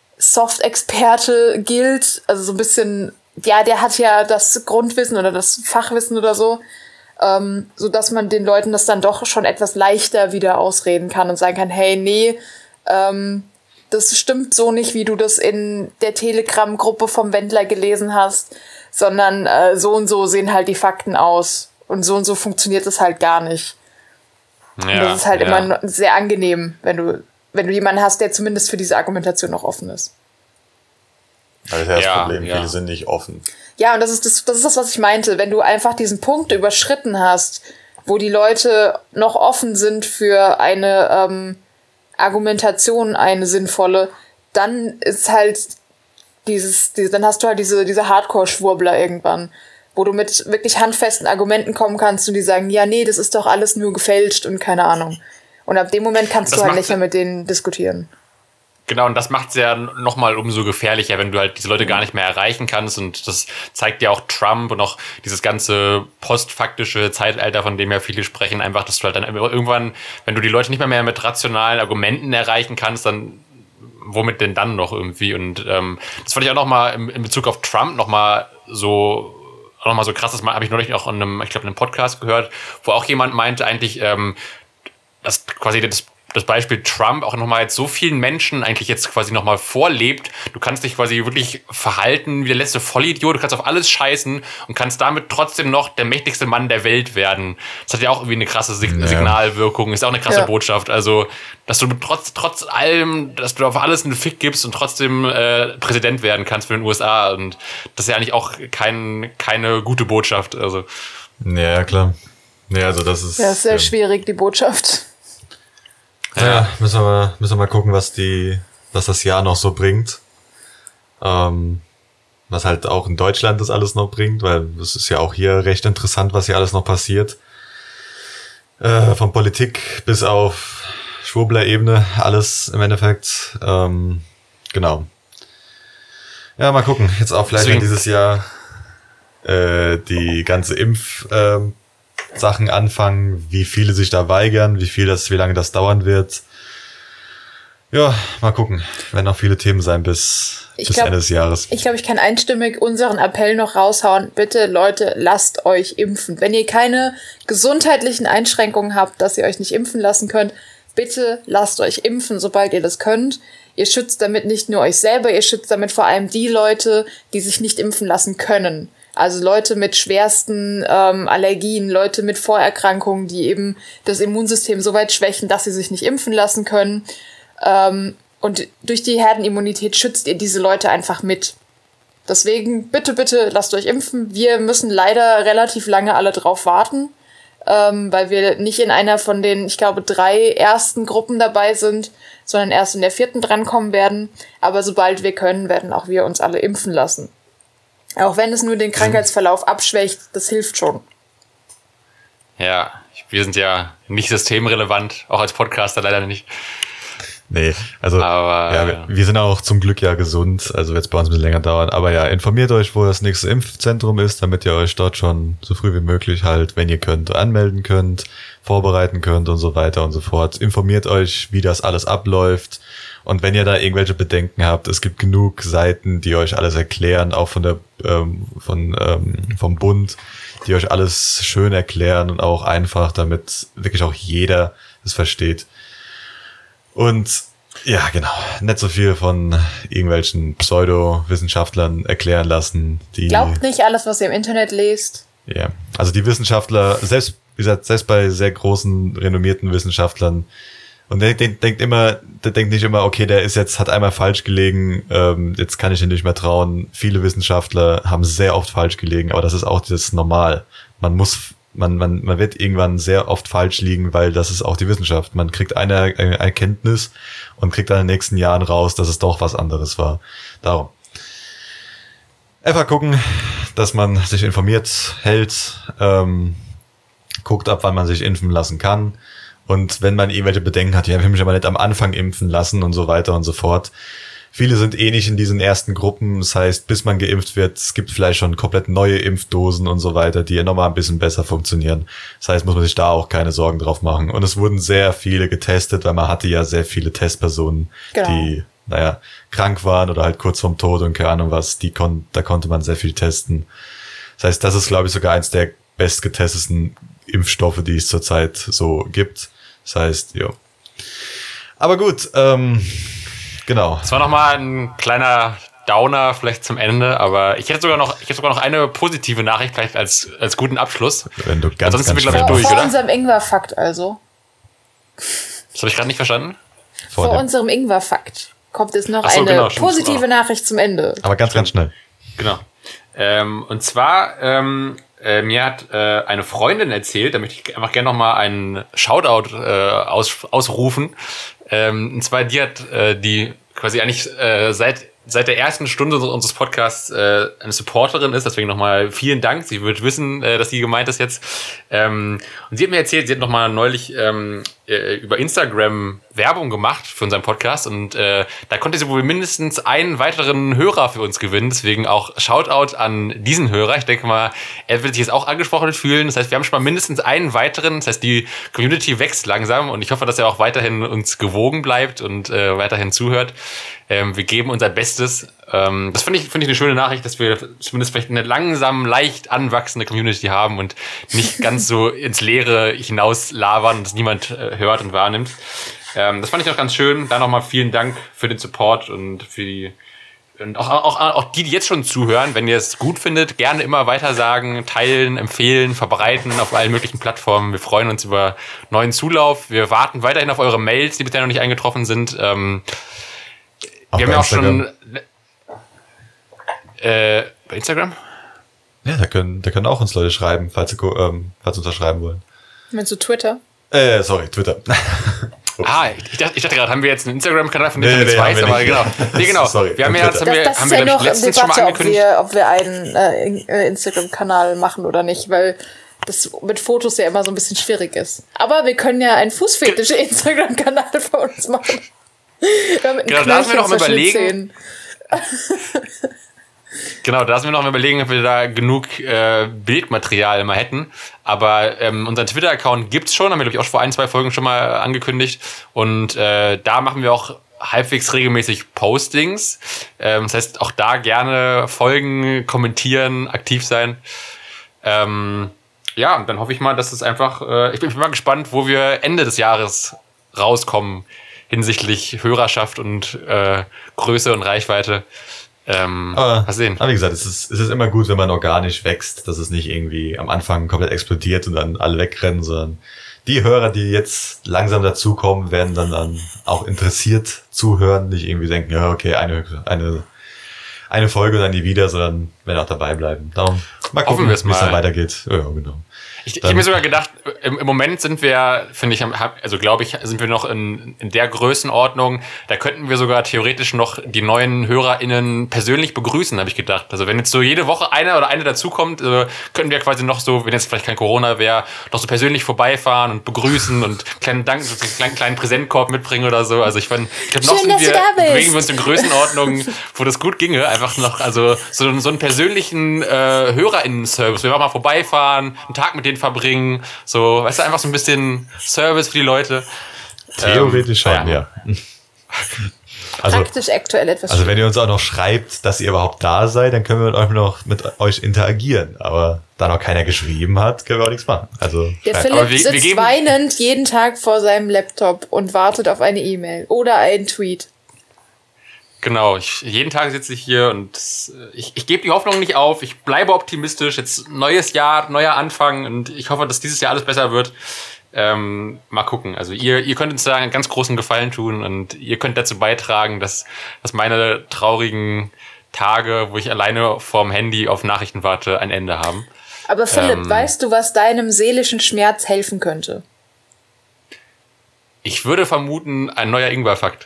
Soft-Experte gilt, also so ein bisschen, ja, der hat ja das Grundwissen oder das Fachwissen oder so, ähm, so dass man den Leuten das dann doch schon etwas leichter wieder ausreden kann und sagen kann, hey, nee, ähm, das stimmt so nicht, wie du das in der Telegram-Gruppe vom Wendler gelesen hast, sondern äh, so und so sehen halt die Fakten aus und so und so funktioniert es halt gar nicht. Ja, Und das ist halt ja. immer no- sehr angenehm, wenn du wenn du jemanden hast, der zumindest für diese Argumentation noch offen ist. Das ist ja das Ja, Problem, ja. viele sind nicht offen. Ja, und das ist das, das ist das, was ich meinte. Wenn du einfach diesen Punkt überschritten hast, wo die Leute noch offen sind für eine ähm, Argumentation, eine sinnvolle, dann ist halt dieses, diese, dann hast du halt diese, diese Hardcore-Schwurbler irgendwann, wo du mit wirklich handfesten Argumenten kommen kannst und die sagen, ja, nee, das ist doch alles nur gefälscht und keine Ahnung. Und ab dem Moment kannst Das du halt macht- nicht mehr mit denen diskutieren. Genau, und das macht es ja nochmal umso gefährlicher, wenn du halt diese Leute gar nicht mehr erreichen kannst. Und das zeigt ja auch Trump und auch dieses ganze postfaktische Zeitalter, von dem ja viele sprechen, einfach, dass du halt dann irgendwann, wenn du die Leute nicht mehr, mehr mit rationalen Argumenten erreichen kannst, dann womit denn dann noch irgendwie? Und ähm, das fand ich auch nochmal in, in Bezug auf Trump nochmal so auch nochmal so krass, das habe ich neulich auch in einem, ich glaube, in einem Podcast gehört, wo auch jemand meinte eigentlich, ähm, dass quasi das, das Beispiel Trump auch nochmal jetzt so vielen Menschen eigentlich jetzt quasi nochmal vorlebt. Du kannst dich quasi wirklich verhalten wie der letzte Vollidiot, du kannst auf alles scheißen und kannst damit trotzdem noch der mächtigste Mann der Welt werden. Das hat ja auch irgendwie eine krasse Sig- Ja. Signalwirkung, ist auch eine krasse Ja. Botschaft. Also, dass du trotz, trotz allem, dass du auf alles einen Fick gibst und trotzdem äh, Präsident werden kannst für den U S A. Und das ist ja eigentlich auch kein, keine gute Botschaft. Also, Ja, klar. Ja, also das ist. Ja, ist sehr ähm, schwierig, die Botschaft. Ja, müssen wir mal, müssen wir mal gucken, was die, was das Jahr noch so bringt. Ähm, was halt auch in Deutschland das alles noch bringt, weil es ist ja auch hier recht interessant, was hier alles noch passiert. Äh, von Politik bis auf Schwurbler-Ebene, alles im Endeffekt. Ähm, genau. Ja, mal gucken. Jetzt auch vielleicht, wenn Deswegen- dieses Jahr äh, die ganze Impf, ähm, Sachen anfangen, wie viele sich da weigern, wie viel das, wie lange das dauern wird. Ja, mal gucken. Werden noch viele Themen sein bis, Ich bis glaub- Ende des Jahres. Ich glaube, ich kann einstimmig unseren Appell noch raushauen. Bitte, Leute, lasst euch impfen. Wenn ihr keine gesundheitlichen Einschränkungen habt, dass ihr euch nicht impfen lassen könnt, bitte lasst euch impfen, sobald ihr das könnt. Ihr schützt damit nicht nur euch selber, ihr schützt damit vor allem die Leute, die sich nicht impfen lassen können. Also Leute mit schwersten ähm, Allergien, Leute mit Vorerkrankungen, die eben das Immunsystem so weit schwächen, dass sie sich nicht impfen lassen können. Ähm, und durch die Herdenimmunität schützt ihr diese Leute einfach mit. Deswegen, bitte, bitte, lasst euch impfen. Wir müssen leider relativ lange alle drauf warten. ähm, weil wir nicht in einer von den, ich glaube, drei ersten Gruppen dabei sind, sondern erst in der vierten drankommen werden. Aber sobald wir können, werden auch wir uns alle impfen lassen. Auch wenn es nur den Krankheitsverlauf abschwächt, das hilft schon. Ja, wir sind ja nicht systemrelevant, auch als Podcaster leider nicht. Nee, also Aber, ja, wir, wir sind auch zum Glück ja gesund, also wird es bei uns ein bisschen länger dauern. Aber ja, informiert euch, wo das nächste Impfzentrum ist, damit ihr euch dort schon so früh wie möglich halt, wenn ihr könnt, anmelden könnt, vorbereiten könnt und so weiter und so fort. Informiert euch, wie das alles abläuft. Und wenn ihr da irgendwelche Bedenken habt, es gibt genug Seiten, die euch alles erklären, auch von der ähm, von ähm, vom Bund, die euch alles schön erklären und auch einfach, damit wirklich auch jeder es versteht. Und ja, genau, nicht so viel von irgendwelchen Pseudo-Wissenschaftlern erklären lassen. Die Glaubt nicht alles, was ihr im Internet lest. Ja, also die Wissenschaftler, selbst wie gesagt, selbst bei sehr großen, renommierten Wissenschaftlern, und der denkt, denkt immer, der denkt nicht immer, okay, der ist jetzt, hat einmal falsch gelegen, ähm, jetzt kann ich ihm nicht mehr trauen. Viele Wissenschaftler haben sehr oft falsch gelegen, aber das ist auch das Normal. Man muss Man, man, man wird irgendwann sehr oft falsch liegen, weil das ist auch die Wissenschaft. Man kriegt eine Erkenntnis und kriegt dann in den nächsten Jahren raus, dass es doch was anderes war. Darum. Einfach gucken, dass man sich informiert hält, ähm, guckt ab, wann man sich impfen lassen kann. Und wenn man irgendwelche Bedenken hat, ja, ich will mich aber nicht am Anfang impfen lassen und so weiter und so fort. Viele sind eh nicht in diesen ersten Gruppen, das heißt, bis man geimpft wird, es gibt vielleicht schon komplett neue Impfdosen und so weiter, die nochmal ein bisschen besser funktionieren. Das heißt, muss man sich da auch keine Sorgen drauf machen. Und es wurden sehr viele getestet, weil man hatte ja sehr viele Testpersonen, genau. die, naja, krank waren oder halt kurz vorm Tod und keine Ahnung was, die kon- da konnte man sehr viel testen. Das heißt, das ist, glaube ich, sogar eins der bestgetestesten Impfstoffe, die es zurzeit so gibt. Das heißt, ja. Aber gut, ähm, genau. Das war nochmal ein kleiner Downer vielleicht zum Ende, aber ich hätte sogar noch, ich hätte sogar noch eine positive Nachricht vielleicht als, als guten Abschluss. Wenn du ganz, Ansonsten ganz sind wir, Vor, glaube ich, durch, vor oder? unserem Ingwer-Fakt also. Das habe ich gerade nicht verstanden. Vor, dem- unserem Ingwer-Fakt kommt es noch Ach so, eine genau, stimmt, positive stimmt. Nachricht zum Ende. Aber ganz, ganz schnell. Genau. Ähm, und zwar, ähm, äh, mir hat äh, eine Freundin erzählt, da möchte ich einfach gerne nochmal einen Shoutout äh, aus, ausrufen. Ähm, und zwar, die hat äh, die quasi eigentlich äh, seit seit der ersten Stunde unseres Podcasts äh, eine Supporterin ist, deswegen nochmal vielen Dank. Sie wird wissen, äh, dass sie gemeint ist jetzt. Ähm, und sie hat mir erzählt, sie hat nochmal neulich ähm, äh, über Instagram Werbung gemacht für unseren Podcast und äh, da konnte sie wohl mindestens einen weiteren Hörer für uns gewinnen. Deswegen auch Shoutout an diesen Hörer. Ich denke mal, er wird sich jetzt auch angesprochen fühlen. Das heißt, wir haben schon mal mindestens einen weiteren. Das heißt, die Community wächst langsam und ich hoffe, dass er auch weiterhin uns gewogen bleibt und äh, weiterhin zuhört. Ähm, wir geben unser Bestes. Ähm, das finde ich, finde ich eine schöne Nachricht, dass wir zumindest vielleicht eine langsam, leicht anwachsende Community haben und nicht ganz so ins Leere hinaus labern und das niemand äh, hört und wahrnimmt. Ähm, das fand ich auch ganz schön. Da nochmal vielen Dank für den Support und für die und auch, auch, auch die, die jetzt schon zuhören, wenn ihr es gut findet, gerne immer weiter sagen, teilen, empfehlen, verbreiten auf allen möglichen Plattformen. Wir freuen uns über neuen Zulauf. Wir warten weiterhin auf eure Mails, die bisher noch nicht eingetroffen sind. Ähm, Auch wir bei haben ja auch Instagram. schon äh, bei Instagram? Ja, da können, da können auch uns Leute schreiben, falls sie, ko- ähm, falls sie uns da schreiben wollen. Meinst du Twitter? Äh, sorry, Twitter. Ah, ich dachte, ich dachte gerade, haben wir jetzt einen Instagram-Kanal, von dem Nee, man jetzt nee, haben weiß, wir aber nicht. genau. Nee, genau. Sorry, wir haben ja, das haben Das, wir, das haben ist wir ja glaub noch ich, eine letztens schon mal Debatte, ob angekündigt. wir, ob wir einen äh, äh, Instagram-Kanal machen oder nicht, weil das mit Fotos ja immer so ein bisschen schwierig ist. Aber wir können ja einen Fußfetisch-Instagram-Kanal für uns machen. Ja, mit einem Genau, da müssen wir noch mal Knöllchen zwischen den überlegen. Genau, da müssen wir noch mal überlegen, ob wir da genug äh, Bildmaterial immer hätten. Aber ähm, unseren Twitter-Account gibt's schon, haben wir, glaube ich, auch vor ein, zwei Folgen schon mal angekündigt. Und äh, da machen wir auch halbwegs regelmäßig Postings. Ähm, das heißt, auch da gerne folgen, kommentieren, aktiv sein. Ähm, ja, und dann hoffe ich mal, dass es einfach, äh, ich bin mal gespannt, wo wir Ende des Jahres rauskommen hinsichtlich Hörerschaft und äh, Größe und Reichweite. Ähm, Aber, mal sehen. aber wie gesagt, es ist, es ist immer gut, wenn man organisch wächst, dass es nicht irgendwie am Anfang komplett explodiert und dann alle wegrennen, sondern die Hörer, die jetzt langsam dazukommen, werden dann, dann auch interessiert zuhören, nicht irgendwie denken, ja, okay, eine, eine, eine Folge und dann nie wieder, sondern werden auch dabei bleiben. Darum mal Hoffen gucken, wie wir's es dann mal. weitergeht. Ja, genau. Ich, ich Dann- habe mir sogar gedacht, im, im Moment sind wir, finde ich, hab, also glaube ich, sind wir noch in, in der Größenordnung, da könnten wir sogar theoretisch noch die neuen HörerInnen persönlich begrüßen, habe ich gedacht. Also wenn jetzt so jede Woche einer oder eine dazukommt, äh, könnten wir quasi noch so, wenn jetzt vielleicht kein Corona wäre, noch so persönlich vorbeifahren und begrüßen und kleinen Dank, so einen kleinen, kleinen Präsentkorb mitbringen oder so. Also ich fand, ich glaube, noch Schön, sind dass wir, du da bist. bewegen wir uns in Größenordnungen, wo das gut ginge. Einfach noch, also so, so einen persönlichen äh, HörerInnen-Service. Wir mal vorbeifahren, einen Tag mit denen verbringen, so, weißt du, einfach so ein bisschen Service für die Leute. Theoretisch ähm, schon, ja. ja. Also, Praktisch aktuell etwas also wenn ihr uns auch noch schreibt, dass ihr überhaupt da seid, dann können wir mit euch noch mit euch interagieren. Aber da noch keiner geschrieben hat, können wir auch nichts machen. Also Der schreibt. Philipp Aber wir- wir sitzt geben- weinend jeden Tag vor seinem Laptop und wartet auf eine E-Mail oder einen Tweet. Genau, ich, jeden Tag sitze ich hier und äh, ich, ich gebe die Hoffnung nicht auf. Ich bleibe optimistisch. Jetzt neues Jahr, neuer Anfang und ich hoffe, dass dieses Jahr alles besser wird. Ähm, mal gucken. Also ihr, ihr könnt uns da einen ganz großen Gefallen tun und ihr könnt dazu beitragen, dass, dass meine traurigen Tage, wo ich alleine vorm Handy auf Nachrichten warte, ein Ende haben. Aber Philipp, Ähm. weißt du, was deinem seelischen Schmerz helfen könnte? Ich würde vermuten, ein neuer Ingwer-Fakt.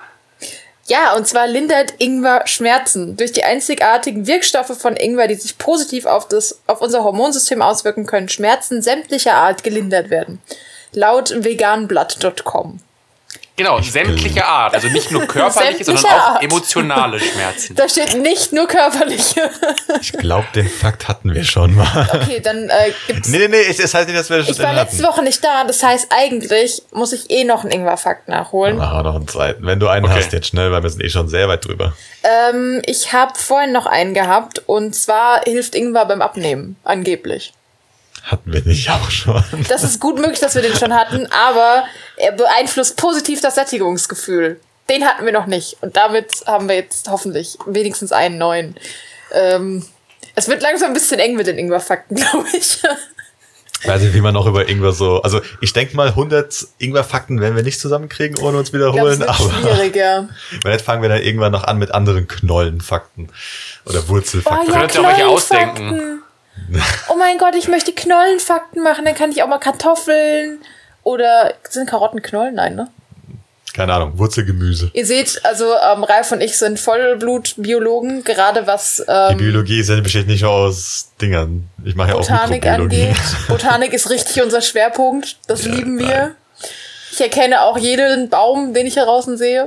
Ja, und zwar lindert Ingwer Schmerzen. Durch die einzigartigen Wirkstoffe von Ingwer, die sich positiv auf, das, auf unser Hormonsystem auswirken, können Schmerzen sämtlicher Art gelindert werden. Laut veganblatt Punkt com. Genau, sämtliche Art. Also nicht nur körperliche, sondern Sämtliche auch Art. emotionale Schmerzen. Da steht nicht nur körperliche. Ich glaube, den Fakt hatten wir schon mal. Okay, dann äh, gibt's... Nee, nee, nee, es ist halt nicht, dass wir das Ich war schon letzte hatten. Woche nicht da, das heißt, eigentlich muss ich eh noch einen Ingwer-Fakt nachholen. Machen wir noch einen zweiten. Wenn du einen Okay. hast, jetzt schnell, weil wir sind eh schon sehr weit drüber. Ähm, ich habe vorhin noch einen gehabt und zwar hilft Ingwer beim Abnehmen, angeblich. Hatten wir nicht auch schon. Das ist gut möglich, dass wir den schon hatten, aber er beeinflusst positiv das Sättigungsgefühl. Den hatten wir noch nicht und damit haben wir jetzt hoffentlich wenigstens einen neuen. Ähm, es wird langsam ein bisschen eng mit den Ingwer-Fakten, glaube ich. Ich weiß nicht, wie man noch über Ingwer so... Also ich denke mal, hundert Ingwer-Fakten werden wir nicht zusammenkriegen, ohne uns Ich glaube, es wiederholen. wird Aber schwieriger. weil jetzt fangen wir dann irgendwann noch an mit anderen Knollenfakten. Oder Wurzelfakten. Oh Könnt ihr euch ja ausdenken. Knollenfakten. Oh mein Gott, ich möchte Knollenfakten machen. Dann kann ich auch mal Kartoffeln oder... Sind Karotten Knollen? Nein, ne? Keine Ahnung, Wurzelgemüse. Ihr seht, also ähm, Ralf und ich sind Vollblut-Biologen, gerade was Die ähm, Biologie ist ja, besteht nicht nur aus Dingern. Ich mache ja auch Botanik Mikrobiologie. angeht. Botanik ist richtig unser Schwerpunkt. Das Ja, lieben wir. nein. Ich erkenne auch jeden Baum, den ich hier draußen sehe.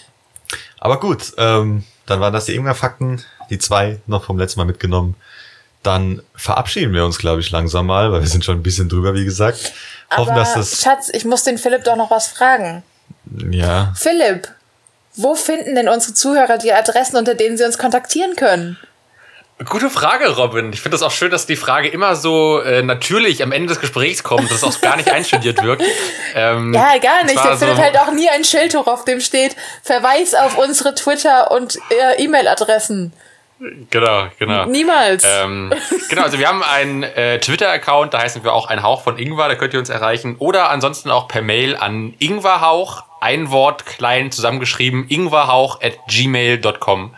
Aber gut, ähm, dann waren das die Ingwer-Fakten. Die zwei noch vom letzten Mal mitgenommen. Dann verabschieden wir uns, glaube ich, langsam mal, weil wir sind schon ein bisschen drüber, wie gesagt. Hoffen, Aber dass das... Schatz, ich muss den Philipp doch noch was fragen. Ja, Philipp, wo finden denn unsere Zuhörer die Adressen, unter denen sie uns kontaktieren können? Gute Frage, Robin. Ich finde das auch schön, dass die Frage immer so äh, natürlich am Ende des Gesprächs kommt, dass es auch gar nicht einstudiert wirkt. Ähm, Ja, gar nicht. zwar Der Philipp so- hält auch nie ein Schild hoch, auf dem steht Verweis auf unsere Twitter- und äh, E-Mail-Adressen. Genau, genau. Niemals. Ähm, genau, also wir haben einen äh, Twitter-Account, da heißen wir auch ein Hauch von Ingwer, da könnt ihr uns erreichen. Oder ansonsten auch per Mail an ingwerhauch, ein Wort klein zusammengeschrieben, ingwerhauch at gmail dot com.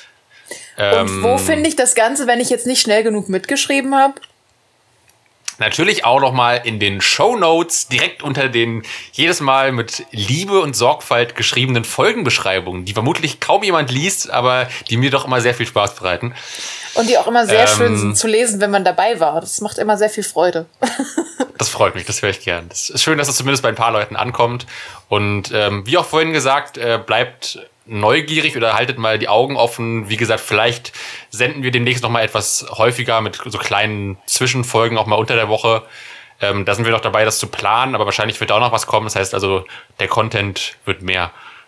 Und wo finde ich das Ganze, wenn ich jetzt nicht schnell genug mitgeschrieben habe? Natürlich auch nochmal in den Shownotes, direkt unter den jedes Mal mit Liebe und Sorgfalt geschriebenen Folgenbeschreibungen, die vermutlich kaum jemand liest, aber die mir doch immer sehr viel Spaß bereiten. Und die auch immer sehr Ähm. schön sind zu lesen, wenn man dabei war. Das macht immer sehr viel Freude. Das freut mich, das höre ich gern. Es ist schön, dass es zumindest bei ein paar Leuten ankommt. Und ähm, wie auch vorhin gesagt, äh, bleibt neugierig oder haltet mal die Augen offen. Wie gesagt, vielleicht senden wir demnächst noch mal etwas häufiger mit so kleinen Zwischenfolgen auch mal unter der Woche. Ähm, da sind wir noch dabei, das zu planen, aber wahrscheinlich wird auch noch was kommen. Das heißt also, der Content wird mehr.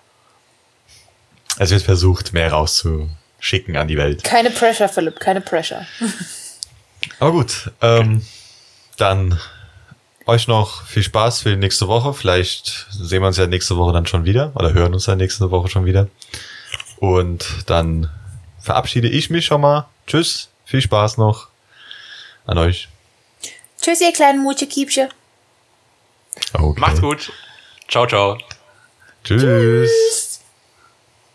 es wird versucht, mehr rauszuschicken an die Welt. Keine Pressure, Philipp, keine Pressure. Aber gut, ähm, dann euch noch viel Spaß für die nächste Woche. Vielleicht sehen wir uns ja nächste Woche dann schon wieder oder hören uns ja nächste Woche schon wieder. Und dann verabschiede ich mich schon mal. Tschüss, viel Spaß noch an euch. Tschüss, ihr kleinen Mutschekiebsche. Okay. Macht's gut. Ciao, ciao. Tschüss.